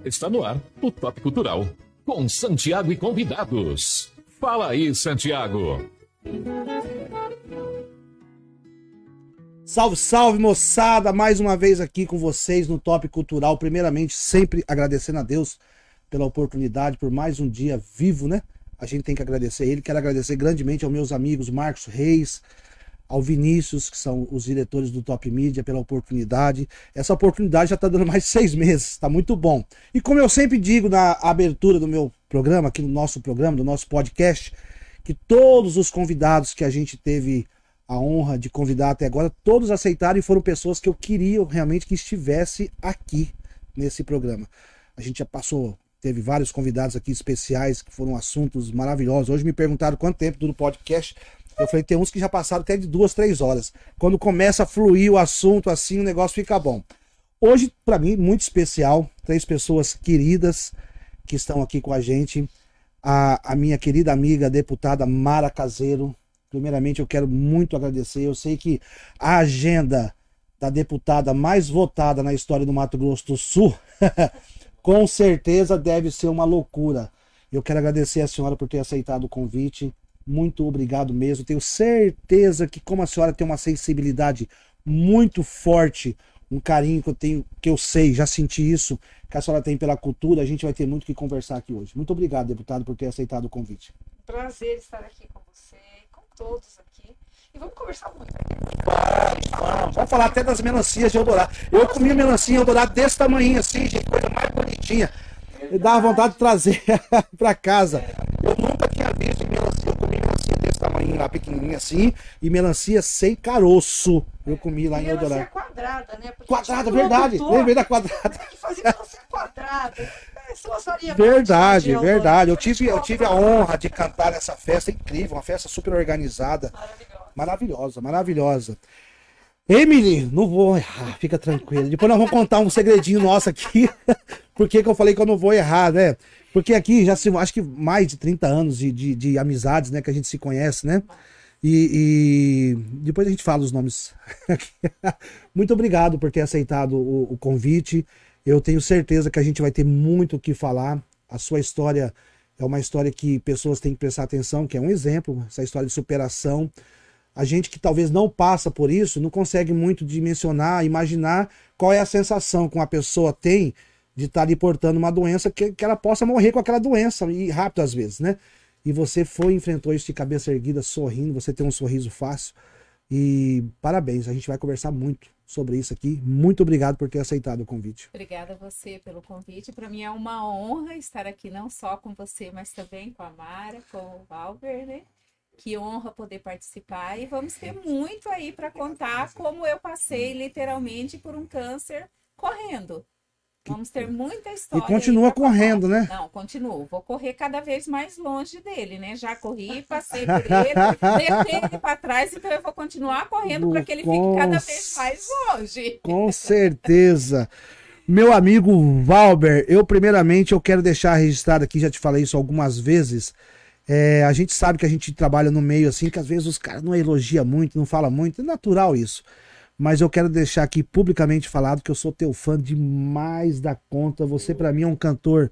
Está no ar o Top Cultural, com Santiago e convidados. Fala aí, Santiago. Salve, salve, moçada! Mais uma vez aqui com vocês no Top Cultural. Primeiramente, sempre agradecendo a Deus pela oportunidade, por mais um dia vivo, né? A gente tem que agradecer a Ele. Quero agradecer grandemente aos meus amigos Marcos Reis, ao Vinícius, que são os diretores do Top Mídia, pela oportunidade. Essa oportunidade já está dando mais de 6 meses, está muito bom. E como eu sempre digo na abertura do meu programa, aqui no nosso programa, do nosso podcast, que todos os convidados que a gente teve a honra de convidar até agora, todos aceitaram e foram pessoas que eu queria realmente que estivesse aqui nesse programa. A gente já passou, teve vários convidados aqui especiais, que foram assuntos maravilhosos. Hoje me perguntaram quanto tempo dura o podcast. Eu falei, tem uns que já passaram até de 2, 3 horas. Quando começa a fluir o assunto assim, o negócio fica bom. Hoje, para mim, muito especial. 3 pessoas queridas que estão aqui com a gente. A minha querida amiga, a deputada Mara Caseiro. Primeiramente, eu quero muito agradecer. Eu sei que a agenda da deputada mais votada na história do Mato Grosso do Sul, com certeza deve ser uma loucura. Eu quero agradecer a senhora por ter aceitado o convite. Muito obrigado mesmo. Tenho certeza que, como a senhora tem uma sensibilidade muito forte, um carinho que eu tenho, que eu sei, já senti isso, que a senhora tem pela cultura, a gente vai ter muito o que conversar aqui hoje. Muito obrigado, deputado, por ter aceitado o convite. Prazer estar aqui com você, com todos aqui. E vamos conversar muito. Vamos falar até das melancias de Eldorado. Eu comi melancia em Eldorado desse tamanho assim, gente, coisa mais bonitinha. Me dá vontade de trazer para casa. Eu nunca tinha visto melancia. Eu comi melancia desse tamanho lá, pequenininha assim, e melancia sem caroço. Eu comi lá em Eldorado. Melancia quadrada, né? Porque quadrada, verdade. Lembrei da quadrada. Tem que fazer melancia quadrada. Verdade, verdade. Eu tive a honra de cantar nessa festa incrível, uma festa super organizada. Maravilhosa, maravilhosa. Emily, não vou errar, fica tranquila. Depois nós vamos contar um segredinho nosso aqui. Por que eu falei que eu não vou errar, né? Porque aqui já acho que mais de 30 anos de amizades, né? Que a gente se conhece, né? E depois a gente fala os nomes. Muito obrigado por ter aceitado o convite. Eu tenho certeza que a gente vai ter muito o que falar. A sua história é uma história que pessoas têm que prestar atenção, que é um exemplo, essa história de superação. A gente que talvez não passa por isso, não consegue muito dimensionar, imaginar qual é a sensação que uma pessoa tem de estar ali portando uma doença, que ela possa morrer com aquela doença, e rápido às vezes, né? E você enfrentou isso de cabeça erguida, sorrindo, você tem um sorriso fácil. E parabéns, a gente vai conversar muito sobre isso aqui. Muito obrigado por ter aceitado o convite. Obrigada a você pelo convite. Para mim é uma honra estar aqui, não só com você, mas também com a Mara, com o Valber, né? Que honra poder participar, e vamos ter muito aí para contar como eu passei literalmente por um câncer correndo. Vamos ter muita história. E continua correndo, né? Não, continuo. Vou correr cada vez mais longe dele, né? Já corri, passei por ele, deixei ele para trás, então eu vou continuar correndo para que ele fique cada vez mais longe. Com certeza. Meu amigo Valber, primeiramente eu quero deixar registrado aqui, já te falei isso algumas vezes. A gente sabe que a gente trabalha no meio assim, que às vezes os caras não elogiam muito, não falam muito, é natural isso. Mas eu quero deixar aqui publicamente falado que eu sou teu fã demais da conta. Você pra mim é um cantor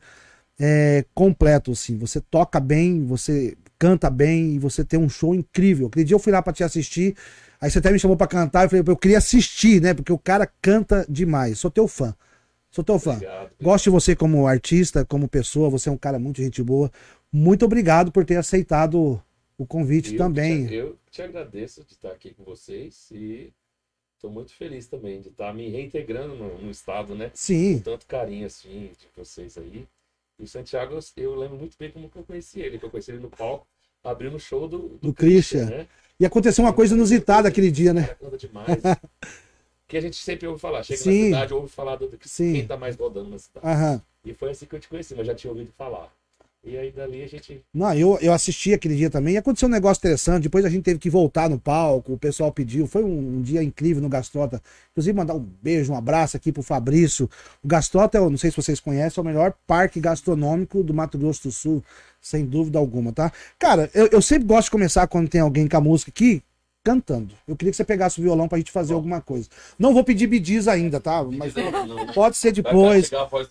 completo, assim. Você toca bem, você canta bem e você tem um show incrível. Aquele dia eu fui lá pra te assistir, aí você até me chamou pra cantar, eu falei, eu queria assistir, né? Porque o cara canta demais. Sou teu fã. Sou teu fã. Obrigado. Gosto de você como artista, como pessoa, você é um cara muito gente boa. Muito obrigado por ter aceitado o convite também. Eu te agradeço de estar aqui com vocês e estou muito feliz também de estar me reintegrando no estado, né? Sim. Com tanto carinho assim de vocês aí. E o Santiago, eu lembro muito bem como que eu conheci ele. Que eu conheci ele no palco, abrindo o show do Christian, né? E aconteceu uma coisa inusitada aquele dia, né? Canta demais. Que a gente sempre ouve falar. Chega na cidade, ouve falar do quem tá mais rodando na cidade. Aham. E foi assim que eu te conheci, mas já tinha ouvido falar. E aí dali a gente... Não, eu assisti aquele dia também e aconteceu um negócio interessante. Depois a gente teve que voltar no palco, o pessoal pediu. Foi um dia incrível no Gastrota. Inclusive mandar um beijo, um abraço aqui pro Fabrício. O Gastrota, não sei se vocês conhecem, é o melhor parque gastronômico do Mato Grosso do Sul, sem dúvida alguma, tá? Cara, eu sempre gosto de começar quando tem alguém com a música aqui, cantando. Eu queria que você pegasse o violão pra gente fazer alguma coisa. Não vou pedir bidis ainda, tá? Mas pode ser depois.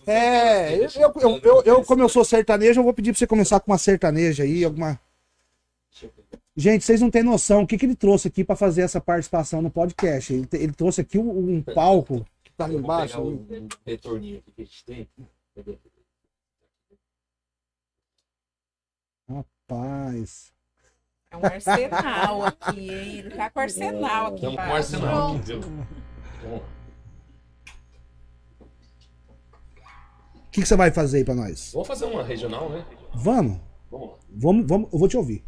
Como eu sou sertanejo, eu vou pedir pra você começar com uma sertaneja aí, alguma... Gente, vocês não têm noção o que ele trouxe aqui pra fazer essa participação no podcast. Ele trouxe aqui um palco que tá ali embaixo. Vou pegar um retorninho aqui que a gente tem. Rapaz. É um arsenal aqui, hein? Ele tá com arsenal aqui. Estamos com um arsenal aqui, viu? O que você vai fazer aí pra nós? Vamos fazer uma regional, né? Vamos? Vamos lá. Vamos, eu vou te ouvir.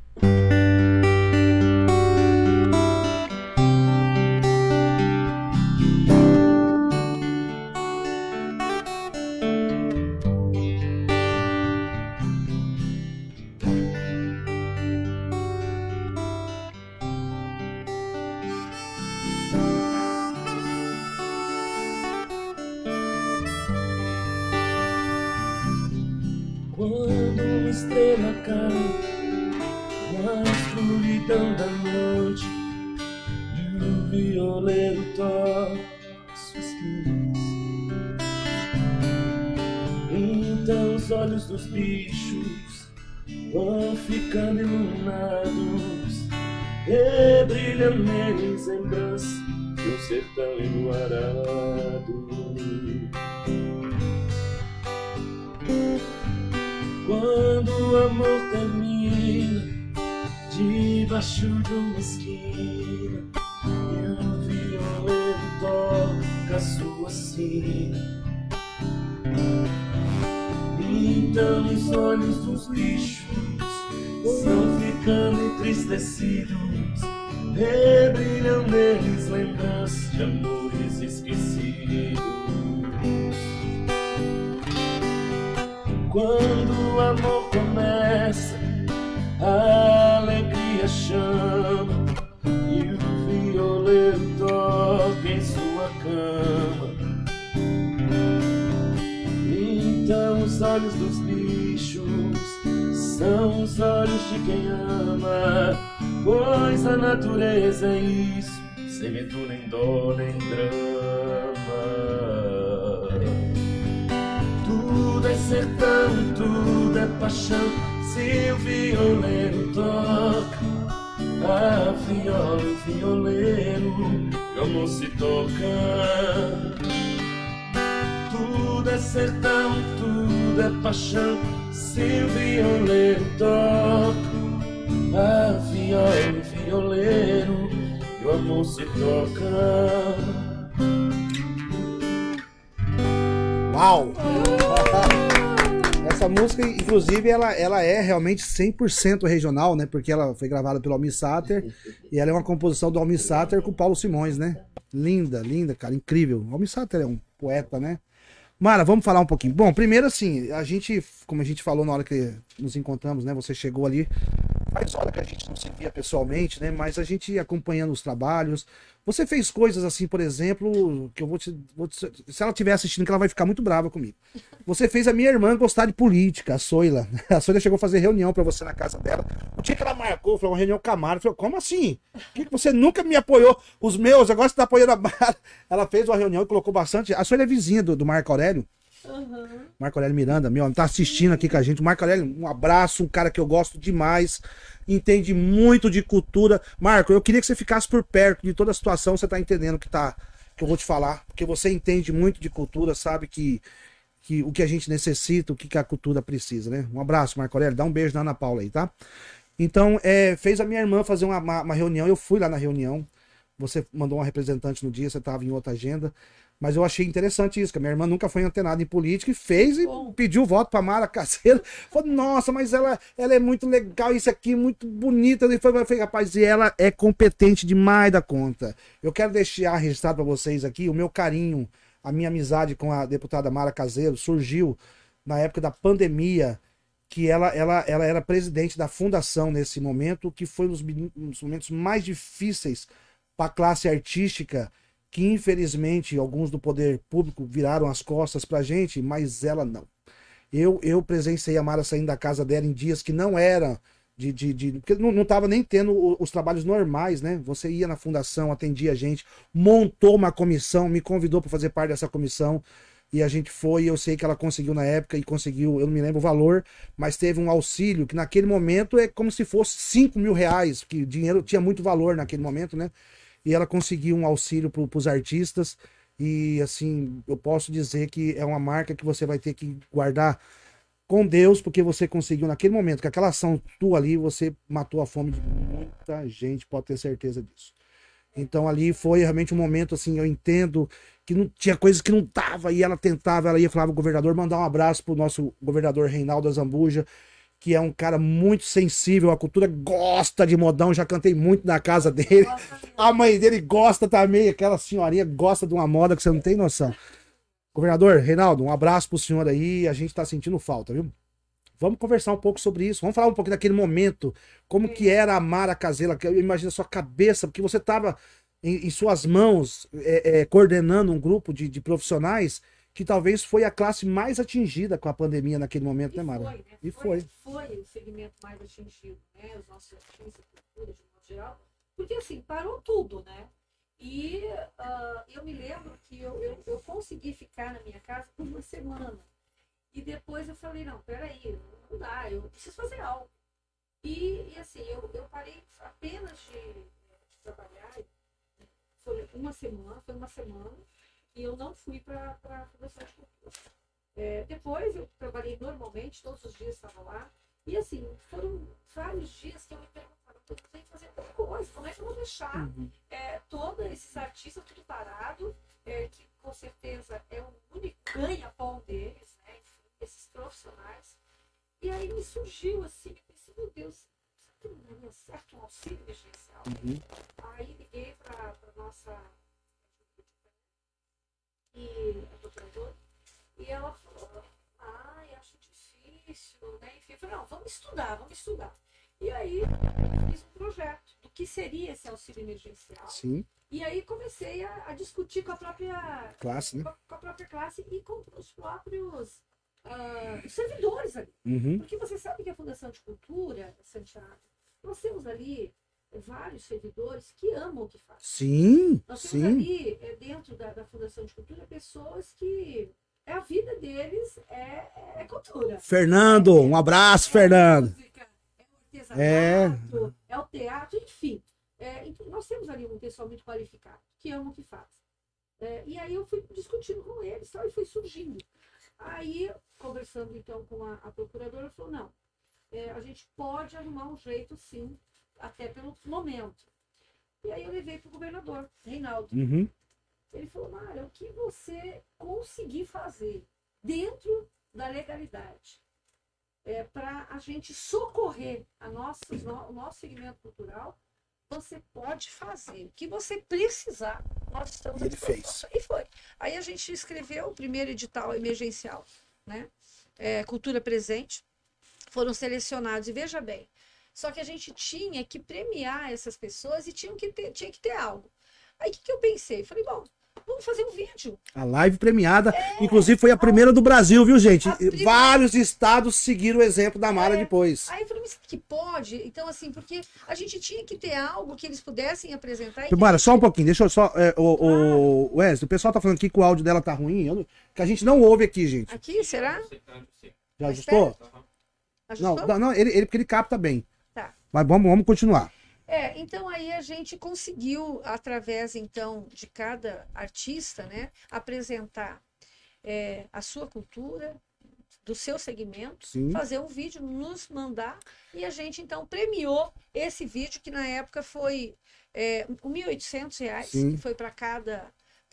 Quando uma estrela cai na escuridão da noite e o violeiro toca suas crias, então os olhos dos bichos vão ficando iluminados e brilham neles lembranças de um sertão enluarado. Quando o amor termina debaixo de uma esquina e o violeiro toca a sua sina, então os olhos dos bichos vão ficando entristecidos e brilham neles lembranças de amores esquecidos. Quando o amor começa, a alegria chama e o violeiro toca em sua cama. Então os olhos dos bichos são os olhos de quem ama, pois a natureza é isso, sem medo nem dó nem drama. Tudo é sertão, tudo é paixão, se o violeiro toca a viola, o violeiro e o amor se toca. Tudo é sertão, tudo é paixão, se o violeiro toca a viola, o violeiro e o amor se toca. Uau! Essa música, inclusive, ela é realmente 100% regional, né? Porque ela foi gravada pelo Almir Sater e ela é uma composição do Almir Sater com o Paulo Simões, né? Linda, linda, cara, incrível. O Almir Sater é um poeta, né? Mara, vamos falar um pouquinho. Bom, primeiro assim, como a gente falou na hora que nos encontramos, né? Você chegou ali, faz hora que a gente não se via pessoalmente, né? Mas a gente acompanhando os trabalhos. Você fez coisas assim, por exemplo, que eu se ela estiver assistindo, que ela vai ficar muito brava comigo. Você fez a minha irmã gostar de política, a Soila. A Soila chegou a fazer reunião pra você na casa dela. O dia que ela marcou, foi uma reunião com a Mara. Falou, como assim? Que você nunca me apoiou? Os meus, agora você tá apoiando a Mara. Ela fez uma reunião e colocou bastante. A Soila é vizinha do Marco Aurélio. Uhum. Marco Aurélio Miranda, meu, tá assistindo aqui com a gente. O Marco Aurélio, um abraço, um cara que eu gosto demais, entende muito de cultura. Marco, eu queria que você ficasse por perto de toda a situação, você tá entendendo que eu vou te falar, porque você entende muito de cultura, sabe que o que a gente necessita, o que a cultura precisa, né? Um abraço, Marco Aurélio, dá um beijo na Ana Paula aí, tá? Então, fez a minha irmã fazer uma reunião, eu fui lá na reunião, você mandou uma representante no dia, você tava em outra agenda. Mas eu achei interessante isso, que a minha irmã nunca foi antenada em política e fez e pediu voto pra Mara Caseira. Falou, nossa, mas ela é muito legal, isso aqui, muito bonita. E foi, rapaz, e ela é competente demais da conta. Eu quero deixar registrado pra vocês aqui o meu carinho, a minha amizade com a deputada Mara Caseiro surgiu na época da pandemia, que ela era presidente da fundação nesse momento, que foi um dos momentos mais difíceis para a classe artística, que infelizmente alguns do poder público viraram as costas pra gente, mas ela não. Eu presenciei a Mara saindo da casa dela em dias que não era Porque não tava nem tendo os trabalhos normais, né? Você ia na fundação, atendia a gente, montou uma comissão, me convidou para fazer parte dessa comissão. E a gente foi, eu sei que ela conseguiu na época, e conseguiu, eu não me lembro o valor, mas teve um auxílio, que naquele momento é como se fosse 5 mil reais, que o dinheiro tinha muito valor naquele momento, né? E ela conseguiu um auxílio para os artistas, e assim, eu posso dizer que é uma marca que você vai ter que guardar com Deus, porque você conseguiu naquele momento, que aquela ação tua ali, você matou a fome de muita gente, pode ter certeza disso. Então ali foi realmente um momento, assim, eu entendo que não tinha coisas que não tava, e ela tentava, ela ia falar pro governador, mandar um abraço pro nosso governador Reinaldo Azambuja, que é um cara muito sensível à cultura, gosta de modão, já cantei muito na casa dele. A mãe dele gosta também, aquela senhorinha gosta de uma moda que você não tem noção. Governador Reinaldo, um abraço pro senhor aí, a gente tá sentindo falta, viu? Vamos conversar um pouco sobre isso, vamos falar um pouco daquele momento, como que era a Mara Casella, que eu imagino a sua cabeça, porque você estava em suas mãos, coordenando um grupo de profissionais que talvez foi a classe mais atingida com a pandemia naquele momento, né, Mara? Foi, né? E foi o segmento mais atingido, né? Os nossos artistas, cultura, de modo geral, porque assim, parou tudo, né? E eu me lembro que eu consegui ficar na minha casa por uma semana. E depois eu falei, não, peraí, não dá, eu preciso fazer algo. E assim, eu parei apenas de trabalhar, foi uma semana, e eu não fui para a Fundação de Cultura. Depois eu trabalhei normalmente, todos os dias estava lá, e assim, foram vários dias que eu me perguntava, eu tenho que fazer alguma coisa, como é que eu vou deixar todos esses artistas tudo parado, que com certeza é o único ganha-pão deles, né? Esses profissionais. E aí me surgiu assim, eu pensei, meu Deus, será que não é certo um auxílio emergencial? Aí liguei para nossa e a procuradora, e ela falou, acho difícil, né? Enfim, eu falei, não, vamos estudar. E aí eu fiz um projeto do que seria esse auxílio emergencial. Sim. E aí comecei a discutir com a própria classe, né? Com a própria classe e com os próprios servidores ali. Uhum. Porque você sabe que a Fundação de Cultura, Santiago, nós temos ali vários servidores que amam o que fazem. Sim, nós temos sim. ali, dentro da Fundação de Cultura, pessoas que a vida deles é cultura. Fernando, um abraço, Fernando. Música, o artesanato, é o teatro, enfim. Então, nós temos ali um pessoal muito qualificado, que ama o que faz. E aí eu fui discutindo com eles, e foi surgindo. Aí, conversando então com a procuradora, falou, não, a gente pode arrumar um jeito sim, até pelo momento. E aí eu levei para o governador, Reinaldo. Uhum. Ele falou, Mara, o que você conseguir fazer dentro da legalidade para a gente socorrer o nosso segmento cultural, você pode fazer. O que você precisar, nós estamos Ele fez. E foi. Aí a gente escreveu o primeiro edital emergencial, né? Cultura Presente. Foram selecionados, e veja bem, só que a gente tinha que premiar essas pessoas e tinha que ter algo. Aí o que eu pensei? Falei, bom, vamos fazer um vídeo. A live premiada, inclusive foi a primeira do Brasil, viu, gente? Vários estados seguiram o exemplo da Mara depois. Aí eu falei, mas que pode? Então, assim, porque a gente tinha que ter algo que eles pudessem apresentar. Mara, só um pouquinho, deixa eu só... o Wesley, o pessoal tá falando aqui que o áudio dela tá ruim, que a gente não ouve aqui, gente. Aqui, será? Já ajustou? Ajustou? Não, porque ele capta bem. Tá. Mas vamos continuar. Então aí a gente conseguiu, através então de cada artista, né, apresentar a sua cultura, do seu segmento, Sim. fazer um vídeo, nos mandar, e a gente então premiou esse vídeo, que na época foi R$ 1.800, que foi para cada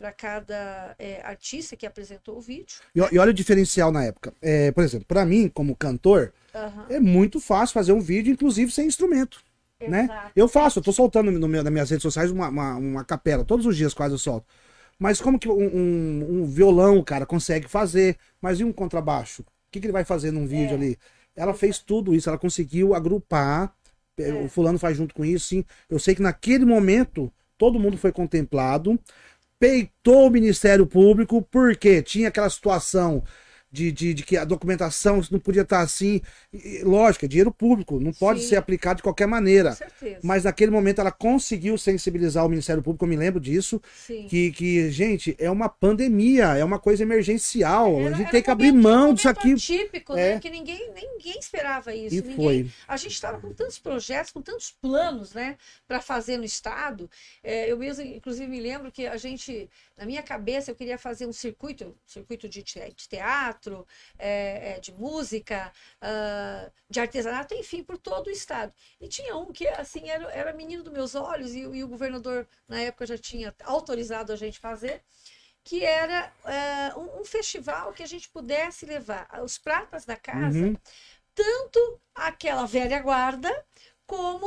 artista que apresentou o vídeo. E olha o diferencial na época. Por exemplo, para mim, como cantor, é muito fácil fazer um vídeo, inclusive sem instrumento. Né? Eu tô soltando nas minhas redes sociais uma capela, todos os dias quase eu solto. Mas como que um violão o cara consegue fazer? Mas e um contrabaixo? O que ele vai fazer num vídeo ali? Ela fez tudo isso, ela conseguiu agrupar, o fulano faz junto com isso, sim. Eu sei que naquele momento todo mundo foi contemplado, peitou o Ministério Público, porque tinha aquela situação de que a documentação não podia estar assim. Lógico, é dinheiro público, não pode Sim. ser aplicado de qualquer maneira. Com certeza. Mas naquele momento ela conseguiu sensibilizar o Ministério Público, eu me lembro disso, Sim. que gente, é uma pandemia, é uma coisa emergencial, a gente Era tem que um abrir momento- mão um disso momento aqui. atípico, É. né? Que ninguém esperava isso. E ninguém- foi. A gente estava com tantos projetos, com tantos planos, né, para fazer no estado. Eu mesmo, inclusive, me lembro que a gente, na minha cabeça, eu queria fazer um circuito de teatro, de música, de artesanato, enfim, por todo o estado. E tinha um que, assim, era menino dos meus olhos, e o governador, na época, já tinha autorizado a gente fazer, que era um festival que a gente pudesse levar os pratas da casa, Uhum. tanto aquela velha guarda, como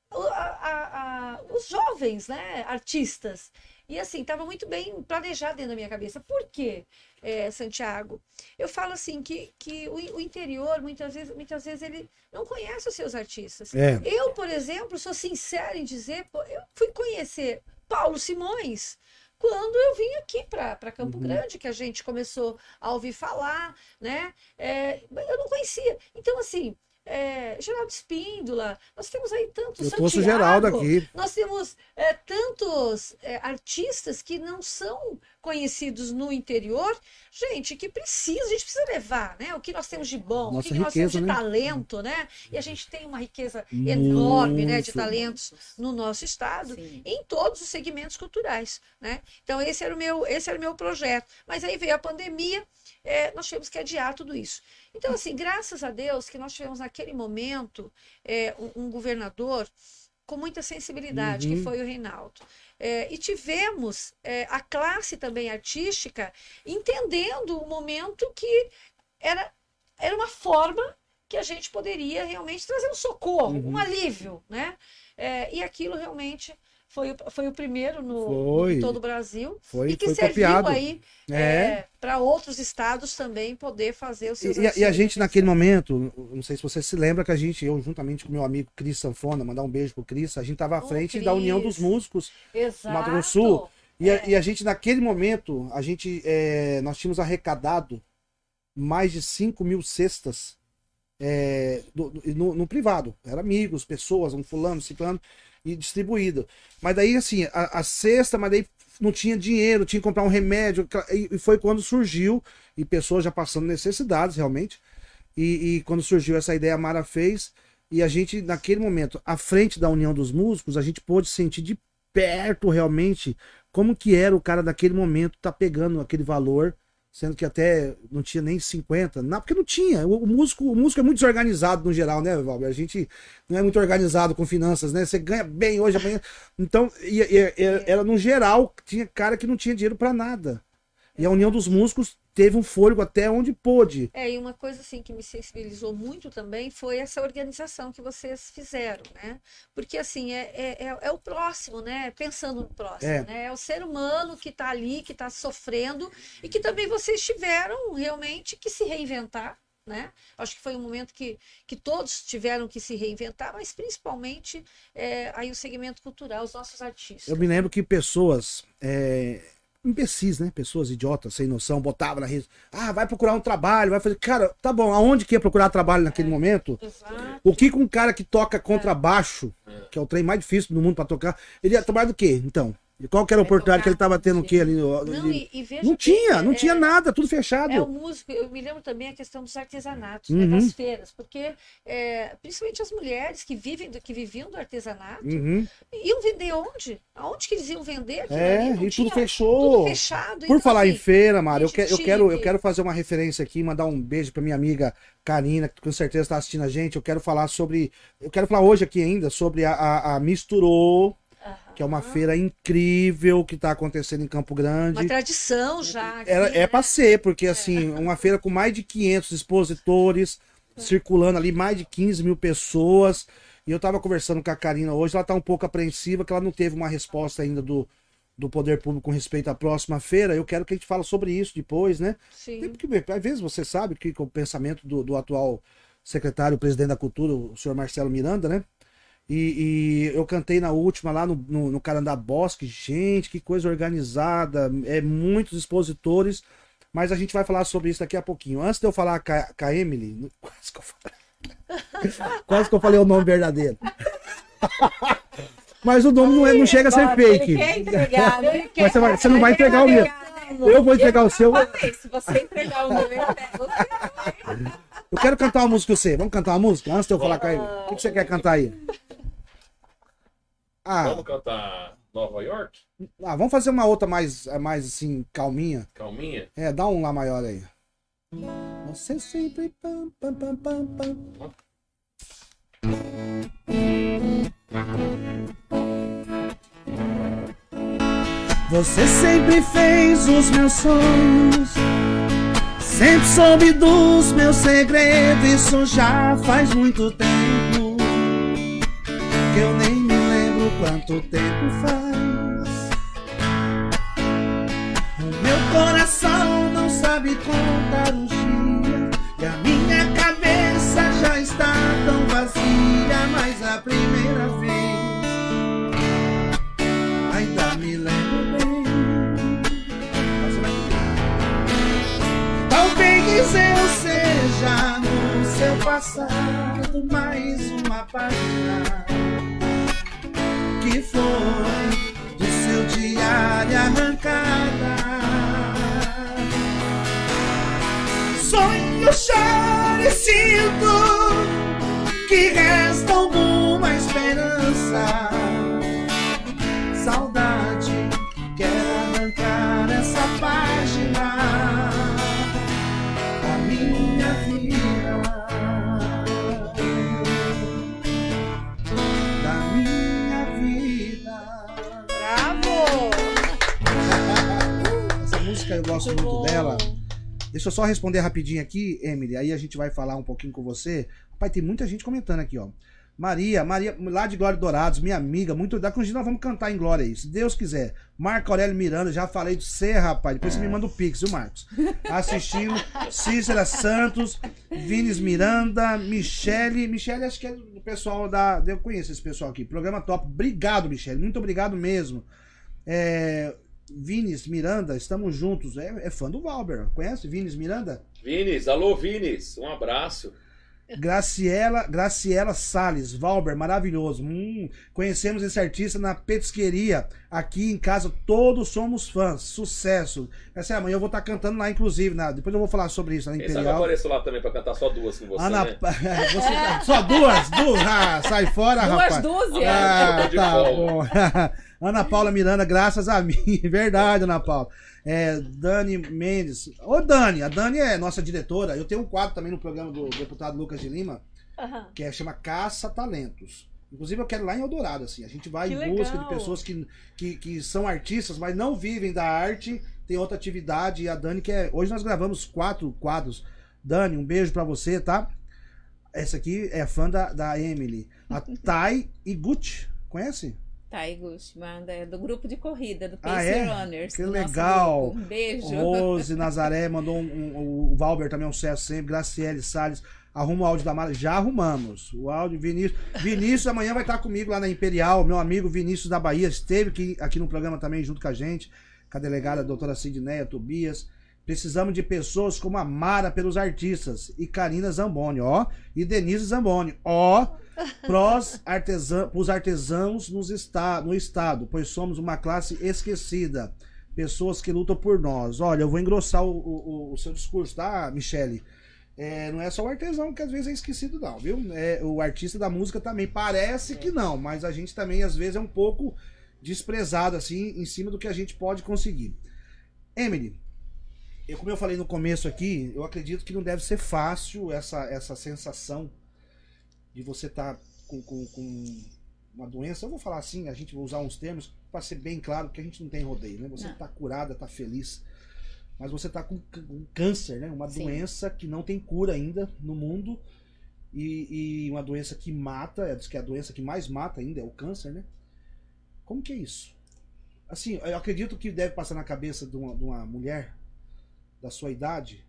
os jovens, né, artistas. E assim, estava muito bem planejado dentro da minha cabeça. Por quê, Santiago? Eu falo assim que o interior, muitas vezes, ele não conhece os seus artistas. É. Eu, por exemplo, sou sincera em dizer, pô, eu fui conhecer Paulo Simões quando eu vim aqui para Campo Grande, que a gente começou a ouvir falar, né? Eu não conhecia. Então, assim, Geraldo Espíndola, nós temos aí tantos, Eu trouxe o Santiago, Geraldo aqui. nós temos tantos artistas que não são conhecidos no interior, gente, que a gente precisa levar, né? O que nós temos de bom, Nossa o que nós temos de riqueza, né? talento, né? E a gente tem uma riqueza enorme, né, de Muito. talentos no nosso estado, Sim. em todos os segmentos culturais, né? Então esse era o meu projeto. Mas aí veio a pandemia, nós tivemos que adiar tudo isso. Então, assim, graças a Deus que nós tivemos naquele momento um governador com muita sensibilidade, que Uhum. foi o Reinaldo. E tivemos a classe também artística entendendo o momento que era uma forma que a gente poderia realmente trazer um socorro, Uhum. um alívio, né? E aquilo realmente foi o primeiro Foi. em todo o Brasil. Foi, E que foi serviu copiado. aí para outros estados também poder fazer os seus E a artistas. gente, naquele momento, não sei se você se lembra, que eu, juntamente com meu amigo Cris Sanfona, mandar um beijo pro Cris, a gente tava à Ô, frente Cris. da União dos Músicos Exato. do Mato Grosso do Sul. E a gente, naquele momento, nós tínhamos arrecadado mais de 5.000 cestas no privado. Era amigos, pessoas, um fulano, ciclano, e distribuído. Mas daí, assim, a cesta, mas daí não tinha dinheiro, tinha que comprar um remédio, e foi quando surgiu, e pessoas já passando necessidades, realmente, e quando surgiu essa ideia, a Mara fez, e a gente, naquele momento, à frente da União dos Músicos, a gente pôde sentir de perto, realmente, como que era o cara daquele momento tá pegando aquele valor, sendo que até não tinha nem 50, não, porque não tinha. O músico é muito desorganizado no geral, né, Valber? A gente não é muito organizado com finanças, né? Você ganha bem hoje, amanhã. Então, era no geral, tinha cara que não tinha dinheiro para nada. E a União dos Músicos teve um fôlego até onde pôde. E uma coisa assim que me sensibilizou muito também foi essa organização que vocês fizeram, né? Porque assim, é o próximo, né? Pensando no próximo, né? É o ser humano que está ali, que está sofrendo, e que também vocês tiveram realmente que se reinventar, né? Acho que foi um momento que todos tiveram que se reinventar, mas principalmente aí o segmento cultural, os nossos artistas. Eu me lembro que pessoas... imbecis, né? Pessoas idiotas, sem noção, botavam na rede. Vai procurar um trabalho, vai fazer. Cara, tá bom, aonde que ia procurar trabalho naquele momento? Exato. O que um cara que toca contrabaixo, que é o trem mais difícil do mundo pra tocar, ele ia trabalhar do quê, então? E qual que era a oportunidade que ele tava tendo o quê ali? Não, e veja Não tinha, bem, não tinha nada, tudo fechado. É o músico, eu me lembro também a questão dos artesanatos, Uhum. né, das feiras, porque principalmente as mulheres que viviam do artesanato, Uhum. iam vender onde? Aonde que eles iam vender aquilo ali? Não E tinha- tudo fechou. Tudo fechado. Por Então, falar assim, em feira, Mara, eu gente quero fazer uma referência aqui, mandar um beijo pra minha amiga Karina, que com certeza está assistindo a gente. Eu quero falar hoje aqui ainda sobre a Misturou, que é uma feira incrível que está acontecendo em Campo Grande. uma tradição já. aqui, É né? para ser, porque assim, uma feira com mais de 500 expositores, circulando ali, mais de 15.000 pessoas. E eu tava conversando com a Karina hoje, ela tá um pouco apreensiva, que ela não teve uma resposta ainda do poder público com respeito à próxima feira. Eu quero que a gente fale sobre isso depois, né? Sim. Porque, às vezes você sabe que o pensamento do atual secretário, presidente da Cultura, o senhor Marcelo Miranda, né? E eu cantei na última lá no Carandá Bosque. Gente, que coisa organizada, muitos expositores. Mas a gente vai falar sobre isso daqui a pouquinho. Antes de eu falar com a Emily, quase que eu falei o nome verdadeiro. Mas o nome não chega a ser fake. Ele quer entregar, né? Mas você não vai entregar o meu. Eu vou entregar o seu. Se você entregar o meu, eu pego. Eu quero cantar uma música com você. Vamos cantar uma música? Antes de eu falar com a Emily. O que você quer cantar aí? Vamos cantar Nova York? Vamos fazer uma outra mais assim, calminha. Calminha? Dá um lá maior aí. Você sempre pam, pam, pam, pam, pam. Você sempre fez os meus sonhos, sempre soube dos meus segredos. Isso já faz muito tempo, que eu nem me lembro quanto tempo faz. O meu coração não sabe contar os dias, e a minha cabeça já está tão vazia. Mas a primeira vez ainda me lembro bem. Talvez eu seja no seu passado mais uma página que foi do seu diário arrancada. Sonho, choro e sinto que resta alguma esperança. Saudade quer arrancar essa página da minha vida, da minha vida. Bravo! Essa música eu gosto muito dela. Deixa eu só responder rapidinho aqui, Emily, aí a gente vai falar um pouquinho com você. Rapaz, tem muita gente comentando aqui, ó. Maria, lá de Glória Dourados, minha amiga, muito daqui uns dias nós vamos cantar em Glória aí, se Deus quiser. Marco Aurélio Miranda, já falei de você, rapaz, depois você me manda o Pix, viu, Marcos? Assistindo, Cícera Santos, Vinis Miranda, Michele, acho que é do pessoal eu conheço esse pessoal aqui, programa top, obrigado, Michele, muito obrigado mesmo. Vinis Miranda, estamos juntos, é fã do Valber, conhece Vinis Miranda? Vinis, alô Vinis, um abraço. Graciela Salles, Valber, maravilhoso. Conhecemos esse artista na petisqueria. Aqui em casa todos somos fãs. Sucesso. Amanhã eu vou estar cantando lá, inclusive. Depois eu vou falar sobre isso na Imperial. Eu apareço lá também pra cantar só duas com você, né? Só duas? Sai fora, rapaz. Duas dúzias. Tá bom. Ana Paula Miranda, graças a mim. Verdade, Ana Paula. Dani Mendes. Ô, Dani, a Dani é nossa diretora. Eu tenho um quadro também no programa do deputado Lucas de Lima, que chama Caça Talentos. Inclusive eu quero lá em Eldorado, assim. A gente vai em busca de pessoas que são artistas, mas não vivem da arte, tem outra atividade. E a Dani hoje nós gravamos 4 quadros. Dani, um beijo pra você, tá? Essa aqui é fã da Emily. A Thay Iguchi, conhece? Thay Iguchi, é do grupo de corrida, do Pace Runners. Que legal. Um beijo. Rose Nazaré mandou o Valber também, um sucesso sempre. Graciele Salles, arruma o áudio da Mara. Já arrumamos. O áudio, Vinícius amanhã vai estar comigo lá na Imperial. Meu amigo Vinícius da Bahia esteve aqui no programa também junto com a gente. Com a delegada a doutora Sidneia Tobias. Precisamos de pessoas como a Mara pelos artistas. E Karina Zamboni, ó. E Denise Zamboni, ó. Pros artesãos no estado, pois somos uma classe esquecida. Pessoas que lutam por nós. Olha, eu vou engrossar o seu discurso, tá, Michele? Não é só o artesão que às vezes é esquecido, não, viu? O artista da música também parece que não, mas a gente também às vezes é um pouco desprezado, assim, em cima do que a gente pode conseguir. Emily, como eu falei no começo aqui, eu acredito que não deve ser fácil essa sensação de você estar com uma doença. Eu vou falar assim, a gente vai usar uns termos para ser bem claro, que a gente não tem rodeio, né? Você está curada, está feliz, mas você está com câncer, né? Uma doença que não tem cura ainda no mundo e uma doença que mata, diz que é a doença que mais mata ainda é o câncer, né? Como que é isso? Assim, eu acredito que deve passar na cabeça de uma mulher da sua idade,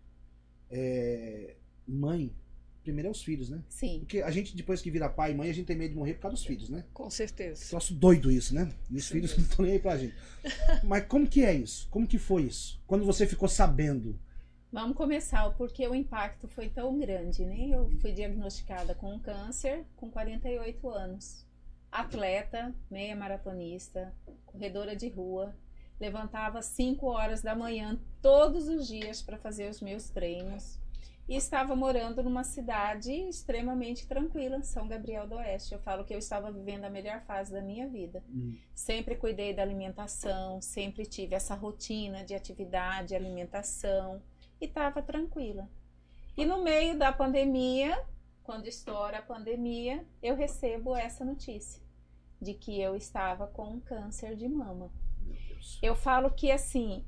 mãe. Primeiro é os filhos, né? Sim. Porque a gente, depois que vira pai e mãe, a gente tem medo de morrer por causa dos filhos, né? Com certeza. Troço doido isso, né? E os filhos não estão nem aí pra gente. Mas como que é isso? Como que foi isso? Quando você ficou sabendo Vamos começar o porquê o impacto foi tão grande, né? Eu fui diagnosticada com um câncer com 48 anos. Atleta, meia maratonista, corredora de rua, levantava às 5 horas da manhã todos os dias para fazer os meus treinos e estava morando numa cidade extremamente tranquila, São Gabriel do Oeste. Eu falo que eu estava vivendo a melhor fase da minha vida. Sempre cuidei da alimentação, sempre tive essa rotina de atividade, alimentação e estava tranquila. E no meio da pandemia, quando estoura a pandemia, eu recebo essa notícia de que eu estava com um câncer de mama. Eu falo que assim,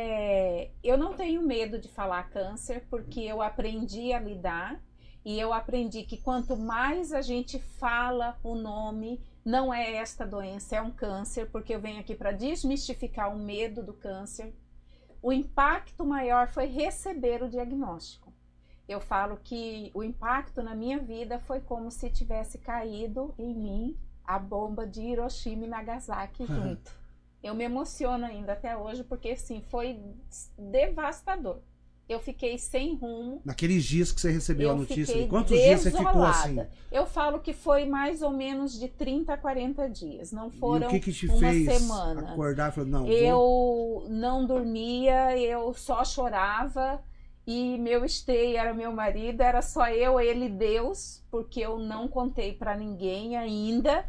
eu não tenho medo de falar câncer, porque eu aprendi a lidar e eu aprendi que quanto mais a gente fala o nome, não é esta doença, é um câncer, porque eu venho aqui para desmistificar o medo do câncer. O impacto maior foi receber o diagnóstico. Eu falo que o impacto na minha vida foi como se tivesse caído em mim a bomba de Hiroshima e Nagasaki junto. Eu me emociono ainda até hoje, porque assim, foi devastador. Eu fiquei sem rumo. Naqueles dias que você recebeu a notícia, quantos desolada. dias você ficou assim? Eu falo que foi mais ou menos de 30 a 40 dias. Não foram e o que te uma fez semana. Acordar e falar, não, eu não dormia, eu só chorava. E meu esteio era meu marido, era só eu, ele e Deus, porque eu não contei para ninguém ainda.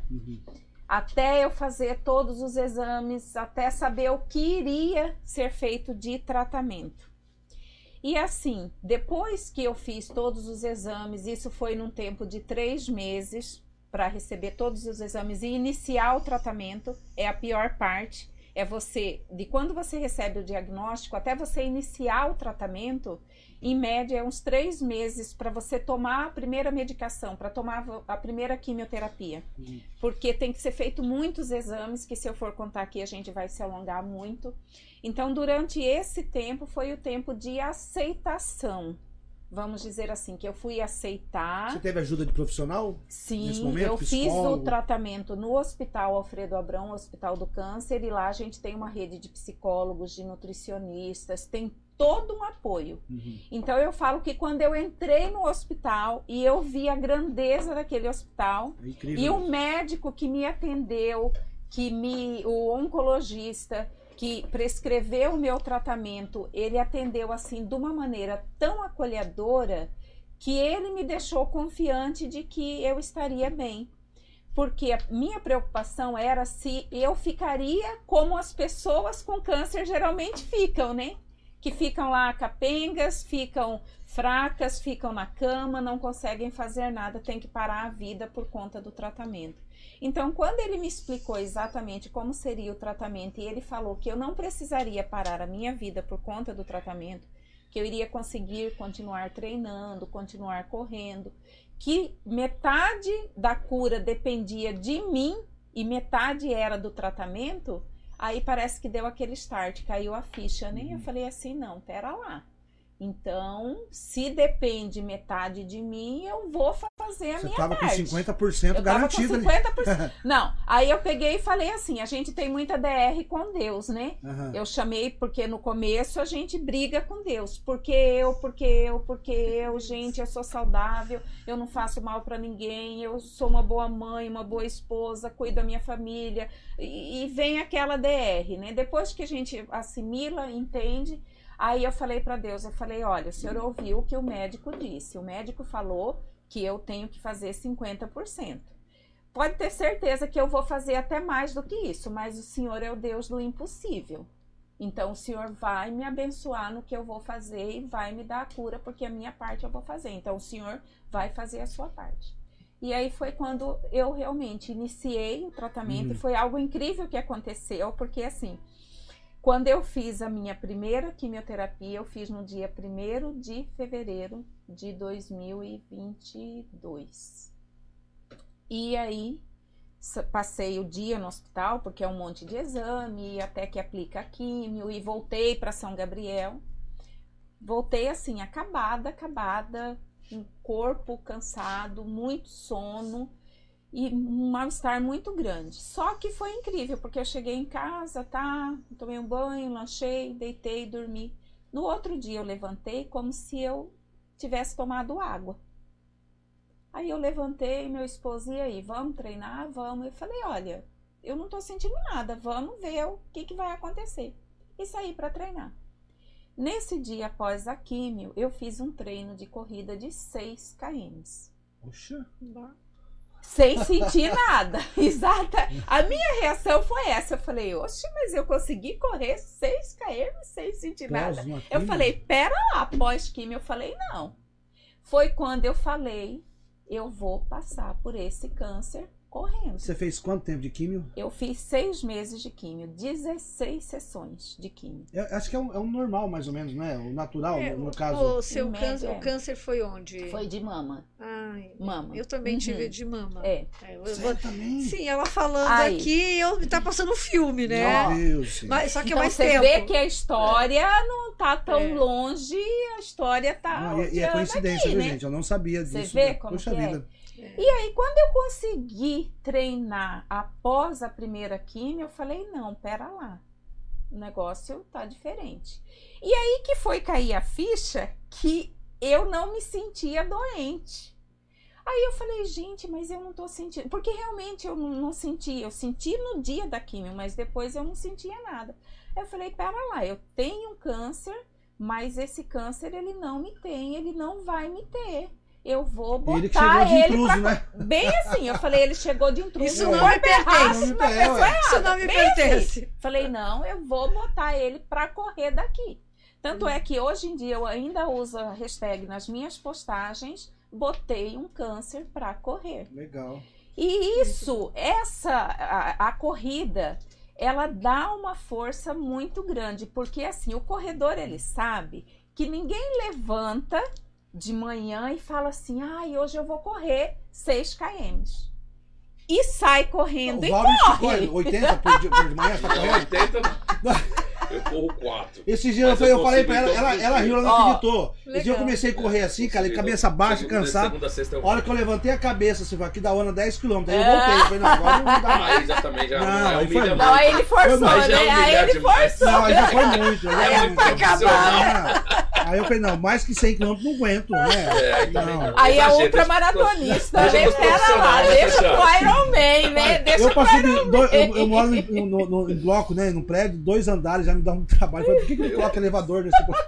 Até eu fazer todos os exames, até saber o que iria ser feito de tratamento. E assim, depois que eu fiz todos os exames, isso foi num tempo de 3 meses para receber todos os exames e iniciar o tratamento, é a pior parte. É você, de quando você recebe o diagnóstico até você iniciar o tratamento, em média é uns 3 meses para você tomar a primeira medicação, para tomar a primeira quimioterapia. Porque tem que ser feito muitos exames, que se eu for contar aqui a gente vai se alongar muito. Então, durante esse tempo foi o tempo de aceitação. Vamos dizer assim, que eu fui aceitar. Você teve ajuda de profissional? Sim, nesse momento, eu psicólogo? fiz o tratamento no Hospital Alfredo Abrão, Hospital do Câncer, e lá a gente tem uma rede de psicólogos, de nutricionistas, tem todo um apoio. Então eu falo que quando eu entrei no hospital e eu vi a grandeza daquele hospital, É incrível. e o médico que me atendeu, o oncologista que prescreveu o meu tratamento, ele atendeu assim de uma maneira tão acolhedora que ele me deixou confiante de que eu estaria bem. Porque a minha preocupação era se eu ficaria como as pessoas com câncer geralmente ficam, né? Que ficam lá capengas, ficam fracas, ficam na cama, não conseguem fazer nada, tem que parar a vida por conta do tratamento. Então, quando ele me explicou exatamente como seria o tratamento e ele falou que eu não precisaria parar a minha vida por conta do tratamento, que eu iria conseguir continuar treinando, continuar correndo, que metade da cura dependia de mim e metade era do tratamento, aí parece que deu aquele start, caiu a ficha, né? Eu falei assim, não, pera lá. Então, se depende metade de mim, eu vou fazer a minha parte. Você estava com 50% garantido. Eu tava com 50%. Não, aí eu peguei e falei assim, a gente tem muita DR com Deus, né? Eu chamei, porque no começo a gente briga com Deus. Porque eu, gente, eu sou saudável, eu não faço mal pra ninguém, eu sou uma boa mãe, uma boa esposa, cuido da minha família. E vem aquela DR, né? Depois que a gente assimila, entende... Aí eu falei para Deus, eu falei, olha, o senhor ouviu o que o médico disse. O médico falou que eu tenho que fazer 50%. Pode ter certeza que eu vou fazer até mais do que isso, mas o senhor é o Deus do impossível. Então o senhor vai me abençoar no que eu vou fazer e vai me dar a cura, porque a minha parte eu vou fazer. Então o senhor vai fazer a sua parte. E aí foi quando eu realmente iniciei o tratamento e foi algo incrível que aconteceu, porque assim... Quando eu fiz a minha primeira quimioterapia, eu fiz no dia 1º de fevereiro de 2022. E aí, passei o dia no hospital, porque é um monte de exame, até que aplica a químio, e voltei para São Gabriel. Voltei assim, acabada, um corpo cansado, muito sono, e um mal-estar muito grande. Só que foi incrível, porque eu cheguei em casa, tomei um banho, lanchei, deitei, dormi. No outro dia eu levantei como se eu tivesse tomado água. Aí eu levantei, meu esposo, e aí, vamos treinar? Vamos. Eu falei, olha, eu não tô sentindo nada, vamos ver o que vai acontecer. E saí para treinar. Nesse dia, após a químio, eu fiz um treino de corrida de 6 km. Poxa. Sem sentir nada. Exata. A minha reação foi essa. Eu falei, oxe, mas eu consegui correr 6 km sem sentir nada. Eu falei, pera lá, pós-químio. Eu falei, não. Foi quando eu falei, eu vou passar por esse câncer correndo. Você fez quanto tempo de químio? Eu fiz 6 meses de químio, 16 sessões de químio. Eu acho que é um normal, mais ou menos, né? O natural, no caso. O seu câncer, o câncer foi onde? Foi de mama. Ai, mama. Eu também tive de mama. Você também? Sim, ela falando aqui, tá passando um filme, né? Meu Deus. Mas, só que então, é mais você tempo. vê que a história não tá tão longe, a história tá. Não, e é coincidência, aqui, viu, né? gente? Eu não sabia disso. Você vê como Poxa que vida. E aí, quando eu consegui treinar após a primeira quimio, eu falei, não, pera lá, o negócio tá diferente. E aí que foi cair a ficha que eu não me sentia doente. Aí eu falei, gente, mas eu não tô sentindo, porque realmente eu não senti, eu senti no dia da quimio, mas depois eu não sentia nada. Aí eu falei, pera lá, eu tenho um câncer, mas esse câncer ele não me tem, ele não vai me ter. Eu vou botar ele chegou de intruso, pra... né? Bem assim, eu falei, ele chegou de intruso. Isso não me pertence. Isso não me pertence. Assim. Falei, não, eu vou botar ele para correr daqui. Tanto é que hoje em dia eu ainda uso a hashtag nas minhas postagens, botei um câncer para correr. Legal. E isso, a corrida, ela dá uma força muito grande, porque assim, o corredor ele sabe que ninguém levanta de manhã e fala assim, ai, hoje eu vou correr 6 km. E sai correndo e corre. 80 por de manhã, você tá correndo? 80 eu corro 4. Esse dia eu falei pra ela riu, ela não acreditou. Esse dia eu comecei a correr assim, cara, cabeça baixa, cansado. A hora que eu levantei a cabeça, assim, aqui da Ana 10 km. Aí eu voltei, eu falei, não, agora não dá mais. Aí já também já não é humilha. Não, aí ele forçou, né? Aí ele forçou. Não, aí já foi muito. Aí foi acabar. Aí eu falei, não, mais que 100 km não aguento, né? Não. Aí é ultramaratonista, né? Pera lá, deixa o Ironman, né? Deixa o Ironman. Eu moro em bloco, né? Num prédio, 2 andares, já me dá um trabalho. Eu falei, por que não coloca elevador nesse bloco?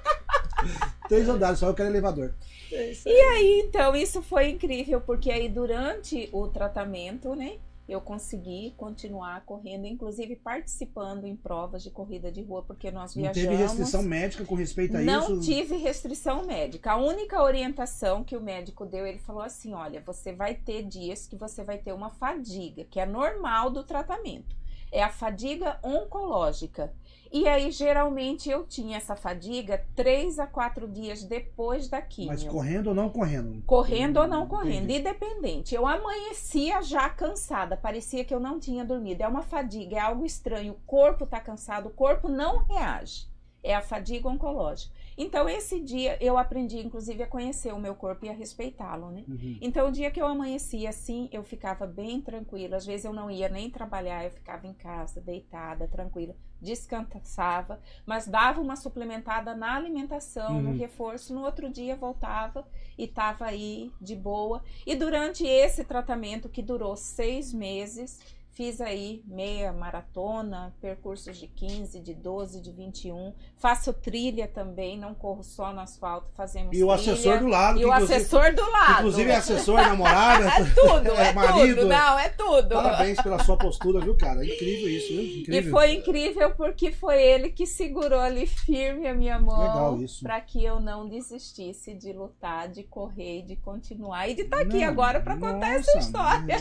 3 andares, só eu quero elevador. E aí, então, isso foi incrível, porque aí durante o tratamento, né? Eu consegui continuar correndo, inclusive participando em provas de corrida de rua, porque nós viajamos. Não teve restrição médica com respeito a isso? Não tive restrição médica. A única orientação que o médico deu, ele falou assim, olha, você vai ter dias que você vai ter uma fadiga, que é normal do tratamento. É a fadiga oncológica. E aí, geralmente, eu tinha essa fadiga 3 a 4 dias depois da quimio. Mas correndo ou não correndo? Correndo ou não correndo, independente. Eu amanhecia já cansada, parecia que eu não tinha dormido. É uma fadiga, é algo estranho. O corpo tá cansado, o corpo não reage. É a fadiga oncológica. Então, esse dia, eu aprendi, inclusive, a conhecer o meu corpo e a respeitá-lo, né? Uhum. Então, o dia que eu amanhecia assim, eu ficava bem tranquila. Às vezes, eu não ia nem trabalhar, eu ficava em casa, deitada, tranquila. Descansava, mas dava uma suplementada na alimentação, no reforço. No outro dia, voltava e estava aí de boa. E durante esse tratamento, que durou 6 meses... Fiz aí meia maratona, percursos de 15, de 12, de 21. Faço trilha também, não corro só no asfalto, fazemos trilha. E o assessor do lado. E o assessor do lado. Inclusive é assessor, namorada. É tudo, é marido. tudo. Não, é tudo. Parabéns pela sua postura, viu, cara? Incrível isso, viu? Incrível. E foi incrível porque foi ele que segurou ali firme a minha mão para que eu não desistisse de lutar, de correr, de continuar e de estar aqui agora para contar essa história.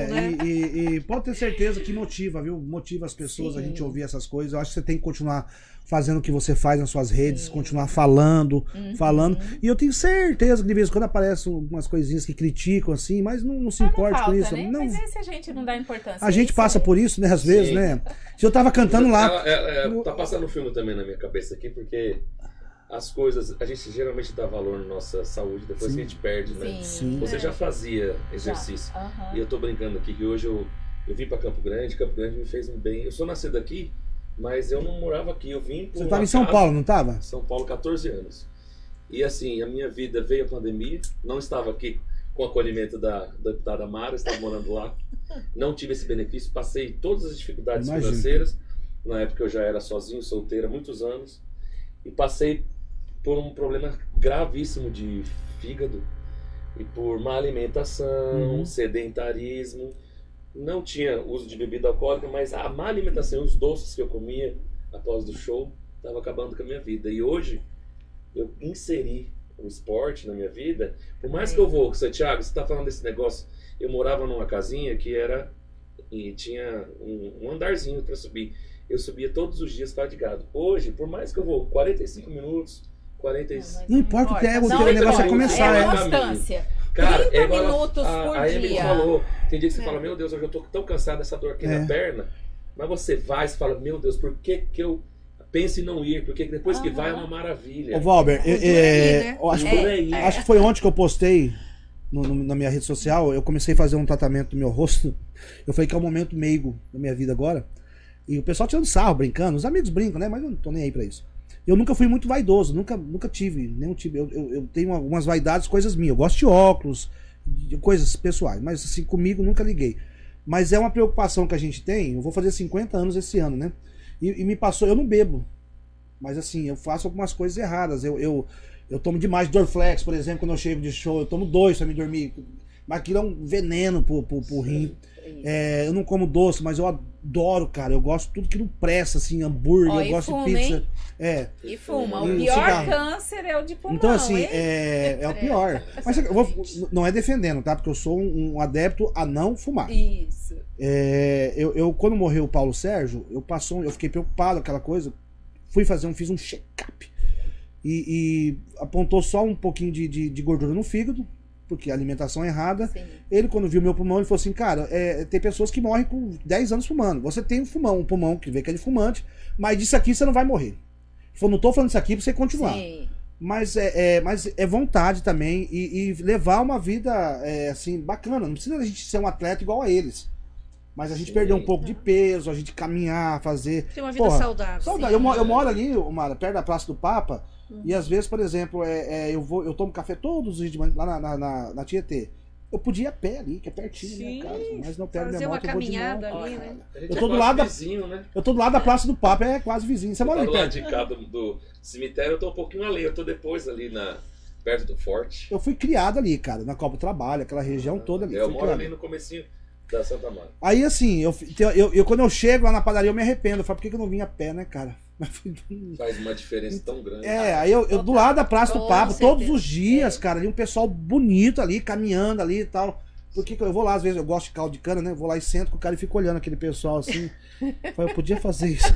E pode ter certeza que motiva, viu? Motiva as pessoas. Sim. A gente ouvir essas coisas. Eu acho que você tem que continuar fazendo o que você faz nas suas redes, continuar falando. E eu tenho certeza que de vez em quando aparecem algumas coisinhas que criticam, assim, mas não se importe com isso. Né? Não, mas esse a gente não dá importância. A gente passa por isso, né? Às vezes, né? Se eu tava cantando lá... Tá passando um filme também na minha cabeça aqui, porque... As coisas, a gente geralmente dá valor na nossa saúde, depois que a gente perde, né? Sim. Você já fazia exercício. E eu tô brincando aqui que hoje eu vim pra Campo Grande me fez um bem. Eu sou nascido aqui, Mas eu não morava aqui, eu vim por Você uma tava em São casa- Paulo, não tava? São Paulo, 14 anos. E assim, a minha vida veio a pandemia, não estava aqui com o acolhimento da deputada Mara, estava morando lá. Não tive esse benefício, passei todas as dificuldades Imagino. financeiras. Na época eu já era sozinho, solteiro há muitos anos. E passei por um problema gravíssimo de fígado e por má alimentação, sedentarismo. Não tinha uso de bebida alcoólica, mas a má alimentação, os doces que eu comia após o show, estava acabando com a minha vida. E hoje eu inseri o esporte na minha vida. Por mais que eu vou, Santiago, você está falando desse negócio, eu morava numa casinha que era e tinha um andarzinho para subir. Eu subia todos os dias fadigado. Hoje, por mais que eu vou 45 minutos, 45... Não importa o que é, o Não negócio é importa, começar, é é. a constância. Cara, 30 é igual minutos a por Emily dia. falou. Tem dia que você fala, meu Deus, hoje eu tô tão cansado dessa dor aqui É. na perna. Mas você vai, você fala, meu Deus, por que que eu penso em não ir? Porque depois que vai é uma maravilha. Ô, Valber, né? eu acho, É. acho que foi ontem que eu postei na minha rede social. Eu comecei a fazer um tratamento do meu rosto. Eu falei que é um momento meigo da minha vida agora. E o pessoal tirando sarro, brincando. Os amigos brincam, né? Mas eu não tô nem aí pra isso. Eu nunca fui muito vaidoso, nunca tive, nenhum tipo. Eu tenho algumas vaidades, coisas minhas. Eu gosto de óculos, de coisas pessoais, mas assim, comigo nunca liguei. Mas é uma preocupação que a gente tem. Eu vou fazer 50 anos esse ano, né? E me passou, eu não bebo. Mas assim, eu faço algumas coisas erradas. Eu tomo demais Dorflex, por exemplo, quando eu chego de show. Eu tomo 2 pra me dormir. Mas aquilo é um veneno pro rim. Eu não como doce, mas eu adoro, cara. Eu gosto de tudo que não presta, assim, hambúrguer, Ó, eu e gosto fuma, de pizza. hein? É. E fuma. E O o pior cigarro. câncer é o de pulmão, Então, assim, hein? é o pior. Mas não é defendendo, tá? Porque eu sou um adepto a não fumar. Isso. Quando morreu o Paulo Sérgio, eu fiquei preocupado, aquela coisa. Fiz um check-up. E apontou só um pouquinho de gordura no fígado, porque a alimentação é errada. Sim. Ele, quando viu meu pulmão, ele falou assim, cara, tem pessoas que morrem com 10 anos fumando. Você tem um pulmão que vê que é de fumante, mas disso aqui você não vai morrer. Ele falou, não tô falando isso aqui pra você continuar. Sim. Mas é vontade também e levar uma vida assim, bacana. Não precisa a gente ser um atleta igual a eles. Mas a gente perder um pouco de peso, a gente caminhar, fazer... Ter uma vida saudável. Saudável. Eu moro ali, Mara, perto da Praça do Papa, e às vezes, por exemplo, eu tomo café todos os dias de manhã lá na Tietê. Eu podia ir a pé ali, que é pertinho da minha casa, mas não pego minha Fazer uma moto, eu vou de caminhada moto. ali, né? A gente Eu é tô do quase lado da- vizinho, né? Eu tô do lado da Praça do Papa, é quase vizinho. Você mora Tá ali do lado perto. de cá do cemitério, eu tô um pouquinho além. Eu tô depois ali perto do forte. Eu fui criado ali, cara, na Copa do Trabalho, aquela região toda ali. Eu fui moro criado. ali no comecinho da Santa Mara. Aí assim, quando eu chego lá na padaria eu me arrependo. Eu falo, por que eu não vim a pé, né, cara? Faz uma diferença tão grande. Aí eu do lado da Praça do Com Papa, todos certeza. os dias, cara, ali um pessoal bonito ali, caminhando ali e tal. Porque eu vou lá, às vezes, eu gosto de caldo de cana, né? Eu vou lá e sento com o cara e fico olhando aquele pessoal assim. Eu falo, eu podia fazer isso.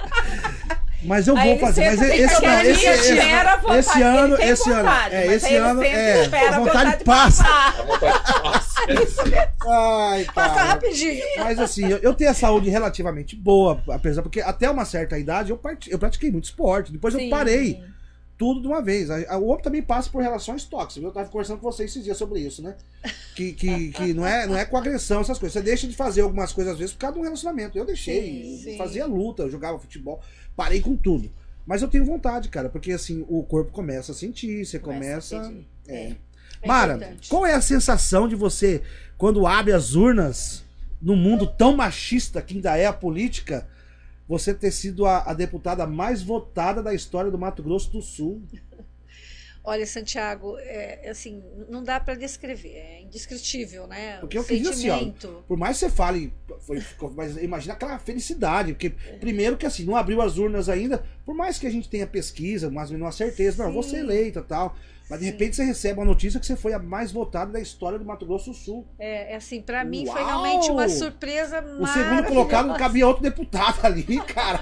Mas eu Aí vou ele fazer. Mas sempre esse fica não, ali, espera a vontade, esse ano, ele tem esse ano, vontade, mas esse aí ele ano, sempre espera a a vontade vontade passa. passar. A vontade passa. Ai, Passa cara. rapidinho. Mas assim, eu tenho a saúde relativamente boa, apesar porque até uma certa idade eu pratiquei muito esporte. Depois eu Sim. parei tudo de uma vez. O outro também passa por relações tóxicas. Eu tava conversando com vocês esses dias sobre isso, né? Que não é com agressão, essas coisas. Você deixa de fazer algumas coisas às vezes por causa de um relacionamento. Eu deixei, Sim. fazia luta, eu jogava futebol, parei com tudo. Mas eu tenho vontade, cara, porque assim, o corpo começa a sentir, você começa. a sentir. É. É Mara, importante. qual é a sensação de você, quando abre as urnas, num mundo tão machista que ainda é a política, você ter sido a deputada mais votada da história do Mato Grosso do Sul? Olha, Santiago, assim, não dá para descrever, é indescritível, né? Porque O eu acredito assim, ó, sentimento. por mais que você fale, mas imagina aquela felicidade, porque primeiro que assim, não abriu as urnas ainda, por mais que a gente tenha pesquisa, mas não há certeza, não, vou ser eleita e tal, mas de repente você recebe uma notícia que você foi a mais votada da história do Mato Grosso do Sul. Assim, para mim foi Uau! realmente uma surpresa O segundo colocado não maravilhosa. cabia outro deputado ali, cara.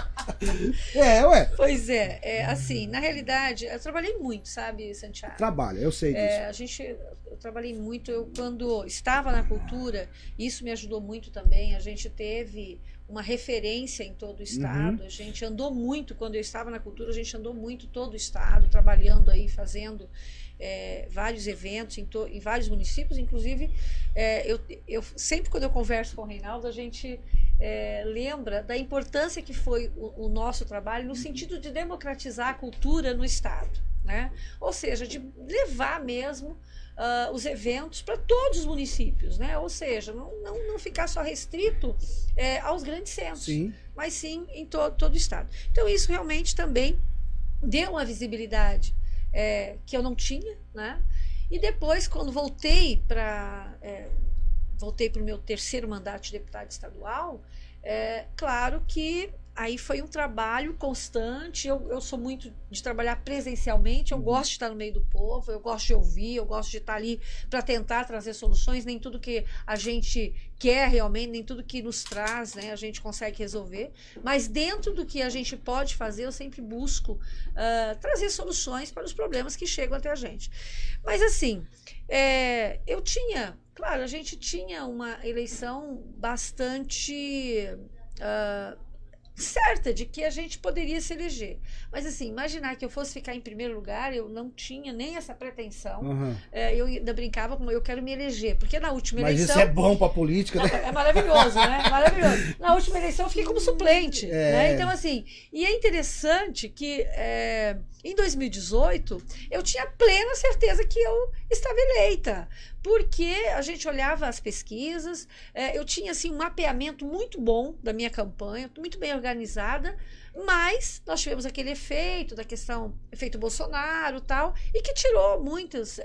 Ué. Pois assim, na realidade, eu trabalhei muito, sabe, Santiago? Trabalha, eu sei disso. Eu trabalhei muito, quando estava na cultura, isso me ajudou muito também, a gente teve uma referência em todo o estado, a gente andou muito, quando eu estava na cultura, a gente andou muito todo o estado, trabalhando aí, fazendo vários eventos em vários municípios, inclusive, eu sempre quando eu converso com o Reinaldo, a gente lembra da importância que foi o nosso trabalho no sentido de democratizar a cultura no Estado, né? Ou seja, de levar mesmo os eventos para todos os municípios, né? Ou seja, não ficar só restrito aos grandes centros, Sim. mas sim em todo o Estado. Então isso realmente também deu uma visibilidade que eu não tinha, né? E depois, quando voltei para o meu terceiro mandato de deputada estadual, claro que aí foi um trabalho constante. Eu sou muito de trabalhar presencialmente, eu gosto de estar no meio do povo, eu gosto de ouvir, eu gosto de estar ali para tentar trazer soluções. Nem tudo que a gente quer realmente, nem tudo que nos traz, né, a gente consegue resolver. Mas dentro do que a gente pode fazer, eu sempre busco trazer soluções para os problemas que chegam até a gente. Mas assim, eu tinha... Claro, a gente tinha uma eleição bastante certa de que a gente poderia se eleger. Mas assim, imaginar que eu fosse ficar em primeiro lugar, eu não tinha nem essa pretensão. Uhum. Eu ainda brincava com eu quero me eleger, porque na última Mas eleição... isso é bom pra política, né? É maravilhoso, né? Maravilhoso. Na última eleição eu fiquei como suplente, né? Então assim, e é interessante que em 2018 eu tinha plena certeza que eu estava eleita, porque a gente olhava as pesquisas, eu tinha assim um mapeamento muito bom da minha campanha, muito bem organizada, mas nós tivemos aquele efeito da questão, efeito Bolsonaro e tal, e que tirou muitas...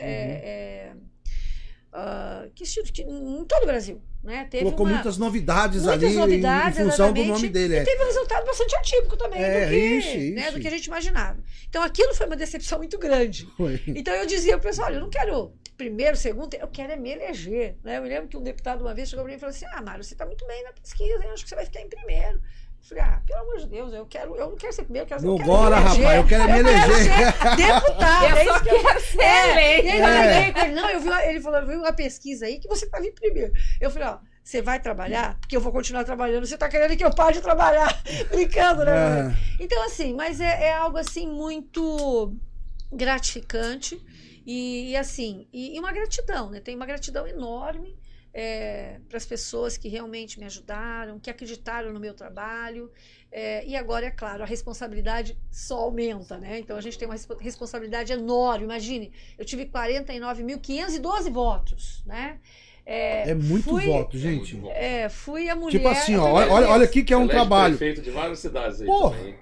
em todo o Brasil, né? Colocou muitas novidades ali em função exatamente, do nome dele. E teve um resultado bastante atípico também do que a gente imaginava. Então aquilo foi uma decepção muito grande. Foi. Então eu dizia ao pessoal, olha, eu não quero primeiro, segundo, eu quero me eleger, né? Eu me lembro que um deputado uma vez chegou para mim e falou assim, Mário, você está muito bem na pesquisa, eu acho que você vai ficar em primeiro. Eu falei, pelo amor de Deus, eu não quero ser primeiro, eu quero rapaz, eu quero me eleger. Deputado, eu só quero ser eleito. Não, ele falou, eu vi uma pesquisa aí que você vai vir primeiro. Eu falei, você vai trabalhar? Porque eu vou continuar trabalhando. Você está querendo que eu pare de trabalhar? Brincando, né? Então, assim, mas é algo assim muito gratificante e assim, e uma gratidão, né? Tem uma gratidão enorme para as pessoas que realmente me ajudaram, que acreditaram no meu trabalho, e agora, é claro, a responsabilidade só aumenta, né? Então a gente tem uma responsabilidade enorme. Imagine, eu tive 49.512 votos, né? Muito voto, gente. Fui a mulher... Tipo assim, olha aqui que é um trabalho. Prefeito de várias cidades aí também.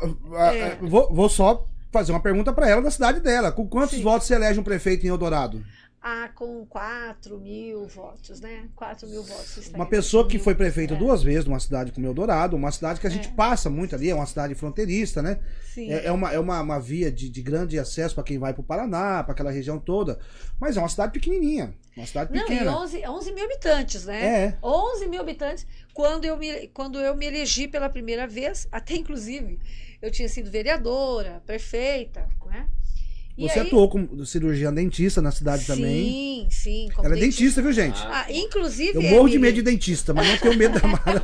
Vou só fazer uma pergunta para ela da cidade dela. Com quantos votos você elege um prefeito em Eldorado? Com 4.000 votos, né? 4.000 votos. Uma pessoa que foi prefeita 2 vezes numa cidade como Eldorado, uma cidade que a gente passa muito ali, é uma cidade fronteiriça, né? Sim. É uma via de grande acesso para quem vai para o Paraná, para aquela região toda. Mas é uma cidade pequenininha, uma cidade pequena. Não, e 11 mil habitantes, né? 11 mil habitantes. Quando eu me elegi pela primeira vez, até inclusive, eu tinha sido vereadora, prefeita, né? Você atuou como cirurgiã dentista na cidade também? Sim. Ela é dentista, viu, gente? Inclusive... Eu morro de medo de dentista, mas não tenho medo da Mara.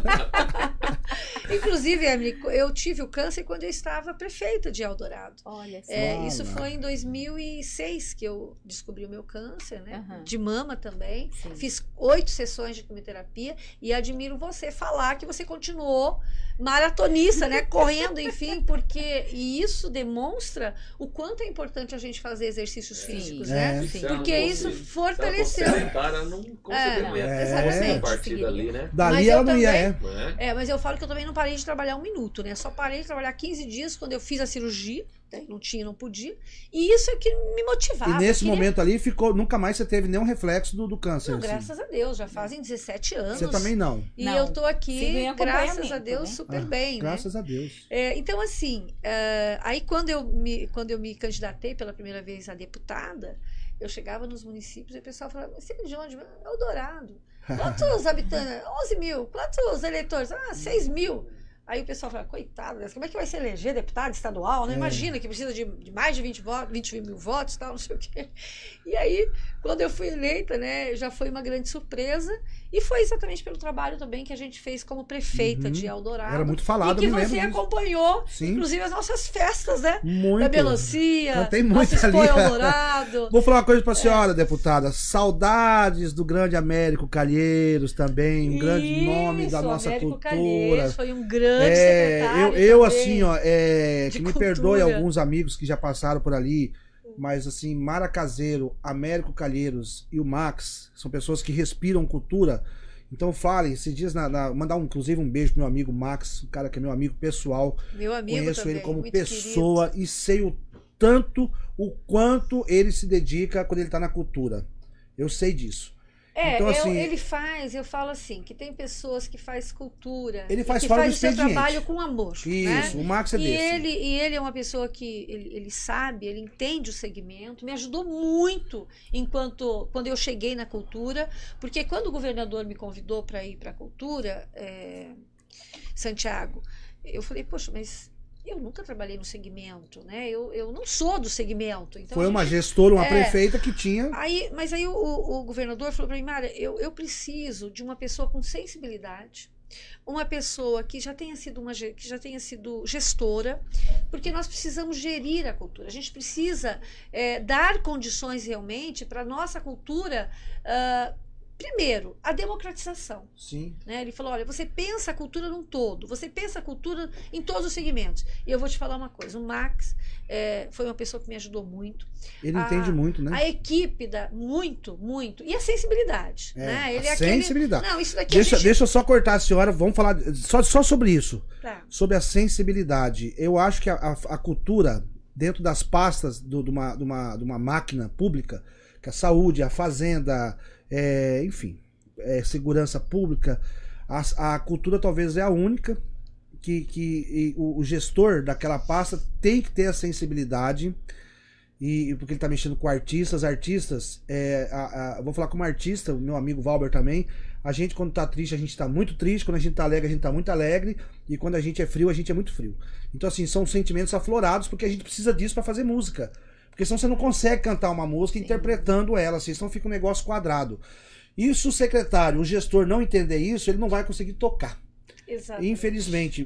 Inclusive, Emily, eu tive o câncer quando eu estava prefeita de Eldorado. Olha só. Isso foi em 2006 que eu descobri o meu câncer, né? Uhum. De mama também. Sim. Fiz 8 sessões de quimioterapia e admiro você falar que você continuou maratonista, né? Correndo, enfim, porque isso demonstra o quanto é importante a gente fazer exercícios físicos, né? Sim. Porque isso fortaleceu. Ela não conseguiu exatamente. a partir dali, né? Dali ela não ia, mas eu falo que eu também não parei de trabalhar 1 minuto, né? Só parei de trabalhar 15 dias quando eu fiz a cirurgia. Não podia. E isso é que me motivava. E nesse momento ali, nunca mais você teve nenhum reflexo do câncer. Não, graças a Deus, já fazem 17 anos. Você também não. E eu tô aqui, graças a Deus, né? super bem, graças né? a Deus. Então, assim, aí quando eu me candidatei pela primeira vez a deputada, eu chegava nos municípios e o pessoal falava, você é de onde? Eldorado. Quantos habitantes? 11 mil. Quantos eleitores? 6 mil. Aí o pessoal fala, coitada, como é que vai se eleger deputado estadual? Não imagina que precisa de mais de 20 mil votos, tal, não sei o quê. E aí, quando eu fui eleita, né, já foi uma grande surpresa. E foi exatamente pelo trabalho também que a gente fez como prefeita de Eldorado. Era muito falado, e que você acompanhou, inclusive, as nossas festas, né? Muito. Da melancia, cantei muito nosso ali. Eldorado. Vou falar uma coisa pra senhora, deputada. Saudades do grande Américo Calheiros também, um grande nome da nossa Américo cultura. Calheiros foi um grande secretário eu também, assim, ó, que me cultura. perdoe alguns amigos que já passaram por ali, mas assim, Mara Caseiro, Américo Calheiros e o Max são pessoas que respiram cultura. Então falem, esses dias, mandar inclusive um beijo pro meu amigo Max, um cara que é meu amigo pessoal. Meu amigo conheço também, ele como muito pessoa querido. E sei o quanto ele se dedica quando ele tá na cultura. Eu sei disso. Então, assim, ele faz, eu falo assim, que tem pessoas que faz cultura, ele faz que fora faz do o seu expediente. trabalho com amor. Isso, né? o Max é desse. E ele é uma pessoa que ele sabe, ele entende o segmento, me ajudou muito quando eu cheguei na cultura, porque quando o governador me convidou para ir para a cultura, Santiago, eu falei, poxa, mas eu nunca trabalhei no segmento, né? Eu não sou do segmento. Então foi uma gestora, uma prefeita que tinha. Mas aí o governador falou para mim, Mara, eu preciso de uma pessoa com sensibilidade, uma pessoa que já tenha sido gestora, porque nós precisamos gerir a cultura. A gente precisa dar condições realmente para a nossa cultura. Primeiro, a democratização. Sim. Né? Ele falou, olha, você pensa a cultura num todo, você pensa a cultura em todos os segmentos. E eu vou te falar uma coisa, o Max foi uma pessoa que me ajudou muito. Ele entende muito, né? A equipe muito. E a sensibilidade. Né? Ele sensibilidade. Não, isso daqui deixa eu só cortar a senhora, vamos falar só sobre isso. Tá. Sobre a sensibilidade. Eu acho que a cultura, dentro das pastas de uma máquina pública, que é a saúde, a fazenda... enfim, segurança pública, a cultura talvez é a única que o gestor daquela pasta tem que ter a sensibilidade, porque ele está mexendo com artistas, vou falar como artista, o meu amigo Valber também, a gente quando está triste, a gente está muito triste, quando a gente está alegre, a gente está muito alegre, e quando a gente é frio, a gente é muito frio. Então assim, são sentimentos aflorados, porque a gente precisa disso para fazer música. Porque senão você não consegue cantar uma música interpretando ela, assim, senão fica um negócio quadrado. E se o secretário, o gestor não entender isso, ele não vai conseguir tocar. Exato. Infelizmente.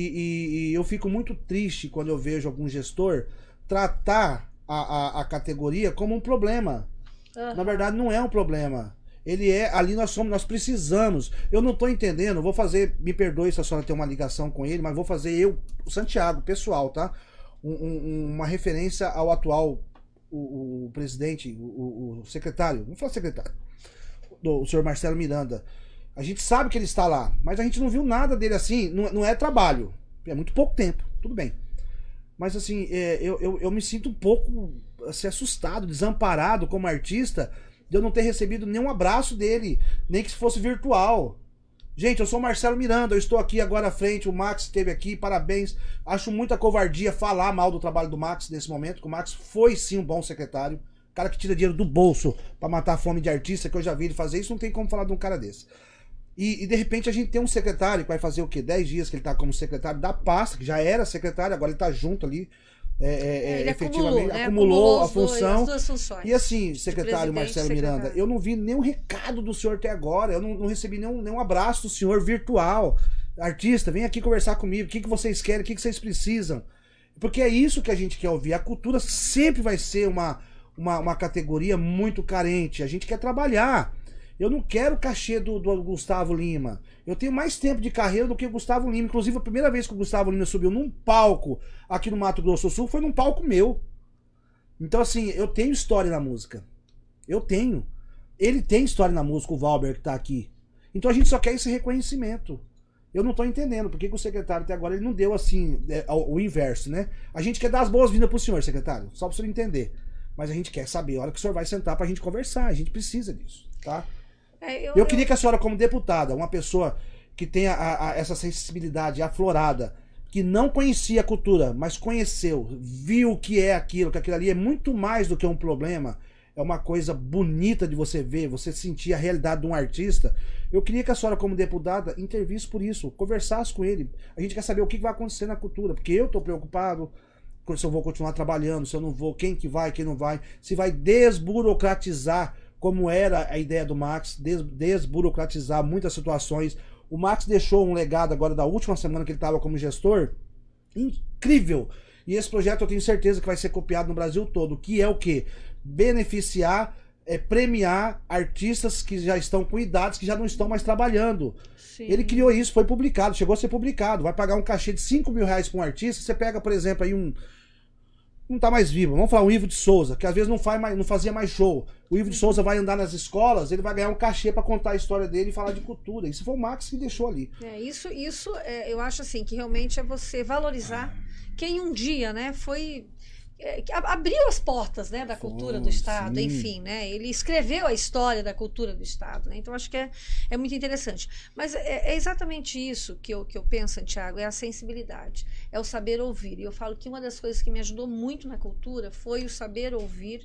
E eu fico muito triste quando eu vejo algum gestor tratar a categoria como um problema. Uhum. Na verdade, não é um problema. Ali nós precisamos. Eu não estou entendendo, vou fazer, me perdoe se a senhora tem uma ligação com ele, mas vou fazer o Santiago, pessoal, tá? Uma referência ao atual o presidente, o secretário, vamos falar secretário, o senhor Marcelo Miranda. A gente sabe que ele está lá, mas a gente não viu nada dele assim, não é trabalho, é muito pouco tempo, tudo bem. Mas assim, eu me sinto um pouco assim, assustado, desamparado como artista, de eu não ter recebido nenhum abraço dele, nem que fosse virtual. Gente, eu sou o Marcelo Miranda, eu estou aqui agora à frente, o Max esteve aqui, parabéns. Acho muita covardia falar mal do trabalho do Max nesse momento, que o Max foi sim um bom secretário. Cara que tira dinheiro do bolso para matar a fome de artista, que eu já vi ele fazer isso, não tem como falar de um cara desse. E de repente a gente tem um secretário que vai fazer o quê? 10 dias que ele tá como secretário da pasta, que já era secretário, agora ele tá junto ali. Ele efetivamente acumulou a função. As duas funções. E assim, secretário Marcelo Miranda, eu não vi nenhum recado do senhor até agora, eu não recebi nenhum abraço do senhor virtual. Artista, vem aqui conversar comigo, o que vocês querem, o que vocês precisam. Porque é isso que a gente quer ouvir. A cultura sempre vai ser uma categoria muito carente, a gente quer trabalhar. Eu não quero o cachê do Gustavo Lima. Eu tenho mais tempo de carreira do que o Gustavo Lima. Inclusive, a primeira vez que o Gustavo Lima subiu num palco aqui no Mato Grosso do Sul foi num palco meu. Então, assim, eu tenho história na música. Eu tenho. Ele tem história na música, o Valber, que tá aqui. Então a gente só quer esse reconhecimento. Eu não tô entendendo porque que o secretário até agora ele não deu, assim, o inverso, né? A gente quer dar as boas-vindas pro senhor, secretário. Só pra o senhor entender. Mas a gente quer saber a hora que o senhor vai sentar pra gente conversar. A gente precisa disso, tá? Eu queria que a senhora, como deputada, uma pessoa que tenha essa sensibilidade aflorada, que não conhecia a cultura, mas conheceu, viu o que é aquilo, que aquilo ali é muito mais do que um problema, é uma coisa bonita de você ver, você sentir a realidade de um artista. Eu queria que a senhora, como deputada, intervisse por isso, conversasse com ele. A gente quer saber o que vai acontecer na cultura, porque eu estou preocupado se eu vou continuar trabalhando, se eu não vou, quem que vai, quem não vai, se vai desburocratizar, como era a ideia do Max, desburocratizar muitas situações. O Max deixou um legado agora da última semana que ele estava como gestor, incrível. E esse projeto eu tenho certeza que vai ser copiado no Brasil todo, que é o quê? Beneficiar, premiar artistas que já estão com idades, que já não estão mais trabalhando. Sim. Ele criou isso, foi publicado, chegou a ser publicado. Vai pagar um cachê de 5 mil reais para um artista, você pega, por exemplo, aí não tá mais vivo, vamos falar o Ivo de Souza, que às vezes não fazia mais show. O Ivo de Souza vai andar nas escolas, ele vai ganhar um cachê para contar a história dele e falar de cultura. Isso foi o Max que deixou ali. Isso eu acho assim, que realmente é você valorizar quem um dia, né, foi... abriu as portas, né, da cultura do Estado, sim. enfim, né, ele escreveu a história da cultura do Estado, né, então acho que é muito interessante. Mas é exatamente isso que eu penso, Santiago, é a sensibilidade, é o saber ouvir. E eu falo que uma das coisas que me ajudou muito na cultura foi o saber ouvir,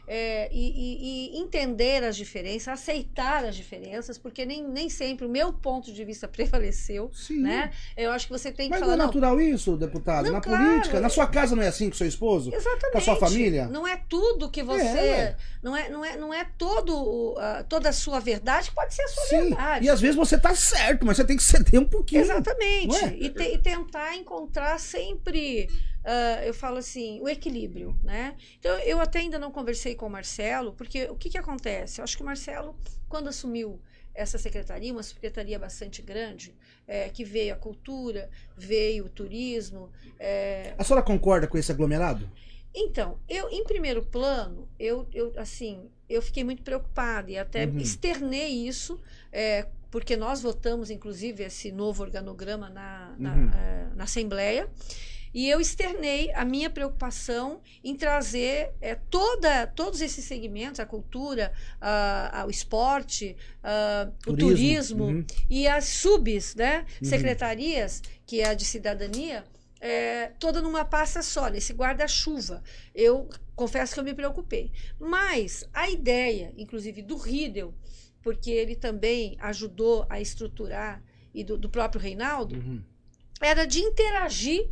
e entender as diferenças, aceitar as diferenças, porque nem sempre o meu ponto de vista prevaleceu, Sim. né? Eu acho que você tem que Mas falar... não é natural isso, deputado? Não, na claro. política? Na sua casa não é assim com seu esposo? Exatamente. Com a sua família? Não é tudo que você... Não é toda a sua verdade que pode ser a sua Sim. verdade. E às vezes você tá certo, mas você tem que ceder um pouquinho. Exatamente. Não é? E tentar encontrar sempre... eu falo assim, o equilíbrio, né? Então, eu até ainda não conversei com o Marcelo, porque o que acontece? Eu acho que o Marcelo, quando assumiu essa secretaria, uma secretaria bastante grande, que veio a cultura, veio o turismo... A senhora concorda com esse aglomerado? Então, em primeiro plano, eu fiquei muito preocupada e até externei isso, porque nós votamos, inclusive, esse novo organograma na Assembleia, e eu externei a minha preocupação em trazer todos esses segmentos, a cultura, o esporte, o turismo e as subs, né, secretarias, que é a de cidadania, toda numa pasta só, nesse guarda-chuva. Eu confesso que eu me preocupei. Mas a ideia, inclusive, do Riedel, porque ele também ajudou a estruturar, e do próprio Reinaldo, era de interagir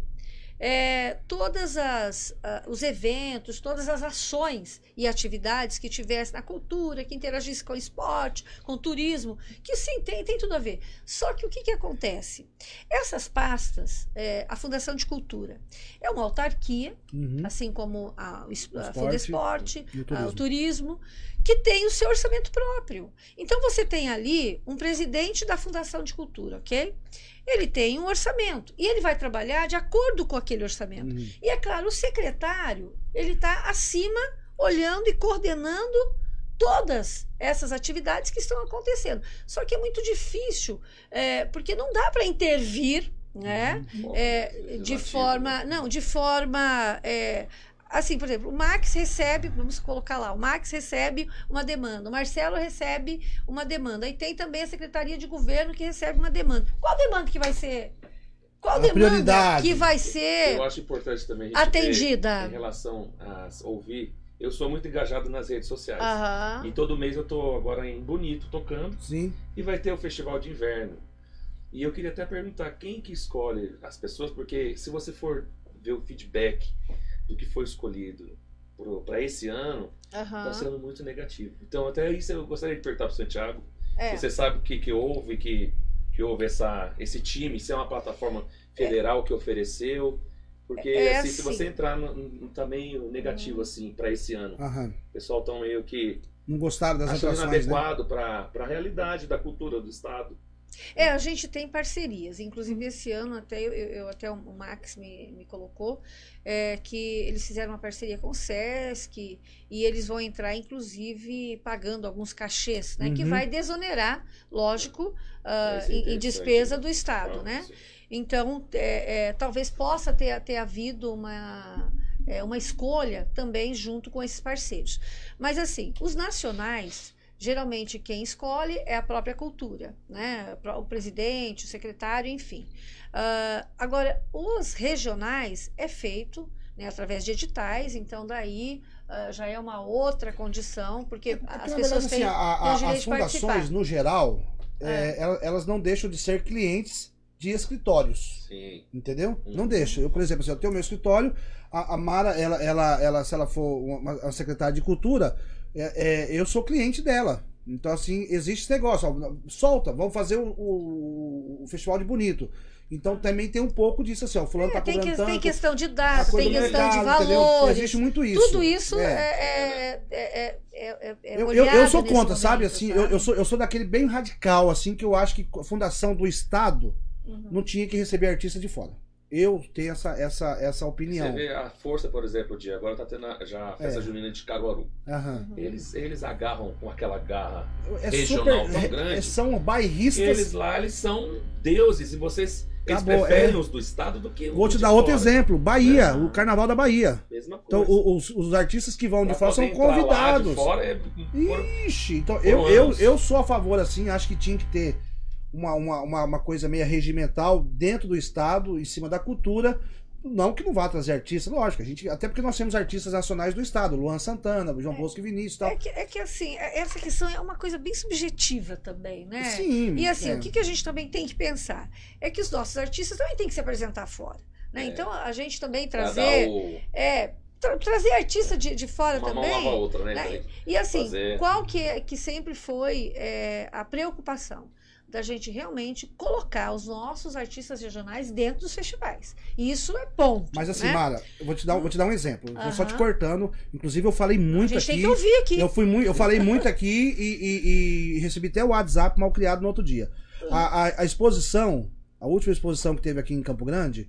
todas os eventos, todas as ações e atividades que tivesse na cultura, que interagisse com o esporte, com o turismo, que sim, tem tudo a ver. Só que o que acontece? Essas pastas, a Fundação de Cultura, é uma autarquia, assim como a Fundesporte, o turismo, que tem o seu orçamento próprio. Então, você tem ali um presidente da Fundação de Cultura, ok? Ele tem um orçamento e ele vai trabalhar de acordo com aquele orçamento. E é claro, o secretário, ele está acima, olhando e coordenando todas essas atividades que estão acontecendo. Só que é muito difícil, porque não dá para intervir, né? De forma assim, por exemplo, o Max recebe, vamos colocar lá, o Max recebe uma demanda, o Marcelo recebe uma demanda, aí tem também a Secretaria de Governo que recebe uma demanda. Qual demanda que vai ser? Qual demanda prioridade que vai ser Eu acho importante também a gente atendida? Em relação a ouvir, eu sou muito engajado nas redes sociais. Aham. E todo mês eu tô agora em Bonito tocando. Sim. E vai ter o Festival de Inverno. E eu queria até perguntar quem que escolhe as pessoas, porque se você for ver o feedback do que foi escolhido para esse ano, está sendo muito negativo. Então, até isso eu gostaria de perguntar para o Santiago. Você sabe o que houve, que houve esse time, se é uma plataforma federal que ofereceu, porque assim, se você entrar tá meio negativo assim para esse ano. O pessoal tá meio que não gostaram das achando atrações, inadequado, né? para a realidade da cultura do estado. A gente tem parcerias, inclusive esse ano até o Max me colocou, que eles fizeram uma parceria com o Sesc e eles vão entrar inclusive pagando alguns cachês, né, que vai desonerar, lógico, em despesa do Estado, né? Sim. Então, talvez possa ter havido uma escolha também junto com esses parceiros. Mas assim, os nacionais... Geralmente quem escolhe é a própria cultura, né? O presidente, o secretário, enfim. Agora, os regionais é feito, né, através de editais, então daí já é uma outra condição, porque as pessoas têm o direito as de participar. fundações, no geral, elas não deixam de ser clientes de escritórios. Sim. Entendeu? Não deixa. Eu, por exemplo, assim, eu tenho meu escritório, a Mara, ela, se ela for uma secretária de cultura, eu sou cliente dela. Então, assim, existe esse negócio. Ó, solta, vamos fazer o Festival de Bonito. Então, também tem um pouco disso, assim, ó, o fulano tá cobrando tanto. Tem questão de dados, a coisa tem do questão mercado, de valores. entendeu? Existe muito isso. Tudo isso eu sou nesse contra, sabe? momento, Assim, sabe? eu sou daquele bem radical, assim, que eu acho que a fundação do Estado não tinha que receber artista de fora. Eu tenho essa opinião. Você vê a força, por exemplo, de agora tá tendo já a festa junina de Caruaru. Eles agarram com aquela garra regional tão grande. São bairristas. Eles são deuses e eles preferem os do estado do que Vou te de dar outro fora. exemplo. Bahia, o Carnaval da Bahia. Mesma coisa. Então, os artistas que vão de fora são poder entrar lá convidados. de fora Ixi, então eu sou a favor, assim, acho que tinha que ter uma coisa meio regimental dentro do Estado, em cima da cultura. Não que não vá trazer artistas, lógico, até porque nós temos artistas nacionais do Estado, Luan Santana, João Bosco e Vinícius e tal. É que assim, essa questão é uma coisa bem subjetiva também, né? Sim. E assim, o que a gente também tem que pensar? É que os nossos artistas também têm que se apresentar fora, né? Então a gente também trazer... trazer artista de fora uma também. mão lava a outra, né? E assim, qual que sempre foi a preocupação? Da gente realmente colocar os nossos artistas regionais dentro dos festivais. E isso é ponto. Mas assim, né? Mara, eu vou te dar um exemplo. Tô só te cortando. Inclusive, eu falei muito aqui. A gente tem que ouvir aqui. Eu falei muito aqui e recebi até o WhatsApp mal criado no outro dia. A exposição, a última exposição que teve aqui em Campo Grande,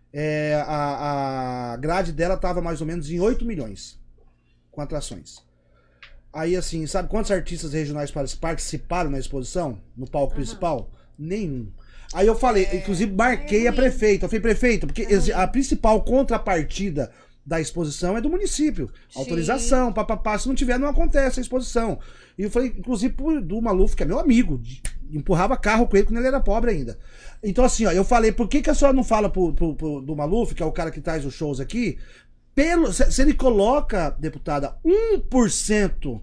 a grade dela estava mais ou menos em 8 milhões com atrações. Aí, assim, sabe quantos artistas regionais participaram na exposição? No palco principal? Nenhum. Aí eu falei, inclusive marquei a prefeita. Eu falei, prefeito, porque a principal contrapartida da exposição é do município. Autorização, papapá. Se não tiver, não acontece a exposição. E eu falei, inclusive, do Maluf, que é meu amigo, empurrava carro com ele quando ele era pobre ainda. Então, assim, ó, eu falei, por que a senhora não fala do Maluf, que é o cara que traz os shows aqui? Se ele coloca, deputada, 1%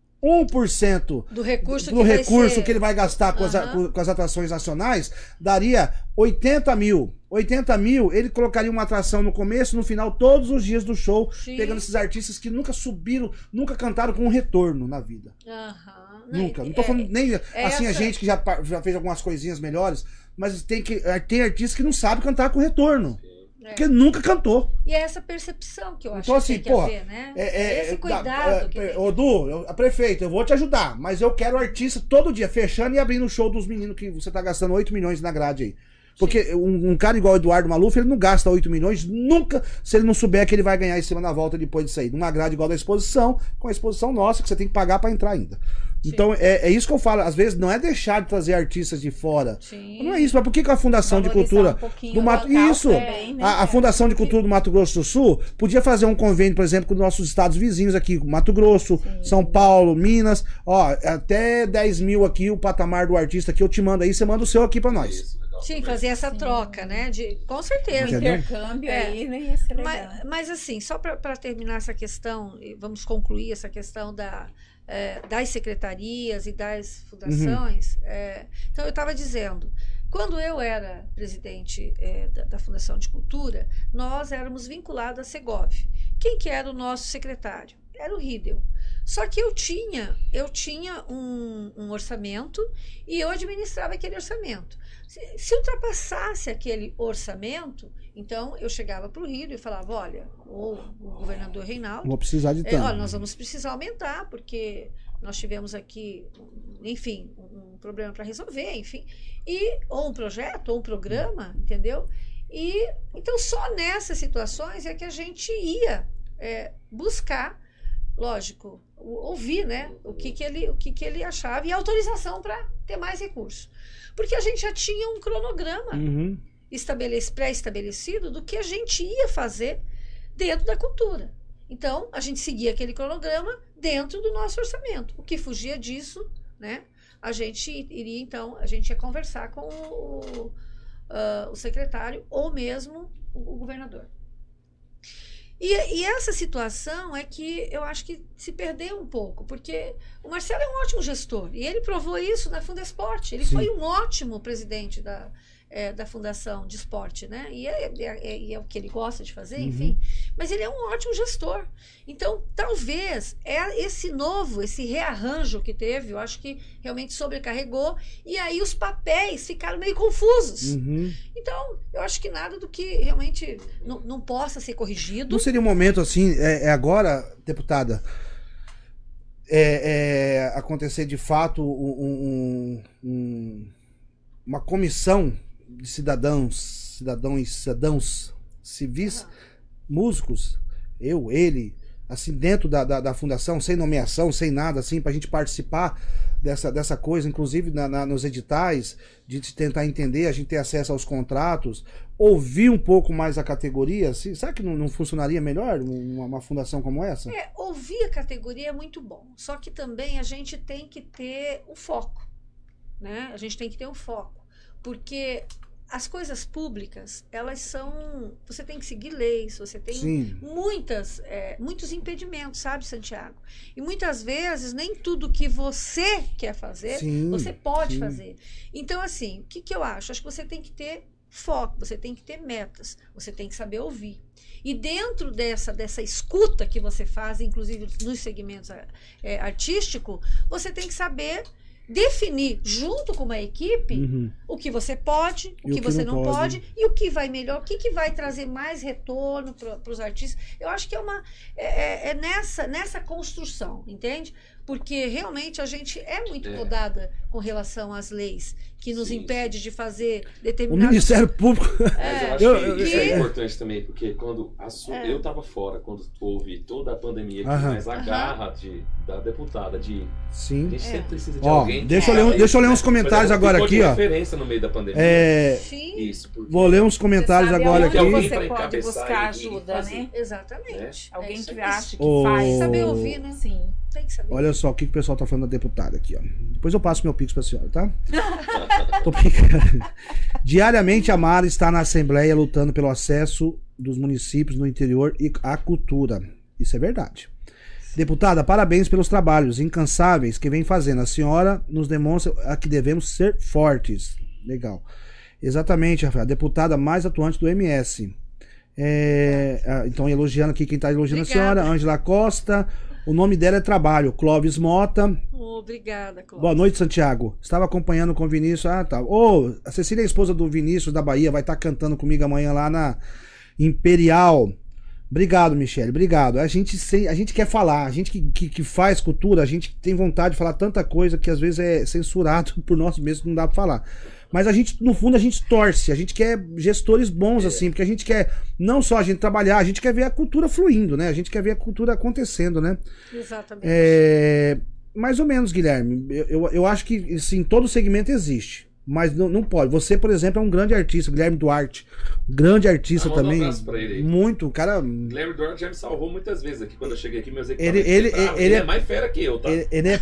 do recurso, que ele vai gastar com as atrações nacionais, daria 80 mil. 80 mil, ele colocaria uma atração no começo, no final, todos os dias do show, pegando esses artistas que nunca subiram, nunca cantaram com um retorno na vida. Nunca. Não tô falando nem assim, a gente que já fez algumas coisinhas melhores, mas tem artistas que não sabem cantar com retorno. Porque nunca cantou. E é essa percepção que eu acho então, assim, que tem que haver, né? Esse cuidado que tem. Du, prefeito, eu vou te ajudar, mas eu quero artista todo dia, fechando e abrindo o show dos meninos que você tá gastando 8 milhões na grade aí. Porque um cara igual o Eduardo Maluf, ele não gasta 8 milhões nunca, se ele não souber que ele vai ganhar em cima da volta depois disso aí. Numa grade igual da exposição, com a exposição nossa, que você tem que pagar pra entrar ainda. Então, é isso que eu falo. Às vezes, não é deixar de trazer artistas de fora. Não é isso. Mas por que a Fundação de Cultura do Mato... Isso! Também, né? A Fundação de Cultura do Mato Grosso do Sul podia fazer um convênio, por exemplo, com os nossos estados vizinhos aqui, Mato Grosso, São Paulo, Minas. Ó, até 10 mil aqui, o patamar do artista que eu te mando aí, você manda o seu aqui pra nós. Sim, fazer essa troca, né? Com certeza. Intercâmbio aí, né? Ia ser legal. Mas assim, só para terminar essa questão, vamos concluir essa questão das secretarias e das fundações. Então, eu estava dizendo, quando eu era presidente da Fundação de Cultura, nós éramos vinculados à Segov. Quem que era o nosso secretário? Era o Ridel. Só que eu tinha um orçamento e eu administrava aquele orçamento. Se ultrapassasse aquele orçamento, então eu chegava para o Ridel e falava, olha, o governador Reinaldo... Vou precisar de tanto. Olha, nós vamos precisar aumentar, porque nós tivemos aqui, enfim, um problema para resolver, enfim. Ou um projeto, ou um programa, entendeu? Então, só nessas situações é que a gente ia buscar, lógico, ouvir, né, o que ele achava e autorização para ter mais recursos. Porque a gente já tinha um cronograma pré-estabelecido do que a gente ia fazer dentro da cultura. Então, a gente seguia aquele cronograma dentro do nosso orçamento. O que fugia disso, né, a gente ia conversar com o secretário ou mesmo o governador. E essa situação é que eu acho que se perdeu um pouco, porque o Marcelo é um ótimo gestor, e ele provou isso na Fundesporte. Ele foi um ótimo presidente da Fundação de Esporte, né? E é o que ele gosta de fazer, enfim. Mas ele é um ótimo gestor. Então, talvez esse rearranjo que teve, eu acho que realmente sobrecarregou, e aí os papéis ficaram meio confusos. Então, eu acho que nada do que realmente não possa ser corrigido. Não seria um momento assim, agora, deputada, acontecer de fato uma comissão de cidadãos civis, músicos, ele, assim, dentro da fundação, sem nomeação, sem nada, assim, pra gente participar dessa coisa, inclusive nos editais, de tentar entender, a gente ter acesso aos contratos, ouvir um pouco mais a categoria, assim, será que não funcionaria melhor uma fundação como essa? Ouvir a categoria é muito bom, só que também a gente tem que ter um foco, né? A gente tem que ter um foco, porque as coisas públicas, elas são... Você tem que seguir leis, você tem muitos impedimentos, sabe, Santiago? E muitas vezes, nem tudo que você quer fazer, você pode fazer. Então, assim, o que eu acho? Acho que você tem que ter foco, você tem que ter metas, você tem que saber ouvir. E dentro dessa escuta que você faz, inclusive nos segmentos artísticos, você tem que saber definir junto com uma equipe o que você pode, o que você não pode, e o que vai melhor, o que vai trazer mais retorno para os artistas. Eu acho que é nessa construção, entende? Porque realmente a gente é muito podada com relação às leis que nos impede de fazer determinadas... O Ministério Público... Mas eu acho que isso é importante também, porque quando eu estava fora, quando houve toda a pandemia, mas a garra da deputada de... Sim. A gente sempre precisa de alguém... Deixa eu ler uns comentários agora aqui, ó. Referência no meio da pandemia. Isso, vou ler uns comentários agora aqui. Você pode buscar ajuda, né? Exatamente. Alguém que acha que faz. Tem que saber ouvir, né? Sim. Tem que saber. Olha só o que o pessoal tá falando da deputada aqui, ó. Depois eu passo meu pix pra senhora, tá? Tô brincando. Diariamente a Mara está na Assembleia lutando pelo acesso dos municípios no interior e à cultura. Isso é verdade. Deputada, parabéns pelos trabalhos incansáveis que vem fazendo. A senhora nos demonstra que devemos ser fortes. Legal. Exatamente, Rafael. A deputada mais atuante do MS. Então, elogiando aqui quem está elogiando. Obrigada. A senhora, Ângela Costa. O nome dela é Trabalho. Clóvis Mota. Obrigada, Clóvis. Boa noite, Santiago. Estava acompanhando com o Vinícius. Tá. A Cecília, a esposa do Vinícius da Bahia, vai estar cantando comigo amanhã lá na Imperial. Obrigado, Michele. Obrigado. A gente quer falar. A gente que faz cultura, a gente tem vontade de falar tanta coisa que às vezes é censurado por nós mesmos, não dá pra falar. Mas a gente, no fundo, a gente torce, a gente quer gestores bons, assim, porque a gente quer não só a gente trabalhar, a gente quer ver a cultura fluindo, né? A gente quer ver a cultura acontecendo, né? Exatamente. Mais ou menos, Guilherme. Eu acho que, sim, todo segmento existe. Mas não pode. Você, por exemplo, é um grande artista, Guilherme Duarte. Um grande artista também. Um abraço pra ele aí. Muito, cara. Guilherme Duarte já me salvou muitas vezes aqui quando eu cheguei aqui. Meus equipamentos ele é mais fera que eu, tá?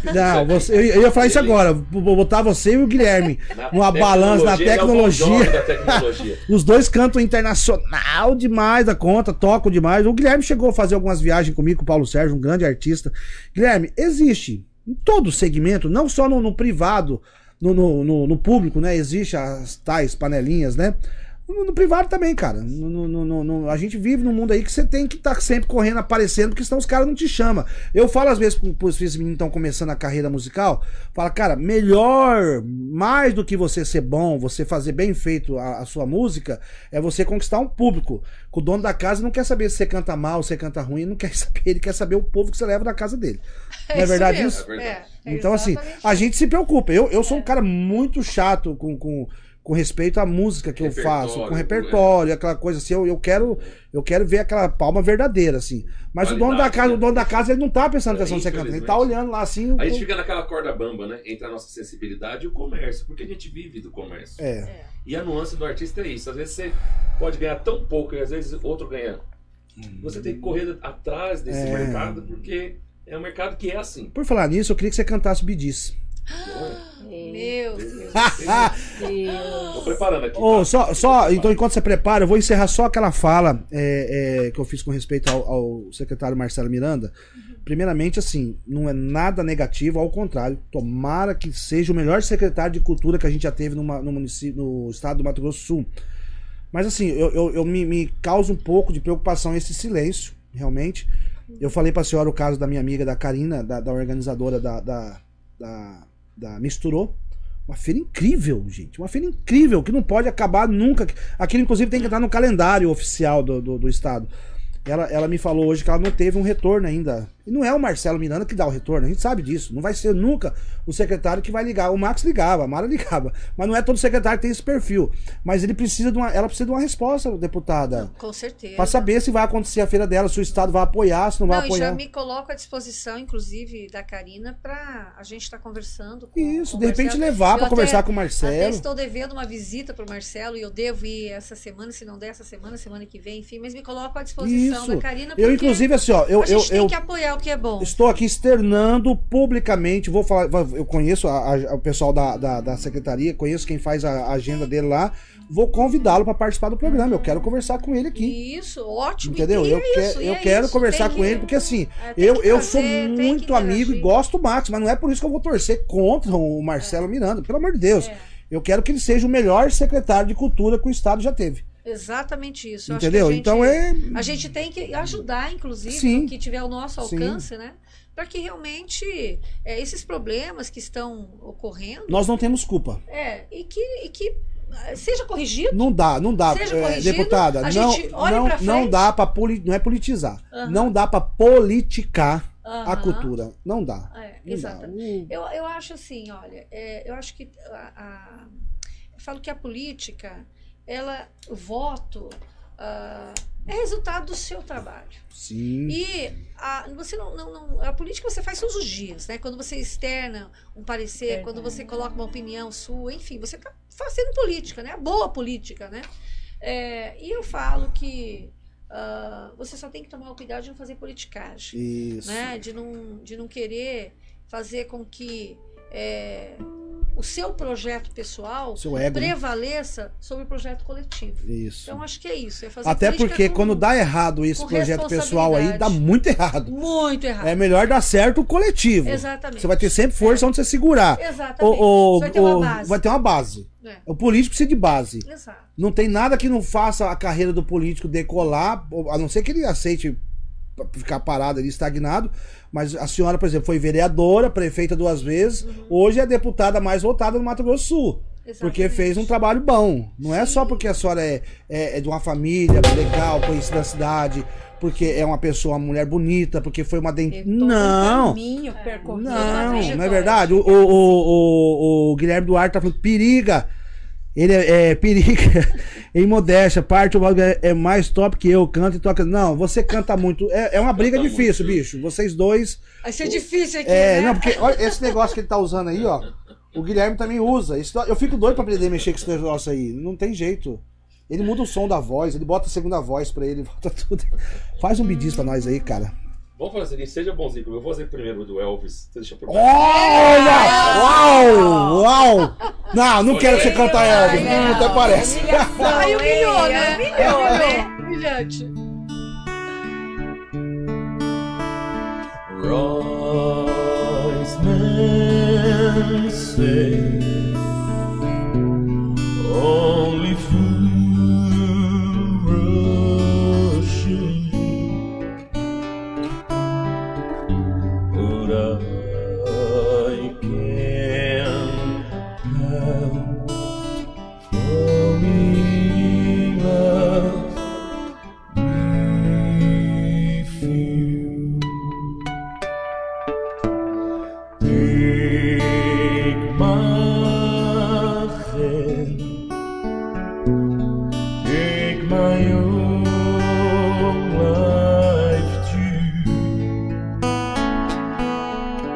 Eu ia falar isso agora. Vou botar você e o Guilherme numa balança na tecnologia. Os dois cantam internacional demais da conta, tocam demais. O Guilherme chegou a fazer algumas viagens comigo com o Paulo Sérgio, um grande artista. Guilherme, existe em todo segmento, não só no privado. No público, né? Existe as tais panelinhas, né? No privado também, cara. A gente vive num mundo aí que você tem que estar sempre correndo, aparecendo, porque senão os caras não te chamam. Eu falo às vezes para os meninos que estão começando a carreira musical, fala, cara, melhor, mais do que você ser bom, você fazer bem feito a sua música, é você conquistar um público. O dono da casa não quer saber se você canta mal, se você canta ruim, não quer saber, ele quer saber o povo que você leva da casa dele. Não é verdade isso? É verdade. Então, assim, a gente se preocupa. Eu sou um cara muito chato com respeito à música que eu faço, com repertório, aquela coisa assim, eu quero ver aquela palma verdadeira, assim. Mas o dono da casa, ele não tá prestando atenção no que você canta, ele tá olhando lá assim. A gente fica naquela corda bamba, né? Entre a nossa sensibilidade e o comércio, porque a gente vive do comércio. E a nuance do artista é isso. Às vezes você pode ganhar tão pouco e às vezes outro ganha. Você tem que correr atrás desse mercado, porque é um mercado que é assim. Por falar nisso, eu queria que você cantasse o Bee Gees. Meu Deus. Tô preparando aqui. Então, enquanto você prepara, eu vou encerrar só aquela fala que eu fiz com respeito ao secretário Marcelo Miranda. Primeiramente, assim, não é nada negativo, ao contrário. Tomara que seja o melhor secretário de cultura que a gente já teve no estado do Mato Grosso do Sul. Mas, assim, eu me causa um pouco de preocupação esse silêncio, realmente. Eu falei pra senhora o caso da minha amiga, da Karina, da organizadora da Misturou. Uma feira incrível, gente. Uma feira incrível, que não pode acabar nunca. Aquilo, inclusive, tem que entrar no calendário oficial do estado. Ela me falou hoje que ela não teve um retorno ainda. E não é o Marcelo Miranda que dá o retorno, a gente sabe disso. Não vai ser nunca o secretário que vai ligar. O Max ligava, a Mara ligava. Mas não é todo secretário que tem esse perfil. Mas ela precisa de uma resposta, deputada. Não, com certeza. Para saber se vai acontecer a feira dela, se o Estado vai apoiar, se não vai apoiar. Já me coloco à disposição, inclusive, da Karina, para a gente estar conversando com Isso, com de repente Marcelo. levar para conversar com o Marcelo. Até estou devendo uma visita para o Marcelo e eu devo ir essa semana, se não der essa semana, semana que vem, enfim, mas me coloco à disposição da Karina. Eu, inclusive, assim, ó, a gente tem que apoiar o que é bom. Estou aqui externando publicamente, vou falar, eu conheço o pessoal da secretaria, conheço quem faz a agenda dele lá, vou convidá-lo para participar do programa, eu quero conversar com ele aqui. Isso, ótimo. Entendeu? Eu quero conversar com ele, porque assim, eu sou muito amigo e gosto do Max, mas não é por isso que eu vou torcer contra o Marcelo Miranda, pelo amor de Deus. Eu quero que ele seja o melhor secretário de cultura que o Estado já teve. Exatamente isso. Entendeu? Então a gente tem que ajudar, inclusive, Sim. no que tiver ao nosso alcance, Sim. né? Para que realmente esses problemas que estão ocorrendo. Nós não temos culpa. E que seja corrigido. Não dá. Seja corrigido, Deputada, não dá para não é politizar. Não dá para politicar a cultura. Não dá. Exatamente. Eu acho assim, olha, eu acho que eu falo que a política, o voto é resultado do seu trabalho. Sim. E a política você faz todos os dias, né? Quando você externa um parecer, quando você coloca uma opinião sua, enfim, você está fazendo política, né? A boa política, né? E eu falo que você só tem que tomar o cuidado de não fazer politicagem. Isso. Né? De não querer fazer com que o seu projeto pessoal prevaleça sobre o projeto coletivo. Isso. Então, acho que é isso. É fazer até porque quando dá errado esse projeto pessoal aí, dá muito errado. Muito errado. É melhor dar certo o coletivo. Exatamente. Você vai ter sempre força onde você segurar. Exatamente. Você vai ter uma base. Vai ter uma base. O político precisa de base. Exato. Não tem nada que não faça a carreira do político decolar, a não ser que ele aceite ficar parado ali, estagnado. Mas a senhora, por exemplo, foi vereadora, prefeita 2 vezes. Hoje é a deputada mais votada no Mato Grosso do Sul. Exatamente. Porque fez um trabalho bom. Não é só porque a senhora é de uma família legal, conhecida na cidade, porque é uma pessoa, uma mulher bonita, porque foi uma Não! Caminho percorrido. Não é verdade? O Guilherme Duarte tá falando, periga! Ele periga, em modéstia, parte o é mais top que eu, canta e toca. Não, você canta muito. É uma briga difícil, bicho. Vocês dois. Vai ser difícil aqui, né? Não, porque olha esse negócio que ele tá usando aí, ó. O Guilherme também usa. Eu fico doido pra aprender a mexer com esse negócio aí. Não tem jeito. Ele muda o som da voz, ele bota a segunda voz pra ele, bota tudo. Faz um bidis pra nós aí, cara. Vamos fazer o seguinte, seja bonzinho, eu vou fazer primeiro do Elvis. Você deixa por Olha! Uau! Não quero que você cante Elvis, até parece. Aí humilhou, né? Humilhante. Rise men say only fool rushing, but I can't help falling love with you. Take my hand, take my own life too.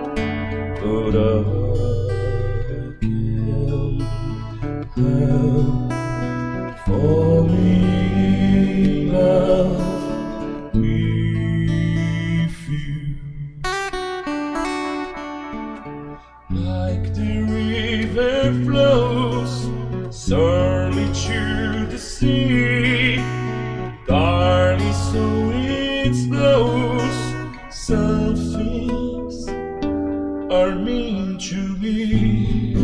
flows surely to the sea. Darling, so it flows. Some things are meant to be.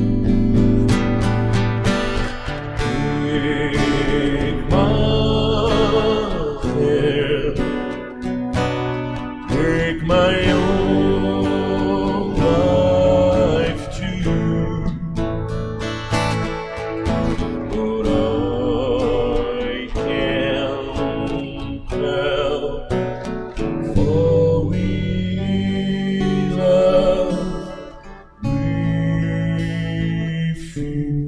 Take my hand, take my own life to you, but I can't tell, for we love, we feel.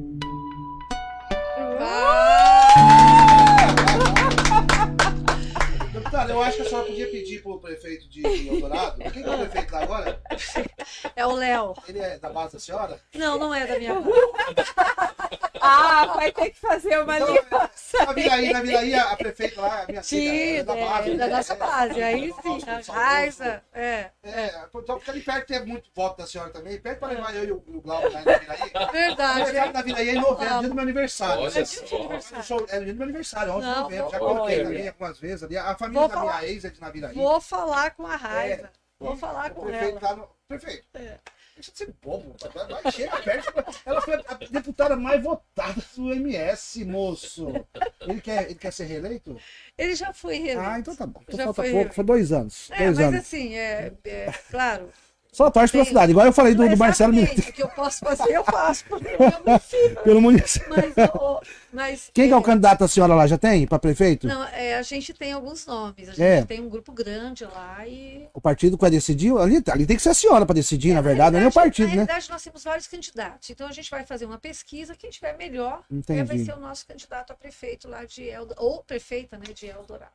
Deputada, eu acho que a senhora podia pedir pro prefeito de Eldorado. Quem que é o prefeito lá agora? É o Léo. Ele é da base da senhora? Não, não é da minha base. Ah, vai ter que fazer uma Então, aliança. na Viraí, a prefeita lá, a minha Sim, filha, é da base. da nossa base. Aí sim, a Raiza. Então, porque ali perto tem muito voto da senhora também. Pede pra levar eu e o Glauco lá na Viraí. Verdade. Aniversário da Viraí é em novembro, dia do meu aniversário. Olha É só. dia do meu aniversário, 11 de Não, novembro. Já vou- coloquei vou- também algumas vezes ali. A família da minha ex é de Naviraí. Vou falar com a Raiza. Vou falar O com prefeito ela. tá no... Prefeito, deixa de ser bobo. Vai, chega perto. Ela foi a deputada mais votada do MS, moço. Ele quer ser reeleito? Ele já foi reeleito. Ah, então tá bom. Então Já falta foi pouco. reeleito. Foi 2 anos. Mas assim, claro. Só torce pela Tem- cidade. Igual eu falei do Marcelo Exatamente, Miranda. o que eu posso fazer, eu faço. Porque eu não município. Pelo município. Mas, Quem que é o candidato da senhora lá? Já tem? Pra prefeito? Não, a gente tem alguns nomes. A gente É. tem um grupo grande lá e. O partido que vai decidir? Ali tem que ser a senhora pra decidir, na verdade. Não é nem o partido, na né? realidade, nós temos vários candidatos. Então a gente vai fazer uma pesquisa, quem tiver melhor Entendi. vai ser o nosso candidato a prefeito lá de Eldorado. Ou prefeita, né, de Eldorado.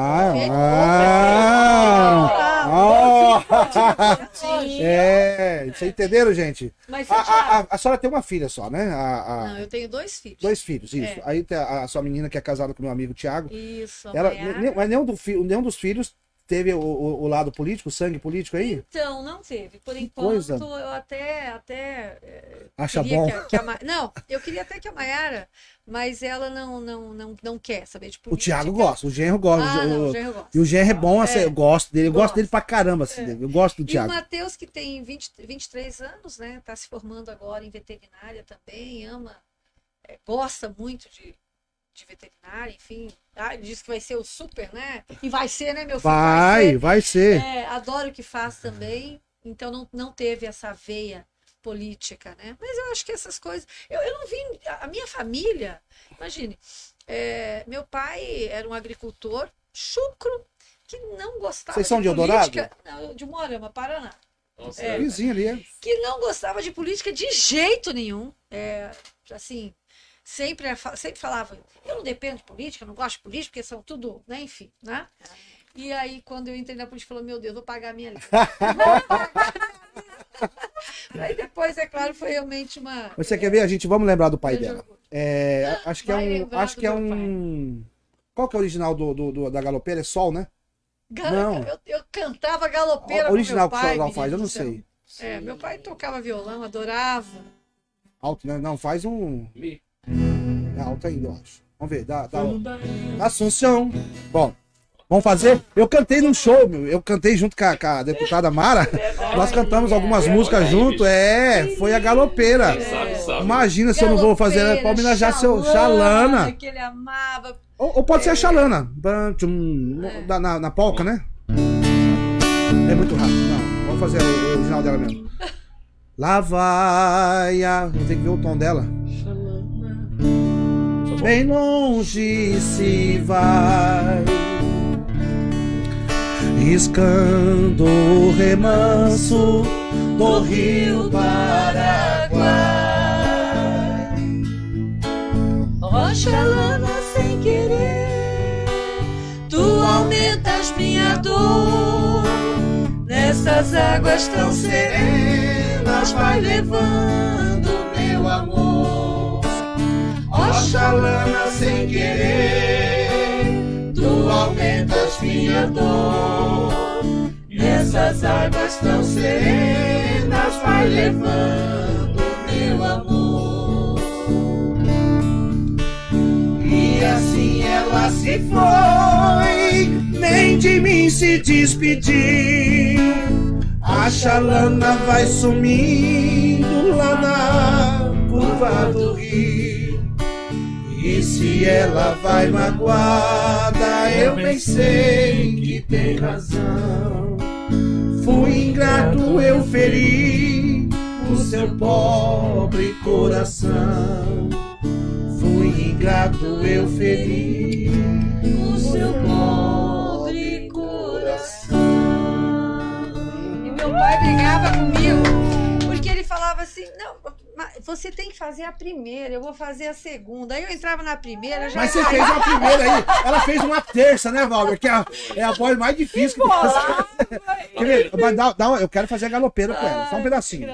Vocês entenderam, gente? Mas, A senhora tem uma filha só, né? não, eu tenho 2 filhos. 2 filhos, isso. É. Aí tem a sua menina que é casada com meu amigo Thiago. Isso, a Ela, Maiara. mas nenhum dos filhos teve o lado político, o sangue político aí? Então, não teve. Por enquanto, coisa. eu até Acha queria bom? Não, eu queria até que a Maiara, mas ela não quer saber de O política. Thiago gosta, o Genro gosta. Ah, não, o Genro gosta. E o Genro é bom, assim, eu gosto dele. Eu gosto Gosto. dele pra caramba, assim, eu gosto do E o Thiago. Matheus, que tem 23 anos, né? Tá se formando agora em veterinária também, ama, gosta muito de veterinária, enfim. Ele disse que vai ser o super, né? E vai ser, né, meu filho? Vai ser. Adoro o que faz também, então não teve essa veia política, né? Mas eu acho que essas coisas. Eu não vi. A minha família, imagine, meu pai era um agricultor chucro que não gostava Vocês são de política. Eldorado? Não, de Moarama, Paraná. Nossa, Vizinho ali, é. Que não gostava de política de jeito nenhum. Assim, sempre falava, eu não dependo de política, não gosto de política, porque são tudo, né, enfim, né? E aí, quando eu entrei na política, falou, meu Deus, vou pagar a minha lista. Aí depois, é claro, foi realmente uma... Você quer ver? Vamos lembrar do pai grande dela. orgulho. Acho que é Vai um. lembrar Acho do que é meu um. Qual que é o original da Galopeira? É Sol, né? Não. Eu cantava galopeira O original com que meu o pai, Sol faz, eu não menino do sei. céu. Meu pai tocava violão, adorava. Alto, né? Não, faz um. Mi. É alto ainda, eu acho. Vamos ver, dá. Assunção. Bom, vamos fazer? Eu cantei num show, meu. Eu cantei junto com a deputada Mara. Nós cantamos algumas músicas junto. Foi a Galopeira. Sabe. Imagina se eu não vou fazer pra homenagear seu Xalana. Que ele amava. Ou pode ser a Xalana. Na polca, né? É muito rápido. Não, vamos fazer o original dela mesmo. Lá vai a... Tem que ver o tom dela. Bem longe se vai, riscando o remanso do rio Paraguai. Oxalana, sem querer, tu aumentas minha dor. Nessas águas tão serenas vai levando meu amor. Oxalana, sem querer, tu aumentas minha dor. Nessas águas tão serenas vai levando meu amor. se foi, nem de mim se despediu. A chalana vai sumindo lá na curva do rio. E se ela vai magoada, eu bem sei que tem razão. Fui ingrato, eu feri o seu pobre coração. Fui ingrato, eu feri o seu pobre coração. E meu pai brigava comigo, porque ele falava assim, não, você tem que fazer a primeira, eu vou fazer a segunda. Aí eu entrava na primeira, já... Mas você fez uma primeira aí, ela fez uma terça, né, Valber? Que é a voz mais difícil que tem. Quer ver? Mas eu quero fazer a galopeira com ela, só um pedacinho.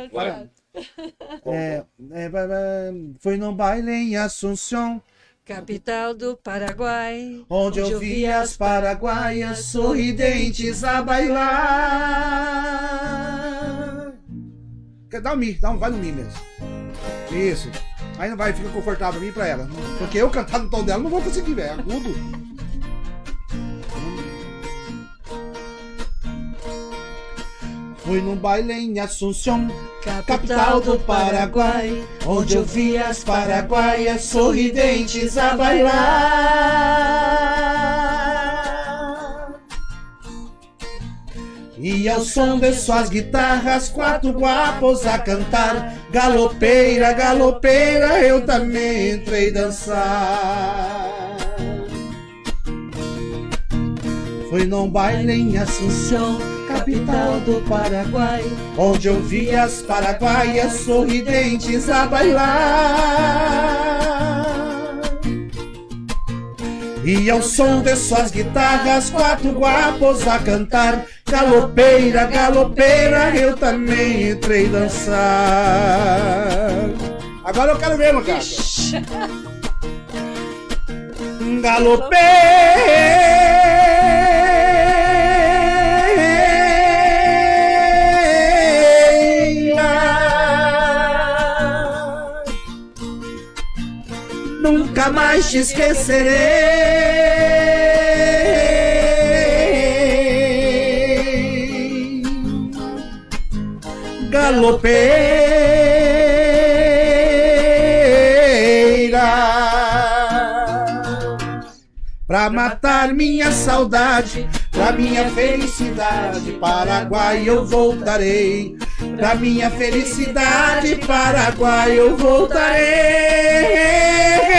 Foi num baile em Assunção, capital do Paraguai, onde eu vi as paraguaias sorridentes a bailar. Dá um mi, vai no mi mesmo. Isso. Aí não vai, fica confortável mi pra ela. Porque eu cantar no tom dela não vou conseguir, velho. Agudo. Fui num baile em Assunção, capital do Paraguai, onde eu vi as paraguaias sorridentes a bailar. E ao som de suas guitarras, 4 guapos a cantar. Galopeira, galopeira, eu também entrei dançar. Fui num baile em Assunção, capital do Paraguai, onde eu vi as paraguaias sorridentes a bailar. E ao som de suas guitarras, 4 guapos a cantar. Galopeira, galopeira, eu também entrei dançar. Agora eu quero ver, meu cara. Nunca mais te esquecerei. Galopeira, pra matar minha saudade, pra minha felicidade, Paraguai eu voltarei. Pra minha felicidade, Paraguai eu voltarei.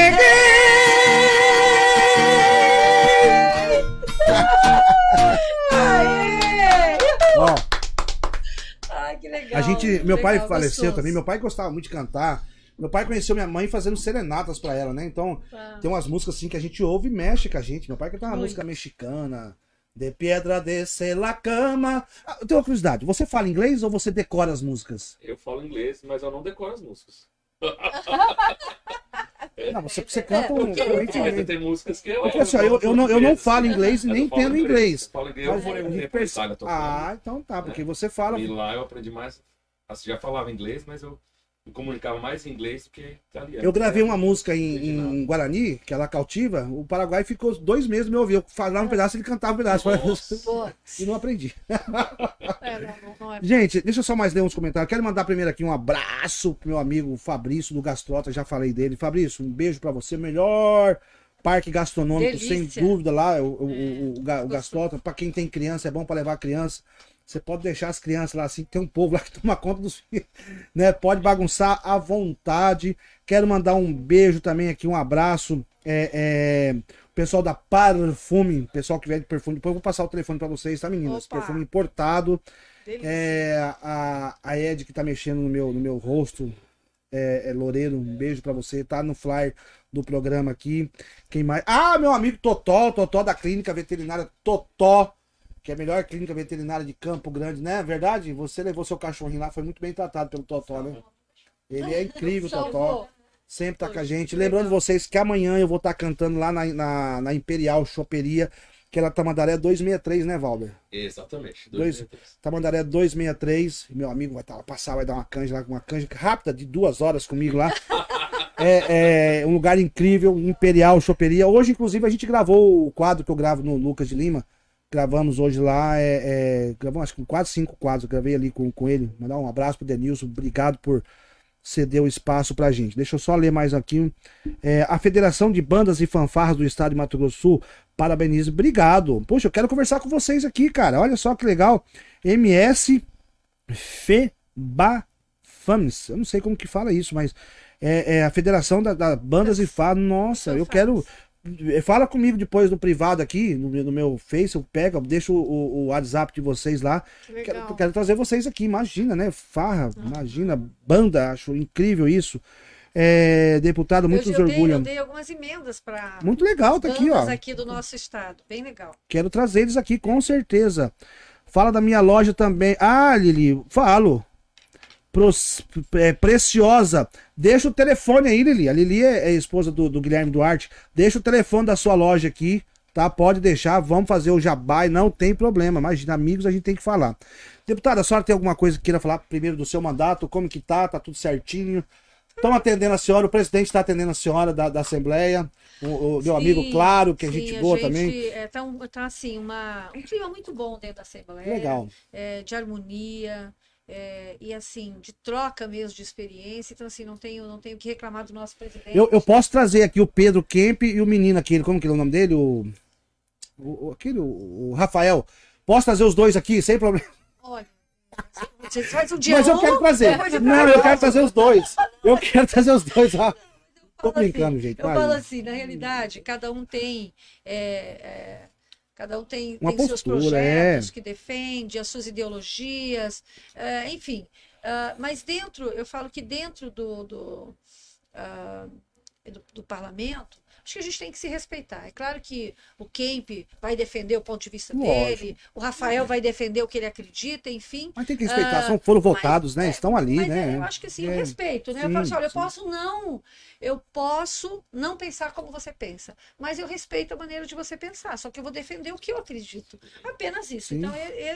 Ó, ai, que legal. a gente, meu pai Legal, faleceu gostoso. também. Meu pai gostava muito de cantar. Meu pai conheceu minha mãe fazendo serenatas pra ela, né? Então, tem umas músicas assim que a gente ouve e mexe com a gente. Meu pai cantava uma música mexicana. De piedra desce la cama. Eu tenho uma curiosidade. Você fala inglês ou você decora as músicas? Eu falo inglês, mas eu não decoro as músicas. Não, você canta Mas fluentemente. tem músicas que eu. Porque assim, ó, eu não falo inglês e nem entendo inglês. Eu falo inglês, eu Mas vou a gente ler percebe. Itália, tô Ah, então tá, porque você fala. E lá eu aprendi mais. Assim, já falava inglês, mas eu me comunicava mais em inglês do que italiano. Eu gravei uma música em Guarani, que ela cautiva. O Paraguai ficou 2 meses me ouviu. Eu falava um pedaço, ele cantava um pedaço. E não aprendi. Não é. Gente, deixa eu só mais ler uns comentários. Quero mandar primeiro aqui um abraço pro meu amigo Fabrício do Gastrota, já falei dele. Fabrício, um beijo pra você. Melhor parque gastronômico, Delícia. sem dúvida lá, o Gastrota. Pra quem tem criança, é bom pra levar criança. Você pode deixar as crianças lá assim, tem um povo lá que toma conta dos filhos, né? Pode bagunçar à vontade. Quero mandar um beijo também aqui, um abraço. O pessoal da Parfume, pessoal que vende perfume. Depois eu vou passar o telefone pra vocês, tá, meninas? Opa. Perfume importado. Delícia. A Ed que tá mexendo no meu rosto. Loureiro, um beijo pra você. Tá no flyer do programa aqui. Quem mais? Ah, meu amigo Totó da clínica veterinária Totó, que é a melhor clínica veterinária de Campo Grande, né? Verdade? Você levou seu cachorrinho lá, foi muito bem tratado pelo Totó, né? Ele é incrível, Totó. Sempre tá com a gente. Lembrando vocês que amanhã eu vou estar cantando lá na Imperial Choperia, que é na Tamandaré 263, né, Valber? Exatamente. Tamandaré 263. Meu amigo vai passar, vai dar uma canja lá, uma canja rápida de 2 horas comigo lá. É um lugar incrível, Imperial Choperia. Hoje, inclusive, a gente gravou o quadro que eu gravo no Lucas de Lima. Gravamos hoje lá, gravamos acho que quase 5 quadros, eu gravei ali com ele. Mandar um abraço pro Denilson, obrigado por ceder o espaço pra gente. Deixa eu só ler mais aqui. A Federação de Bandas e Fanfarras do Estado de Mato Grosso do Sul, parabeniza, obrigado. Poxa, eu quero conversar com vocês aqui, cara, olha só que legal. MS FEBAFAMS, eu não sei como que fala isso, mas a Federação da Bandas e Fanfarras, nossa, eu quero... Fala comigo depois no privado aqui, no meu Face, eu pego, eu deixo o WhatsApp de vocês lá. Quero trazer vocês aqui, imagina, né? Farra, imagina, banda, acho incrível isso. Deputado, muito nos orgulha. Eu dei algumas emendas para. Muito legal, tá aqui, ó. Aqui do nosso estado, bem legal. Quero trazer eles aqui, com certeza. Fala da minha loja também. Ah, Lili, falo. Preciosa, deixa o telefone aí, Lili. A Lili é esposa do Guilherme Duarte. Deixa o telefone da sua loja aqui, tá? Pode deixar, vamos fazer o jabá e não tem problema. Imagina, amigos, a gente tem que falar. Deputada, a senhora tem alguma coisa que queira falar primeiro do seu mandato? Como que tá? Tá tudo certinho? Estão atendendo a senhora, o presidente está atendendo a senhora da Assembleia. O meu amigo, claro, que é gente boa também. Tá assim, um clima muito bom dentro da Assembleia. Legal. De harmonia. E assim, de troca mesmo de experiência, então assim, não tenho que reclamar do nosso presidente. Eu posso trazer aqui o Pedro Kemp e o menino aquele, como que é o nome dele? O Rafael. Posso trazer os dois aqui, sem problema? Olha, você faz um dia. Mas eu quero trazer. Não, eu quero trazer os dois. Eu quero trazer os dois lá. Tô brincando, assim, gente. Eu falo assim, na realidade, cada um tem uma tem seus postura, projetos que defende, as suas ideologias, enfim. Mas eu falo que dentro do parlamento, acho que a gente tem que se respeitar. É claro que o Kemp vai defender o ponto de vista dele, o Rafael vai defender o que ele acredita, enfim. Mas tem que respeitar, foram votados, né? Estão ali, mas né? Eu acho que sim, o respeito, né? Sim, eu falo assim, olha, sim. eu posso não pensar como você pensa, mas eu respeito a maneira de você pensar, só que eu vou defender o que eu acredito. Apenas isso. Sim. Então,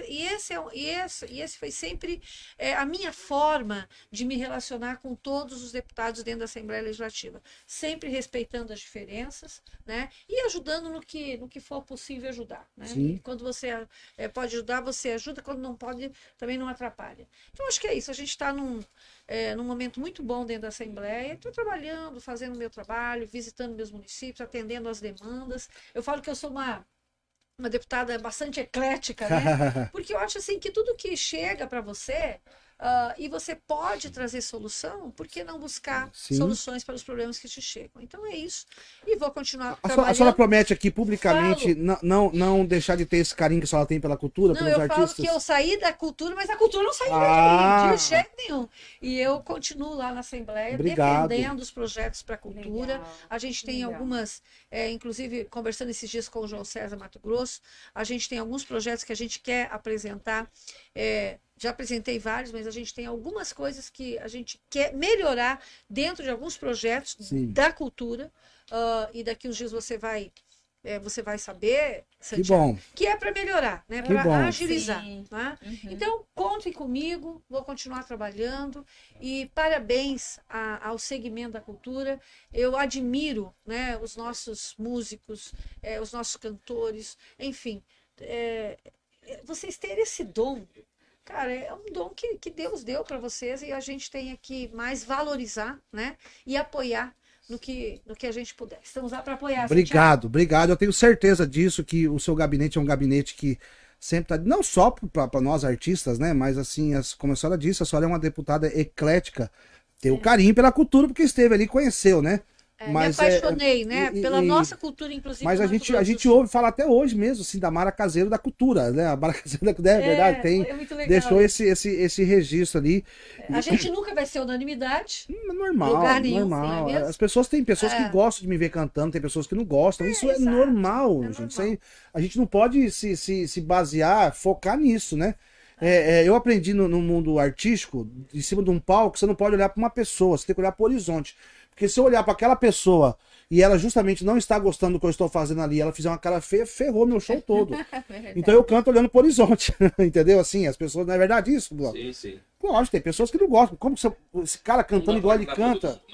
esse foi sempre a minha forma de me relacionar com todos os deputados dentro da Assembleia Legislativa. Sempre respeitando as diferenças, né? E ajudando no que for possível ajudar. Né? E quando você pode ajudar, você ajuda, quando não pode, também não atrapalha. Então, acho que é isso. A gente está num momento muito bom dentro da Assembleia. Estou trabalhando, fazendo o meu trabalho, visitando meus municípios, atendendo as demandas. Eu falo que eu sou uma deputada bastante eclética, né? Porque eu acho assim que tudo que chega para você e você pode trazer solução, por que não buscar soluções para os problemas que te chegam? Então é isso. E vou continuar trabalhando. A senhora promete aqui publicamente não deixar de ter esse carinho que a senhora tem pela cultura, pelos artistas? Eu falo que eu saí da cultura, mas a cultura não saiu de mim, de jeito nenhum. E eu continuo lá na Assembleia defendendo os projetos para a cultura. Legal. A gente tem algumas, inclusive conversando esses dias com o João César Mato Grosso, a gente tem alguns projetos que a gente quer apresentar. Já apresentei vários, mas a gente tem algumas coisas que a gente quer melhorar dentro de alguns projetos da cultura. E daqui uns dias você vai saber, Santiago, que é para melhorar, né? Para agilizar. Né? Então, contem comigo, vou continuar trabalhando e parabéns ao segmento da cultura. Eu admiro, né, os nossos músicos, os nossos cantores, enfim. Vocês terem esse dom. Cara, é um dom que Deus deu para vocês e a gente tem que mais valorizar, né? E apoiar no que a gente puder. Estamos lá para apoiar. Obrigado. Eu tenho certeza disso, que o seu gabinete é um gabinete que sempre tá, não só para nós artistas, né? Mas assim, como a senhora disse, a senhora é uma deputada eclética, tem o carinho pela cultura, porque esteve ali e conheceu, né? Mas, me apaixonei, né? Pela nossa cultura, inclusive. Mas a gente ouve falar até hoje mesmo, assim, da Mara Caseiro da cultura, né? A Mara Caseiro da cultura, é verdade, muito legal, deixou esse registro ali. A gente nunca vai ser unanimidade. Normal. As pessoas têm pessoas que gostam de me ver cantando, tem pessoas que não gostam. Isso é normal, gente. Normal. A gente não pode se basear, focar nisso, né? Eu aprendi no mundo artístico, em cima de um palco, você não pode olhar para uma pessoa, você tem que olhar para o horizonte. Porque se eu olhar para aquela pessoa e ela justamente não está gostando do que eu estou fazendo ali, ela fizer uma cara feia, ferrou meu show todo. Então eu canto olhando pro horizonte, entendeu? Assim, as pessoas, não é verdade isso, Bloco? Sim. Lógico, tem pessoas que não gostam. Como que esse cara cantando igual ele canta?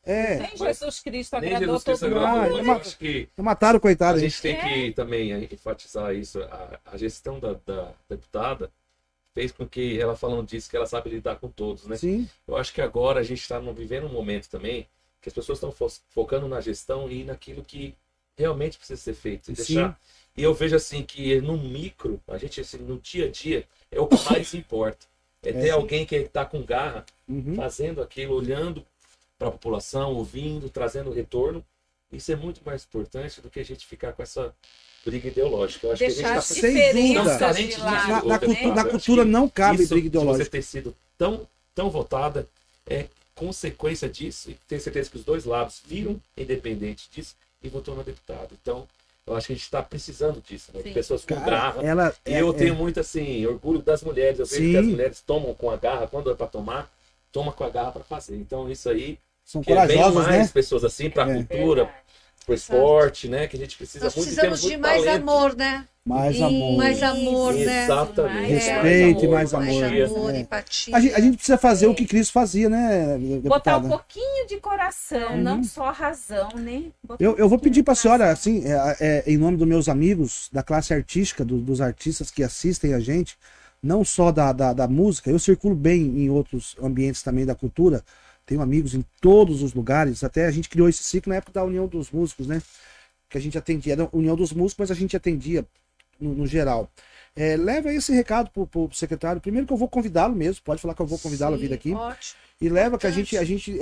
Nem Jesus Cristo Nem agradou Jesus Cristo todo mundo. agradou. Ah, Eu acho que Mataram o coitado. a gente tem que também enfatizar isso. A gestão da deputada fez com que ela, falando disso, que ela sabe lidar com todos, né? Sim. Eu acho que agora a gente está vivendo um momento também que as pessoas estão focando na gestão e naquilo que realmente precisa ser feito. E Sim. deixar. E eu vejo assim que no micro, a gente assim, no dia a dia, é o que mais importa. É ter alguém que está com garra, Uhum. fazendo aquilo, olhando para a população, ouvindo, trazendo retorno. Isso é muito mais importante do que a gente ficar com essa briga ideológica. Eu acho Deixar que a as gente Sem diferenças dúvida. de disso, lado, Na, na né? cultura, na Eu acho cultura que não cabe isso, briga de você ideológica. ter sido tão votada é consequência disso, e tenho certeza que os dois lados viram independente disso e votou na deputada. Então, eu acho que a gente está precisando disso, né? De Sim. pessoas com Cara, garra. ela E eu tenho muito, assim, orgulho das mulheres. Eu vejo Sim. que as mulheres tomam com a garra, quando é para tomar, toma com a garra para fazer. Então, isso aí, são que é bem corajosas, mais né? pessoas assim, para a É. cultura, para o esporte, né? Que a gente precisa Nós muito. precisamos temos de muito mais talento. amor, né? Mais E amor. mais amor, né? Exatamente. Respeito e mais amor. Mais amor, É. empatia. A gente precisa fazer o que Cristo fazia, né, Botar um deputada? pouquinho de coração, não só razão, né? Botar Eu vou um pedir para a pouquinho de senhora, coração. assim, em nome dos meus amigos da classe artística, dos artistas que assistem a gente, não só da música, eu circulo bem em outros ambientes também da cultura, tenho amigos em todos os lugares, até a gente criou esse ciclo na época da União dos Músicos, né? Que a gente atendia, era a União dos Músicos, mas a gente atendia no geral. Leva esse recado pro secretário, primeiro que eu vou convidá-lo mesmo, pode falar que eu vou convidá-lo a vir aqui. Ótimo. E leva que a gente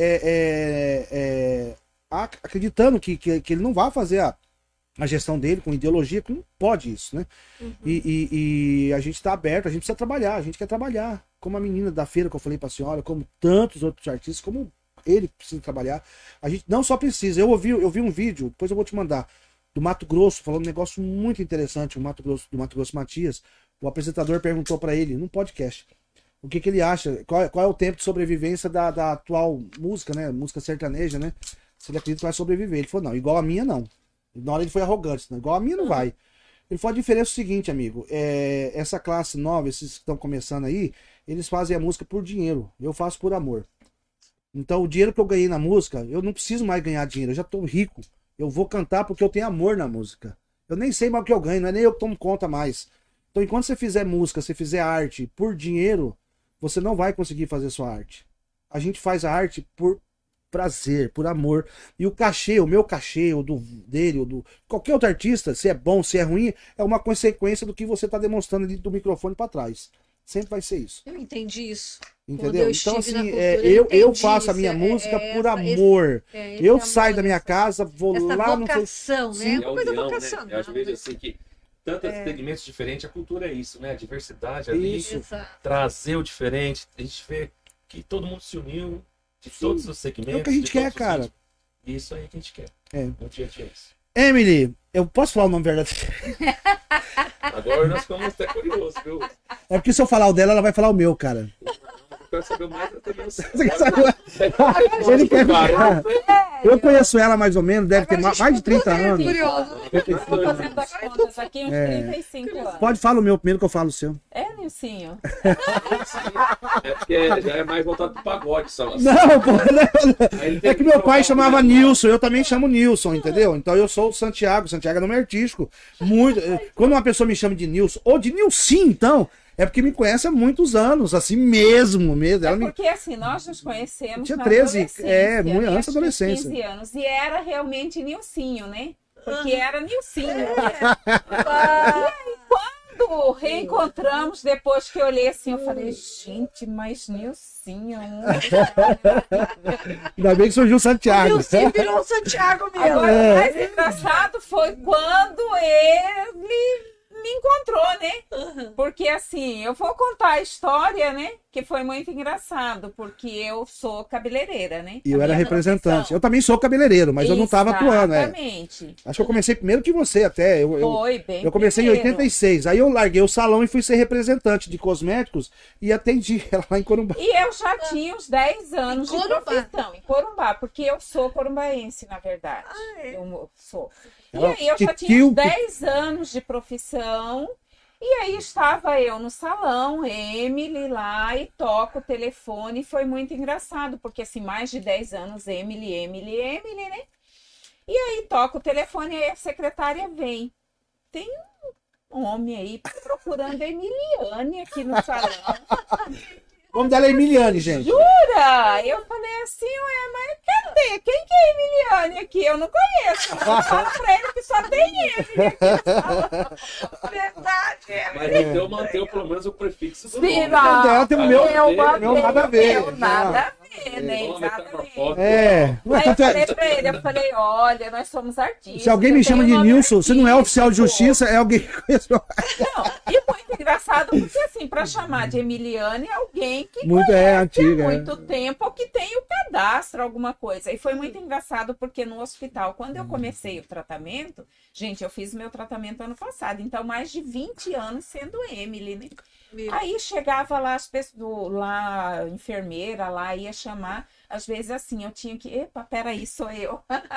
acreditando que ele não vai fazer a gestão dele com ideologia, que não pode isso, né? E a gente está aberto, a gente precisa trabalhar, a gente quer trabalhar. Como a menina da feira que eu falei para a senhora, como tantos outros artistas, como ele precisa trabalhar. A gente não só precisa. Eu vi um vídeo, depois eu vou te mandar, do Mato Grosso, falando um negócio muito interessante, do Mato Grosso Matias. O apresentador perguntou para ele, num podcast, o que ele acha, qual é o tempo de sobrevivência da atual música, né? Música sertaneja, né? Se ele acredita que vai sobreviver. Ele falou, não, igual a minha não. Na hora ele foi arrogante, não, igual a minha não vai. Ele falou, a diferença é o seguinte, amigo, essa classe nova, esses que estão começando aí, eles fazem a música por dinheiro, eu faço por amor. Então o dinheiro que eu ganhei na música, eu não preciso mais ganhar dinheiro, eu já tô rico. Eu vou cantar porque eu tenho amor na música. Eu nem sei mais o que eu ganho, não é nem eu que tomo conta mais. Então enquanto você fizer música, você fizer arte por dinheiro, você não vai conseguir fazer sua arte. A gente faz a arte por prazer, por amor. E o cachê, o meu cachê, o dele, o do qualquer outro artista, se é bom, se é ruim, é uma consequência do que você está demonstrando ali do microfone para trás. Sempre vai ser isso. Eu entendi isso. Entendeu? eu Então, estive na assim, cultura, eu entendi faço a isso. minha música por essa- amor. esse Eu amor, saio da minha essa- casa, vou Essa lá no. vocação, né? É É uma a coisa união, né? vocacional. Eu vejo né? assim que tantos segmentos diferentes, a cultura é isso, né? A diversidade ali, Isso. Exato. trazer o diferente. A gente vê que todo mundo se uniu de todos os segmentos. É o que a gente de quer, todos os cara. ritmos. Isso aí que a gente quer. É. No dia a dia é isso. Emily, eu posso falar o nome verdadeiro? Agora nós ficamos até curiosos, viu? É porque se eu falar o dela, ela vai falar o meu, cara. Eu quero saber mais, eu também não sei. Você quer saber? Ele quer ficar. Eu conheço ela mais ou menos, deve ter mais de 30 anos. Curioso. Tô fazendo as contas aqui, uns 35 anos. Pode falar o meu primeiro que eu falo o seu. É, Nilcinho? É porque já é mais voltado pro pagode, só. Não, pô, Aí ele tem é que meu pai trocar chamava o Nilson, eu também chamo Nilson, entendeu? Então eu sou o Santiago é nome artístico. Muito. Quando uma pessoa me chama de Nilson, ou de Nilcinho, então, é porque me conhece há muitos anos, assim mesmo. Ela É me... porque assim, nós nos conhecemos Tinha na 13, adolescência, muito né? antes da Acho que adolescência. 15 anos. E era realmente Nilcinho, né? Porque era Nilcinho. Quando reencontramos, depois que eu olhei assim, eu falei, gente, mas Nilcinho. Ainda bem que surgiu o Santiago. Nilson virou o Santiago mesmo. Agora, o mais engraçado foi quando ele me encontrou, né? Porque assim, eu vou contar a história, né? Que foi muito engraçado, porque eu sou cabeleireira, né? E eu A era minha representante. profissão. Eu também sou cabeleireiro, mas eu não tava atuando. Exatamente. Acho que eu comecei primeiro que você até. Foi bem Eu comecei em primeiro. 86. Aí eu larguei o salão e fui ser representante de cosméticos e atendi ela lá em Corumbá. E eu já tinha uns 10 anos Em de Corumbá? profissão, em Corumbá, porque eu sou corumbaense, na verdade. Ah, é? Eu sou. E Ela aí eu já tinha titiu- uns 10 anos de profissão E aí estava eu no salão, Emily lá, e toco o telefone. Foi muito engraçado, porque assim, mais de 10 anos, Emily, né? E aí toca o telefone e a secretária vem. Tem um homem aí procurando a Emiliane aqui no salão. O nome dela é Emiliane, gente. Jura? Eu falei assim, ué, mas cadê? Quem que é Emiliane aqui? Eu não conheço. Eu falo pra ele que só tem Emily aqui no salão. Verdade. Mas então manteve pelo menos o prefixo do Sim, nome. não. Dela tem o meu, Eu nada a ver. Eu nada a ver, né? Vamos meter uma Exatamente. foto. É. Ué, Aí eu tanto é- falei pra ele, eu falei, olha, nós somos artistas. se alguém me eu chama tenho de nome Nilson, você não é oficial de artístico. justiça, é alguém que conhece. Não, e muito engraçado, porque assim, pra chamar de Emiliane é alguém que Muito antiga. há muito tempo ou que tem o cadastro, alguma coisa. E foi muito engraçado porque no hospital, quando eu comecei o tratamento, gente, eu fiz meu tratamento ano passado, então mais de 20 anos sendo Emily, né? Aí chegava lá as pessoas, lá, a enfermeira lá ia chamar, às vezes assim, eu tinha que, epa, peraí, sou eu.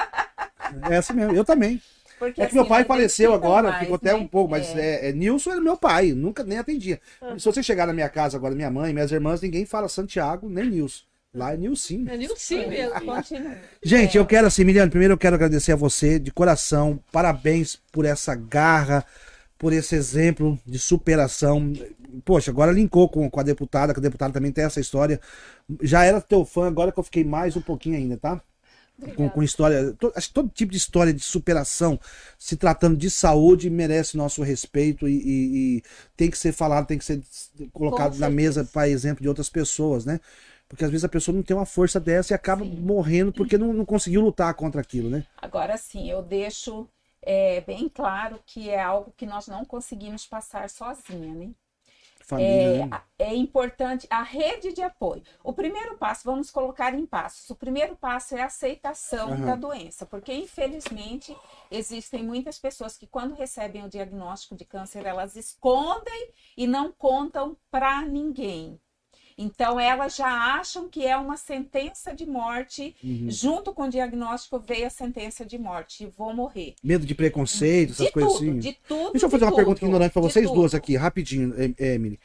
É assim mesmo, eu também. Porque, É que meu assim, pai não faleceu identifica agora, mais, ficou até né? um pouco, mas Nilson era meu pai, nunca nem atendia. Se você chegar na minha casa agora, minha mãe, minhas irmãs, ninguém fala Santiago nem Nilson. Lá é Nilson. É Nilson mesmo. Continua. Gente, eu quero assim, Miliane, primeiro eu quero agradecer a você de coração, parabéns por essa garra, por esse exemplo de superação. Poxa, agora linkou com a deputada, que a deputada também tem essa história. Já era teu fã, agora que eu fiquei mais um pouquinho ainda, tá? Com história, acho que todo tipo de história de superação, se tratando de saúde, merece nosso respeito e tem que ser falado, tem que ser colocado na mesa para exemplo de outras pessoas, né? Porque às vezes a pessoa não tem uma força dessa e acaba morrendo porque não conseguiu lutar contra aquilo, né? Agora sim, eu deixo bem claro que é algo que nós não conseguimos passar sozinha, né? Família, né? É importante a rede de apoio. O primeiro passo, vamos colocar em passos. O primeiro passo é a aceitação da doença, porque infelizmente existem muitas pessoas que quando recebem o diagnóstico de câncer, elas escondem e não contam para ninguém. Então, elas já acham que é uma sentença de morte. Junto com o diagnóstico veio a sentença de morte. Vou morrer. Medo de preconceito, essas coisas assim. De tudo. Deixa eu fazer uma pergunta ignorante para vocês duas aqui, rapidinho, Emily.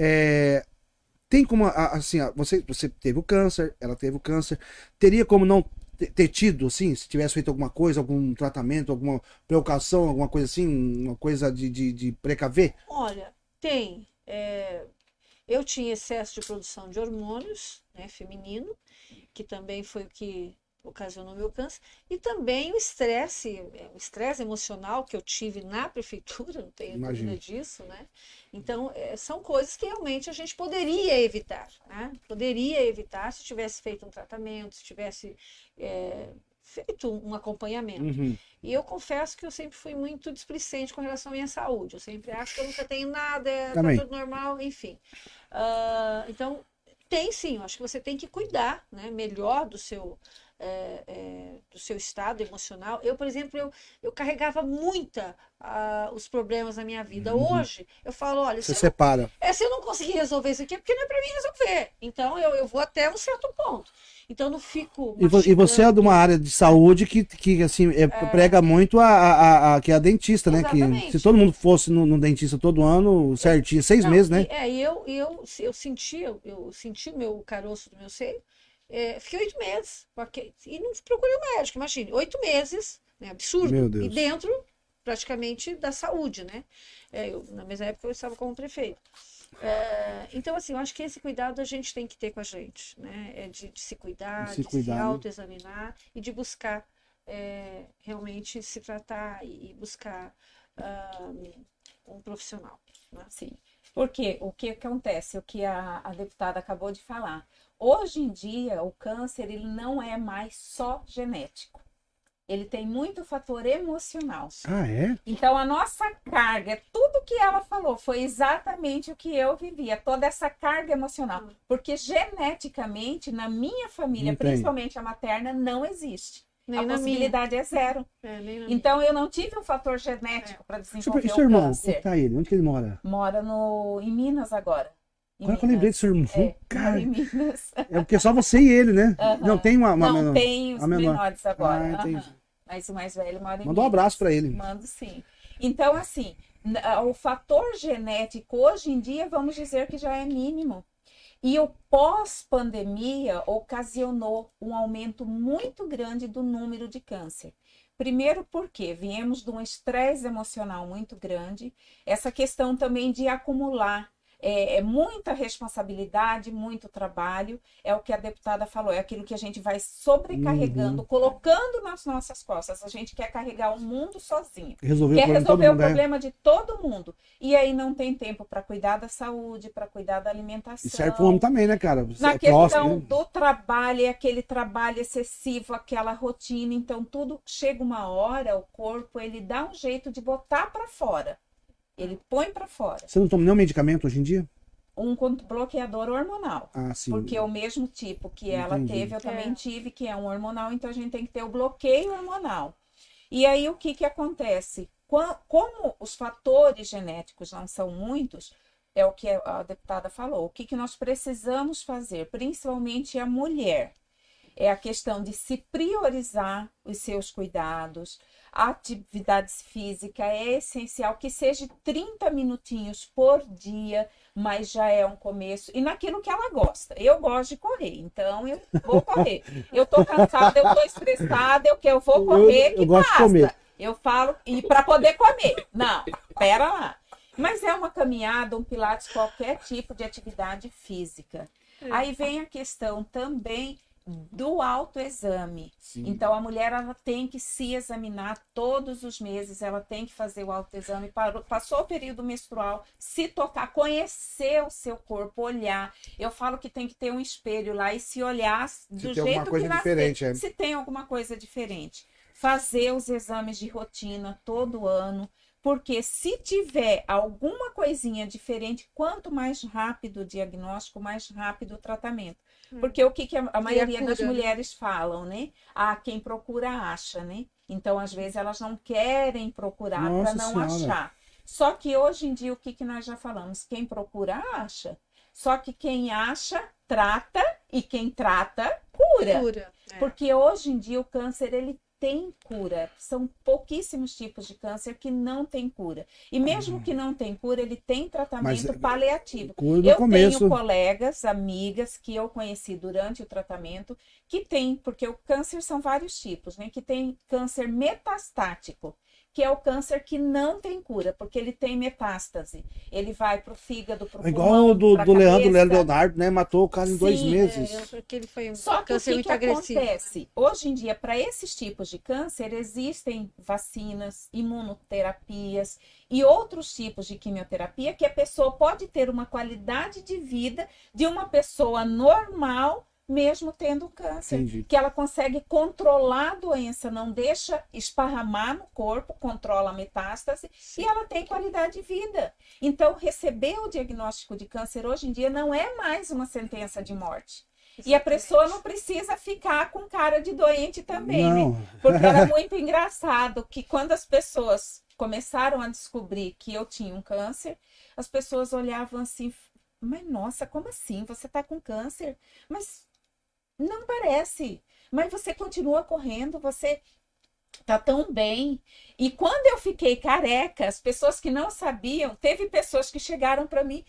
Tem como, assim, você teve o câncer, ela teve o câncer. Teria como não ter tido, assim, se tivesse feito alguma coisa, algum tratamento, alguma precaução, alguma coisa assim, uma coisa de precaver? Olha, tem. Eu tinha excesso de produção de hormônios, né, feminino, que também foi o que ocasionou meu câncer, e também o estresse emocional que eu tive na prefeitura, não tenho dúvida disso, né? Então, são coisas que realmente a gente poderia evitar, né? Poderia evitar se tivesse feito um tratamento, se tivesse feito um acompanhamento. E eu confesso que eu sempre fui muito displicente com relação à minha saúde. Eu sempre acho que eu nunca tenho nada, tá tudo normal, enfim. Então, tem sim, eu acho que você tem que cuidar, né, melhor do seu estado emocional. Eu, por exemplo, eu carregava os problemas na minha vida. Hoje, eu falo, olha, Você separa. se eu não conseguir resolver isso aqui, é porque não é para mim resolver. Então, eu vou até um certo ponto. Então, eu não fico E você é de uma área de saúde que assim, prega muito que é a dentista, né? Exatamente. Que se todo mundo fosse no dentista todo ano, certinho, 6 meses, né? Eu senti o meu caroço do meu seio. Fiquei 8 meses. E não procurei um médico, imagine. 8 meses, né? Absurdo. Meu Deus. E dentro, praticamente, da saúde, né? Na mesma época, eu estava como prefeito. Então, assim, eu acho que esse cuidado a gente tem que ter com a gente, né? De se cuidar, de se autoexaminar e de buscar realmente se tratar e buscar um profissional, né? Sim. Porque o que acontece, o que a deputada acabou de falar, hoje em dia o câncer ele não é mais só genético. Ele tem muito fator emocional. Ah, é? Então, a nossa carga, tudo que ela falou, foi exatamente o que eu vivia, toda essa carga emocional. Porque geneticamente, na minha família, principalmente a materna, não existe. Nem a na possibilidade é zero. Nem na então, eu não tive um fator genético para desenvolver E seu irmão, câncer. onde tá ele? Onde que ele mora? Mora em Minas agora. Agora que eu lembrei do seu irmão. Cara, em Minas. é porque só você e ele, né? Não tem uma não tem os menores agora. Entendi. Mas o mais velho mora em Manda um Minas. abraço pra ele. Mando sim. Então, assim, O fator genético hoje em dia, vamos dizer que já é mínimo. E o pós-pandemia ocasionou um aumento muito grande do número de câncer. Primeiro porque viemos de um estresse emocional muito grande, essa questão também de acumular muita responsabilidade, muito trabalho, é o que a deputada falou, é aquilo que a gente vai sobrecarregando, colocando nas nossas costas. A gente quer carregar o mundo sozinho, quer resolver o problema de todo mundo. E aí não tem tempo para cuidar da saúde, para cuidar da alimentação. E serve pro homem também, né, cara? Na questão do trabalho, aquele trabalho excessivo, aquela rotina. Então, tudo chega uma hora, o corpo, ele dá um jeito de botar para fora. Ele põe para fora. Você não toma nenhum medicamento hoje em dia? Um bloqueador hormonal. Ah, sim. Porque é o mesmo tipo que ela teve, eu também tive, que é um hormonal, então a gente tem que ter o bloqueio hormonal. E aí o que acontece? Como os fatores genéticos não são muitos, é o que a deputada falou, o que nós precisamos fazer, principalmente a mulher, é a questão de se priorizar os seus cuidados. A atividade física é essencial, que seja 30 minutinhos por dia, mas já é um começo. E naquilo que ela gosta. Eu gosto de correr, então eu vou correr. Eu tô cansada, eu tô estressada, eu vou comer, eu gosto de comer. Eu falo, e para poder comer. Não, pera lá. Mas é uma caminhada, um pilates, qualquer tipo de atividade física. Aí vem a questão também do autoexame. Sim. Então a mulher ela tem que se examinar todos os meses, ela tem que fazer o autoexame, passou o período menstrual, se tocar, conhecer o seu corpo, olhar. Eu falo que tem que ter um espelho lá e se olhar do jeito que nascer, se tem alguma coisa diferente. Fazer os exames de rotina todo ano, porque se tiver alguma coisinha diferente, quanto mais rápido o diagnóstico, mais rápido o tratamento. Porque o que a maioria das mulheres falam, né? Ah, quem procura acha, né? Então, às vezes, elas não querem procurar para não achar. Só que hoje em dia, o que nós já falamos? Quem procura acha. Só que quem acha, trata, e quem trata, cura. Porque hoje em dia o câncer, ele tem cura. São pouquíssimos tipos de câncer que não tem cura. E mesmo que não tem cura, ele tem tratamento paliativo. Eu tenho colegas, amigas que eu conheci durante o tratamento que tem, porque o câncer são vários tipos, né? Que tem câncer metastático, que é o câncer que não tem cura, porque ele tem metástase. Ele vai pro fígado, pro pulmão, igual o do Leonardo, né? Matou o cara em 2 meses. Ele foi um Só que câncer o muito que agressivo. acontece? Hoje em dia, para esses tipos de câncer, existem vacinas, imunoterapias e outros tipos de quimioterapia que a pessoa pode ter uma qualidade de vida de uma pessoa normal, mesmo tendo câncer. Entendi. Que ela consegue controlar a doença, não deixa esparramar no corpo, controla a metástase e ela tem qualidade de vida. Então, receber o diagnóstico de câncer hoje em dia não é mais uma sentença de morte. Exatamente. E a pessoa não precisa ficar com cara de doente também, né? Porque era muito engraçado que quando as pessoas começaram a descobrir que eu tinha um câncer, as pessoas olhavam assim, mas nossa, como assim? Você tá com câncer? Mas não parece, mas você continua correndo, você tá tão bem. E quando eu fiquei careca, as pessoas que não sabiam, teve pessoas que chegaram para mim,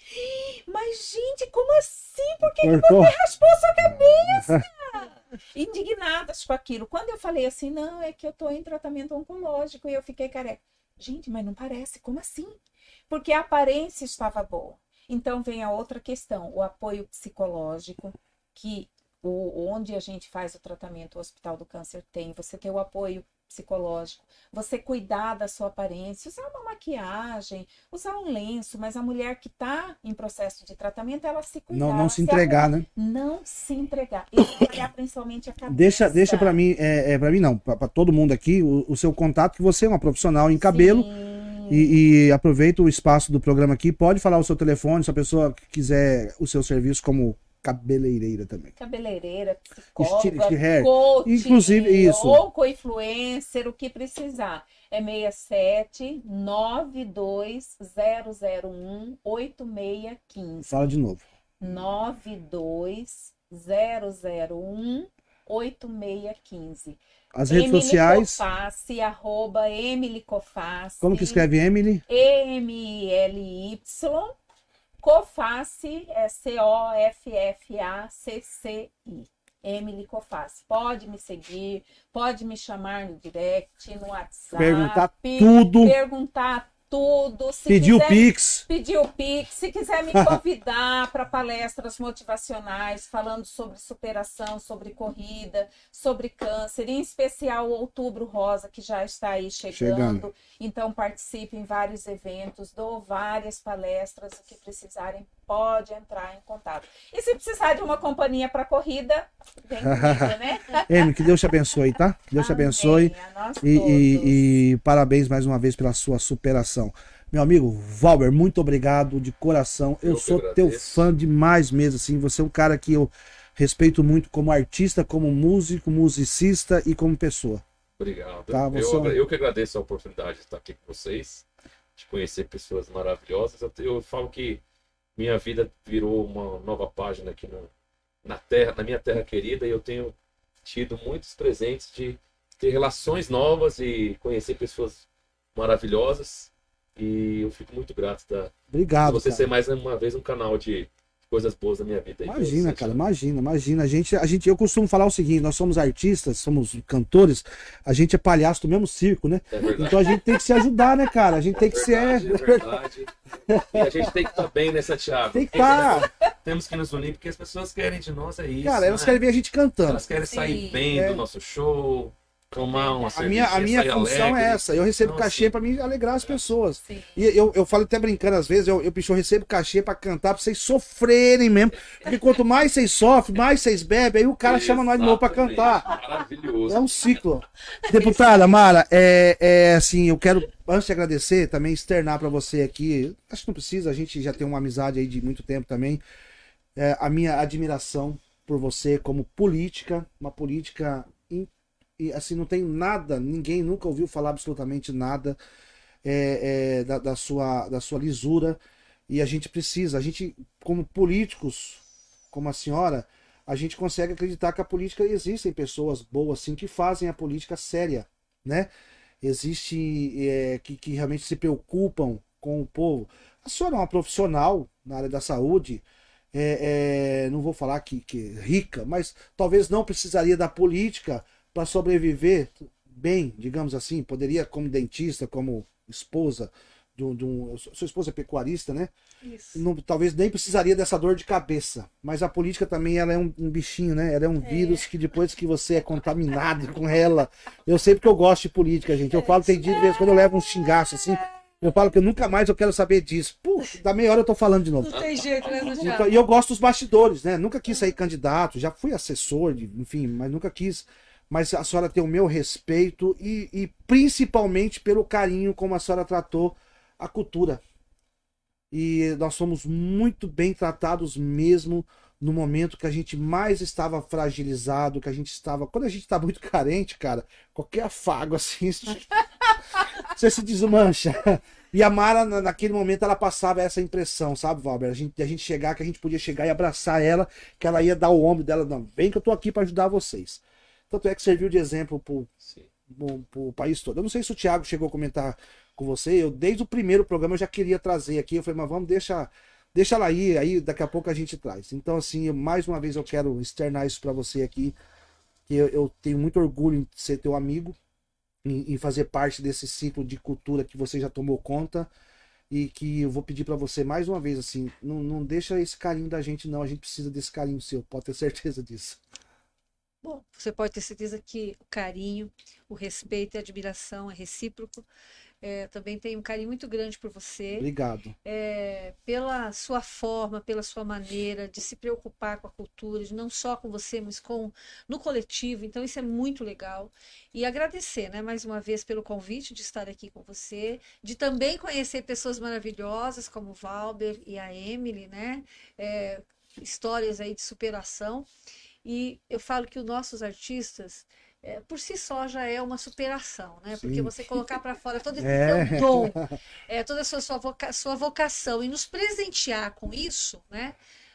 mas gente, como assim? Por que você raspou sua cabeça? Indignadas com aquilo. Quando eu falei assim, não, é que eu tô em tratamento oncológico e eu fiquei careca. Gente, mas não parece, como assim? Porque a aparência estava boa. Então vem a outra questão, o apoio psicológico, que onde a gente faz o tratamento, o Hospital do Câncer tem, você ter o apoio psicológico, você cuidar da sua aparência, usar uma maquiagem, usar um lenço, mas a mulher que está em processo de tratamento, ela se cuidar. Não se entregar, né? Não se entregar. E trabalhar principalmente a cabeça. Deixa para mim, para mim não, para todo mundo aqui, o seu contato, que você é uma profissional em cabelo. E aproveita o espaço do programa aqui, pode falar o seu telefone, se a pessoa quiser o seu serviço como cabeleireira também. Cabeleireira, psicóloga, coach, inclusive isso. Ou co-influencer, o que precisar. É 67 92 001 8615. Fala de novo. 92 001 8615. As redes Emily sociais. Coface, @Emily Coface. Como que escreve Emily? EMLY. Coface é COFFACCI. Emily Coface. Pode me seguir, pode me chamar no direct, no WhatsApp. Perguntar tudo. Perguntar tudo. Se Pedir o quiser, Pix. pedir o Pix. Se quiser me convidar para palestras motivacionais, falando sobre superação, sobre corrida, sobre câncer, em especial o Outubro Rosa, que já está aí chegando. Então, participe em vários eventos, dou várias palestras, o que precisarem, pode entrar em contato. E se precisar de uma companhia para corrida, vem comigo, né? Amy, que Deus te abençoe, tá? Que Deus te abençoe. A nós E parabéns mais uma vez pela sua superação. Meu amigo Valber, muito obrigado de coração. Eu sou teu fã demais mesmo, assim. Você é um cara que eu respeito muito como artista, como músico, musicista e como pessoa. Obrigado. Tá, Eu que agradeço a oportunidade de estar aqui com vocês, de conhecer pessoas maravilhosas. Eu falo que minha vida virou uma nova página aqui na minha terra querida, e eu tenho tido muitos presentes de ter relações novas e conhecer pessoas maravilhosas. E eu fico muito grato Obrigado, de você cara. ser mais uma vez um canal de coisas boas da minha vida. Imagina, cara, imagina. Eu costumo falar o seguinte: nós somos artistas, somos cantores, a gente é palhaço do mesmo circo, né? É verdade. Então a gente tem que se ajudar, né, cara? A gente tem que É verdade. E a gente tem que estar bem, né, Santiago? Tem que estar. Temos que nos unir, porque as pessoas querem de nós, é isso. Cara, elas né? querem ver a gente cantando. Elas querem sair Sim. bem do nosso show, tomar uma A cervejinha, minha sair função alegre. é essa. Eu recebo Então, cachê assim, pra me alegrar as pessoas. Sim. E eu falo até brincando às vezes, bicho, eu recebo cachê pra cantar, pra vocês sofrerem mesmo. Porque quanto mais vocês sofrem, mais vocês bebem, aí o cara chama nós de novo pra exatamente. cantar. Maravilhoso. É um ciclo. Deputada Mara, assim, eu quero, antes de agradecer, também externar pra você aqui. Acho que não precisa, a gente já tem uma amizade aí de muito tempo também. A minha admiração por você como política, uma política. E assim, não tem nada, ninguém nunca ouviu falar absolutamente nada da sua lisura. E a gente como políticos, como a senhora, a gente consegue acreditar que a política existem pessoas boas assim que fazem a política séria, né? Existe que realmente se preocupam com o povo. A senhora é uma profissional na área da saúde. Não vou falar que rica, mas talvez não precisaria da política para sobreviver bem, digamos assim. Poderia, como dentista, como esposa, sua esposa é pecuarista, né? Isso. Talvez nem precisaria dessa dor de cabeça. Mas a política também, ela é um bichinho, né? Ela é um vírus que depois que você é contaminado com ela... Eu sei porque eu gosto de política, gente. Eu falo, tem dia de vez quando eu levo um xingaço assim, eu falo que eu nunca mais eu quero saber disso. Puxa, da meia hora eu tô falando de novo. Não tem jeito, né, Então, Santiago? e eu gosto dos bastidores, né? Nunca quis sair candidato, já fui assessor, enfim, mas nunca quis. Mas a senhora tem o meu respeito e principalmente pelo carinho como a senhora tratou a cultura. E nós somos muito bem tratados mesmo no momento que a gente mais estava fragilizado, que a gente estava... Quando a gente está muito carente, cara, qualquer afago assim, você se desmancha. E a Mara, naquele momento, ela passava essa impressão, sabe, Valber? Que a gente podia chegar e abraçar ela, que ela ia dar o ombro dela, não, vem que eu tô aqui para ajudar vocês. Tanto é que serviu de exemplo pro país todo. Eu não sei se o Thiago chegou a comentar com você, desde o primeiro programa eu já queria trazer aqui, eu falei, mas vamos, deixa ela aí daqui a pouco a gente traz. Então, assim, mais uma vez eu quero externar isso para você aqui, que eu tenho muito orgulho em ser teu amigo, em fazer parte desse ciclo de cultura que você já tomou conta, e que eu vou pedir para você mais uma vez, assim, não deixa esse carinho da gente não, a gente precisa desse carinho seu, pode ter certeza disso. Bom, você pode ter certeza que o carinho, o respeito e a admiração é recíproco. Também tenho um carinho muito grande por você. Obrigado. Pela sua forma, pela sua maneira de se preocupar com a cultura, de não só com você, mas no coletivo. Então, isso é muito legal. E agradecer, né, mais uma vez pelo convite de estar aqui com você, de também conhecer pessoas maravilhosas como o Valber e a Emily, né? Histórias aí de superação. E eu falo que os nossos artistas, por si só, já é uma superação, né? Porque você colocar para fora todo esse seu dom, toda a sua vocação e nos presentear com isso, né?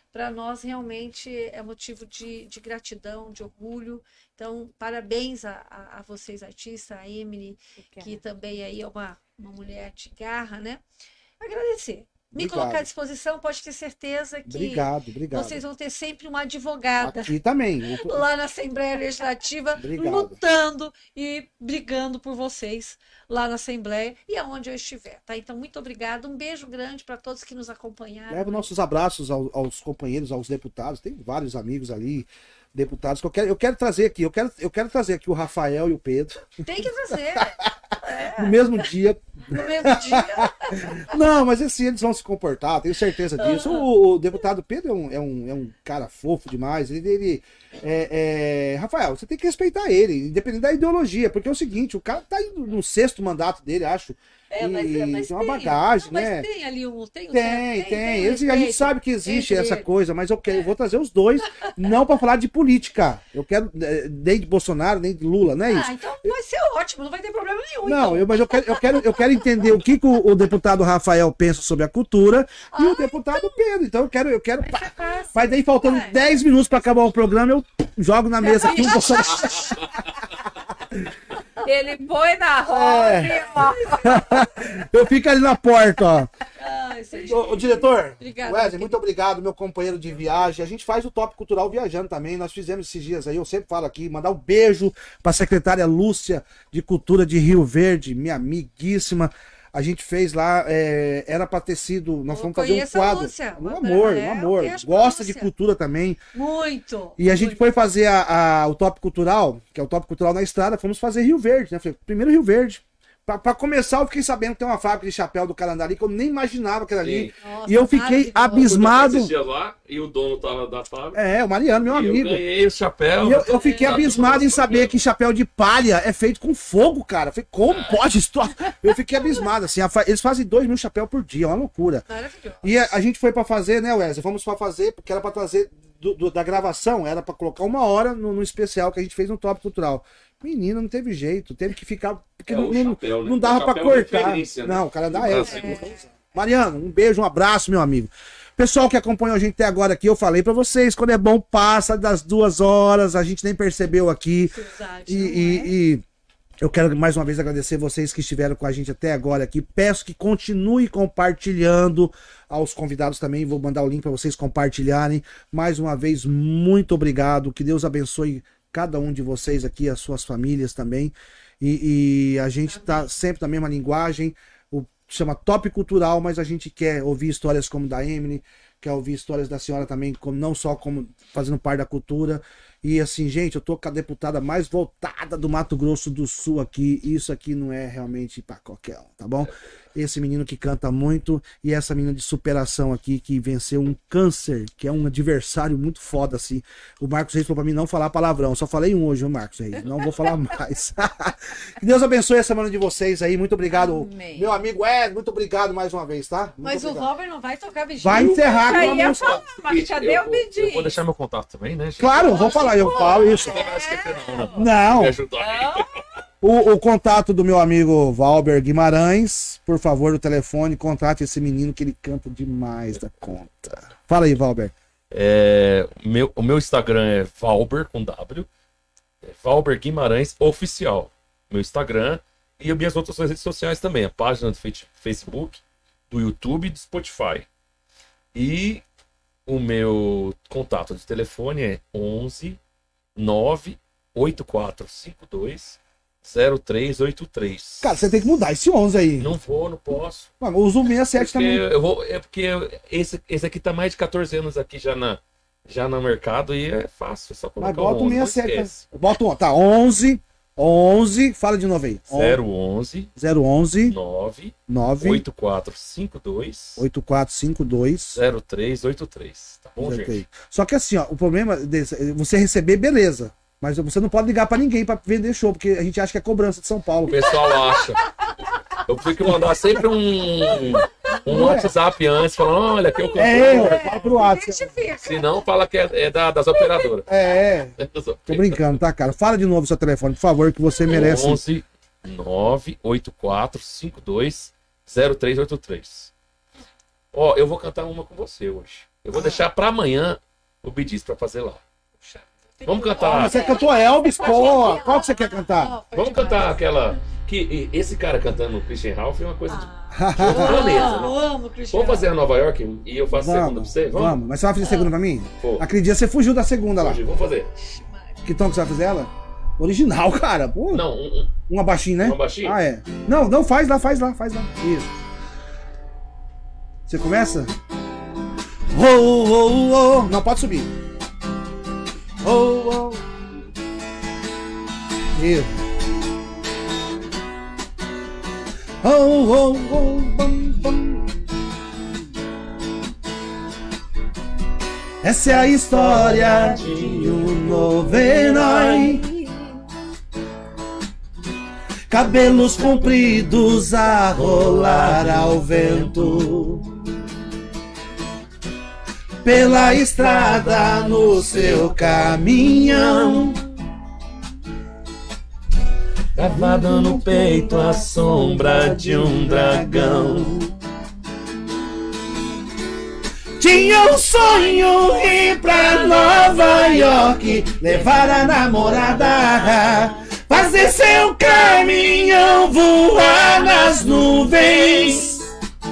para nós realmente é motivo de gratidão, de orgulho. Então, parabéns a vocês, artistas, a Emily, que também aí é uma mulher de garra, né? Agradecer. Me Obrigado. colocar à disposição, pode ter certeza que Obrigado. vocês vão ter sempre uma advogada Aqui também. lá na Assembleia Legislativa, Obrigado. lutando e brigando por vocês lá na Assembleia e aonde eu estiver, tá? Então, muito obrigada. Um beijo grande para todos que nos acompanharam. Leva nossos abraços aos companheiros, aos deputados. Tem vários amigos ali, deputados, que eu quero trazer aqui. Eu quero trazer aqui o Rafael e o Pedro. Tem que trazer. No mesmo dia. No mesmo dia. Não, mas assim, eles vão se comportar, tenho certeza disso. O deputado Pedro é um cara fofo demais. Rafael, você tem que respeitar ele, independente da ideologia, porque é o seguinte, o cara tá indo no 6º mandato dele, acho. Mas tem uma bagagem, não, mas né? tem ali Tem. A gente sabe que existe essa coisa, mas eu vou trazer os dois, não para falar de política. Eu quero nem de Bolsonaro, nem de Lula, não é isso? Então vai ser ótimo, não vai ter problema nenhum. Não, então. mas eu quero entender o que o deputado Rafael pensa sobre a cultura e o deputado Pedro. Então eu quero. Mas daí faltando 10 minutos para acabar o programa, eu jogo na mesa aqui um Bolsonaro. Ele põe na roda e ó. Eu fico ali na porta, ó. Ai, Ô, diretor, Obrigada, Wesley, meu muito obrigado, meu companheiro de viagem. A gente faz o Top Cultural viajando também. Nós fizemos esses dias aí, eu sempre falo aqui, mandar um beijo para a secretária Lúcia de Cultura de Rio Verde, minha amiguíssima. A gente fez lá, era para ter sido, nós fomos fazer um quadro. Lúcia, Um amor. Gosta de cultura também. Muito. E a gente foi fazer o Top Cultural, que é o Top Cultural na estrada, fomos fazer Rio Verde, né? Falei, primeiro Rio Verde. Pra começar, eu fiquei sabendo que tem uma fábrica de chapéu do Canadá que eu nem imaginava que era ali. Nossa, E eu fiquei abismado. Esses dias lá, e o dono tava da fábrica. O Mariano, meu E amigo. eu ganhei o chapéu. E eu fiquei abismado em saber que chapéu de palha é feito com fogo, cara. Eu falei, como pode isso? Eu fiquei abismado, assim. Eles fazem 2.000 chapéus por dia, é uma loucura. Maravilhoso. E a gente foi pra fazer, né, Wesley? Fomos pra fazer, porque era pra trazer da gravação, era pra colocar 1 hora no especial que a gente fez no Top Cultural. Menino, não teve jeito, teve que ficar. Porque Chapéu, né? não dava pra Chapéu é cortar. referência, né? Não, o cara dá Do essa. Brasil. Mariano, um beijo, um abraço, meu amigo. Pessoal que acompanhou a gente até agora aqui, eu falei pra vocês, quando é bom, passa das 2 horas, a gente nem percebeu aqui. Verdade, E eu quero mais uma vez agradecer vocês que estiveram com a gente até agora aqui. Peço que continue compartilhando aos convidados também. Vou mandar o link para vocês compartilharem. Mais uma vez, muito obrigado. Que Deus abençoe cada um de vocês aqui, as suas famílias também. E a gente tá sempre na mesma linguagem. Chama Top Cultural, mas a gente quer ouvir histórias como da Emily, quer ouvir histórias da senhora também, não só como fazendo parte da cultura. E assim, gente, eu tô com a deputada mais voltada do Mato Grosso do Sul aqui. Isso aqui não é realmente pra qualquer um, tá bom? Esse menino que canta muito e essa menina de superação aqui que venceu um câncer, que é um adversário muito foda, assim. O Marcos Reis falou pra mim não falar palavrão. Só falei um hoje, o Marcos Reis. Não vou falar mais. Que Deus abençoe a semana de vocês aí. Muito obrigado, Amém. meu amigo muito obrigado mais uma vez, tá? Muito Mas obrigado. o Robert não vai tocar vigília. Vai encerrar Já com a ia música. falar, mas cadê o Eu Bidinho? vou deixar meu contato também, né, gente? Claro, vou falar, eu falo isso. Não vai esquecer, não. Não. Me ajudar. O contato do meu amigo Valber Guimarães, por favor, o telefone, contate esse menino que ele canta demais da conta. Fala aí, Valber. O meu Instagram é Valber, com W. Valber Guimarães Oficial. Meu Instagram e as minhas outras redes sociais também. A página do Facebook, do YouTube e do Spotify. E o meu contato de telefone é 11 98452 0383. Cara, você tem que mudar esse 11 aí. Não posso. Mano, usa o 67 também. Porque esse aqui tá mais de 14 anos aqui já no mercado e é fácil, é só Mas colocar bota o 11, não 67. esquece. Bota um, tá, 11, fala de novo aí. 011 011 9 9 8452 8452 0383. Tá bom, gente? Só que assim, ó, o problema você receber, beleza. Mas você não pode ligar pra ninguém pra vender show, porque a gente acha que é cobrança de São Paulo. O pessoal acha. Eu tenho que mandar sempre um WhatsApp antes, falando, olha, aqui eu Fala pro WhatsApp. Identifica. Se não, fala que é das operadoras. Tô brincando, tá, cara? Fala de novo seu telefone, por favor, que você merece. 11 98452 0383. Ó, eu vou cantar uma com você hoje. Eu vou deixar pra amanhã o Bee Gees pra fazer lá. Vamos Ah, cantar. você cantou Elvis, pô. Qual que você quer cantar? Vamos cantar aquela. Que esse cara cantando o Christian Ralph é uma coisa de Eu planeta, né? amo o Cristiano. Vamos fazer a Nova York e eu faço a segunda pra você? Vamos. Mas você vai fazer segunda pra mim? Pô. Aquele dia você fugiu da segunda lá. Hoje, vamos fazer. Que tom que você vai fazer ela? Original, cara. Pô. Não, Uma baixinha, né? Uma baixinha? Ah, é. Não, faz lá. Isso. Você começa? Oh, oh, oh. Não, pode subir. Oh, oh. Isso. Oh, oh, oh, bum, bum. Essa é a história de um novo herói. Cabelos compridos a rolar ao vento, pela estrada no seu caminhão, Gravado no peito a sombra de um dragão. tinha um sonho ir pra Nova York, levar a namorada, fazer seu caminhão voar nas nuvens.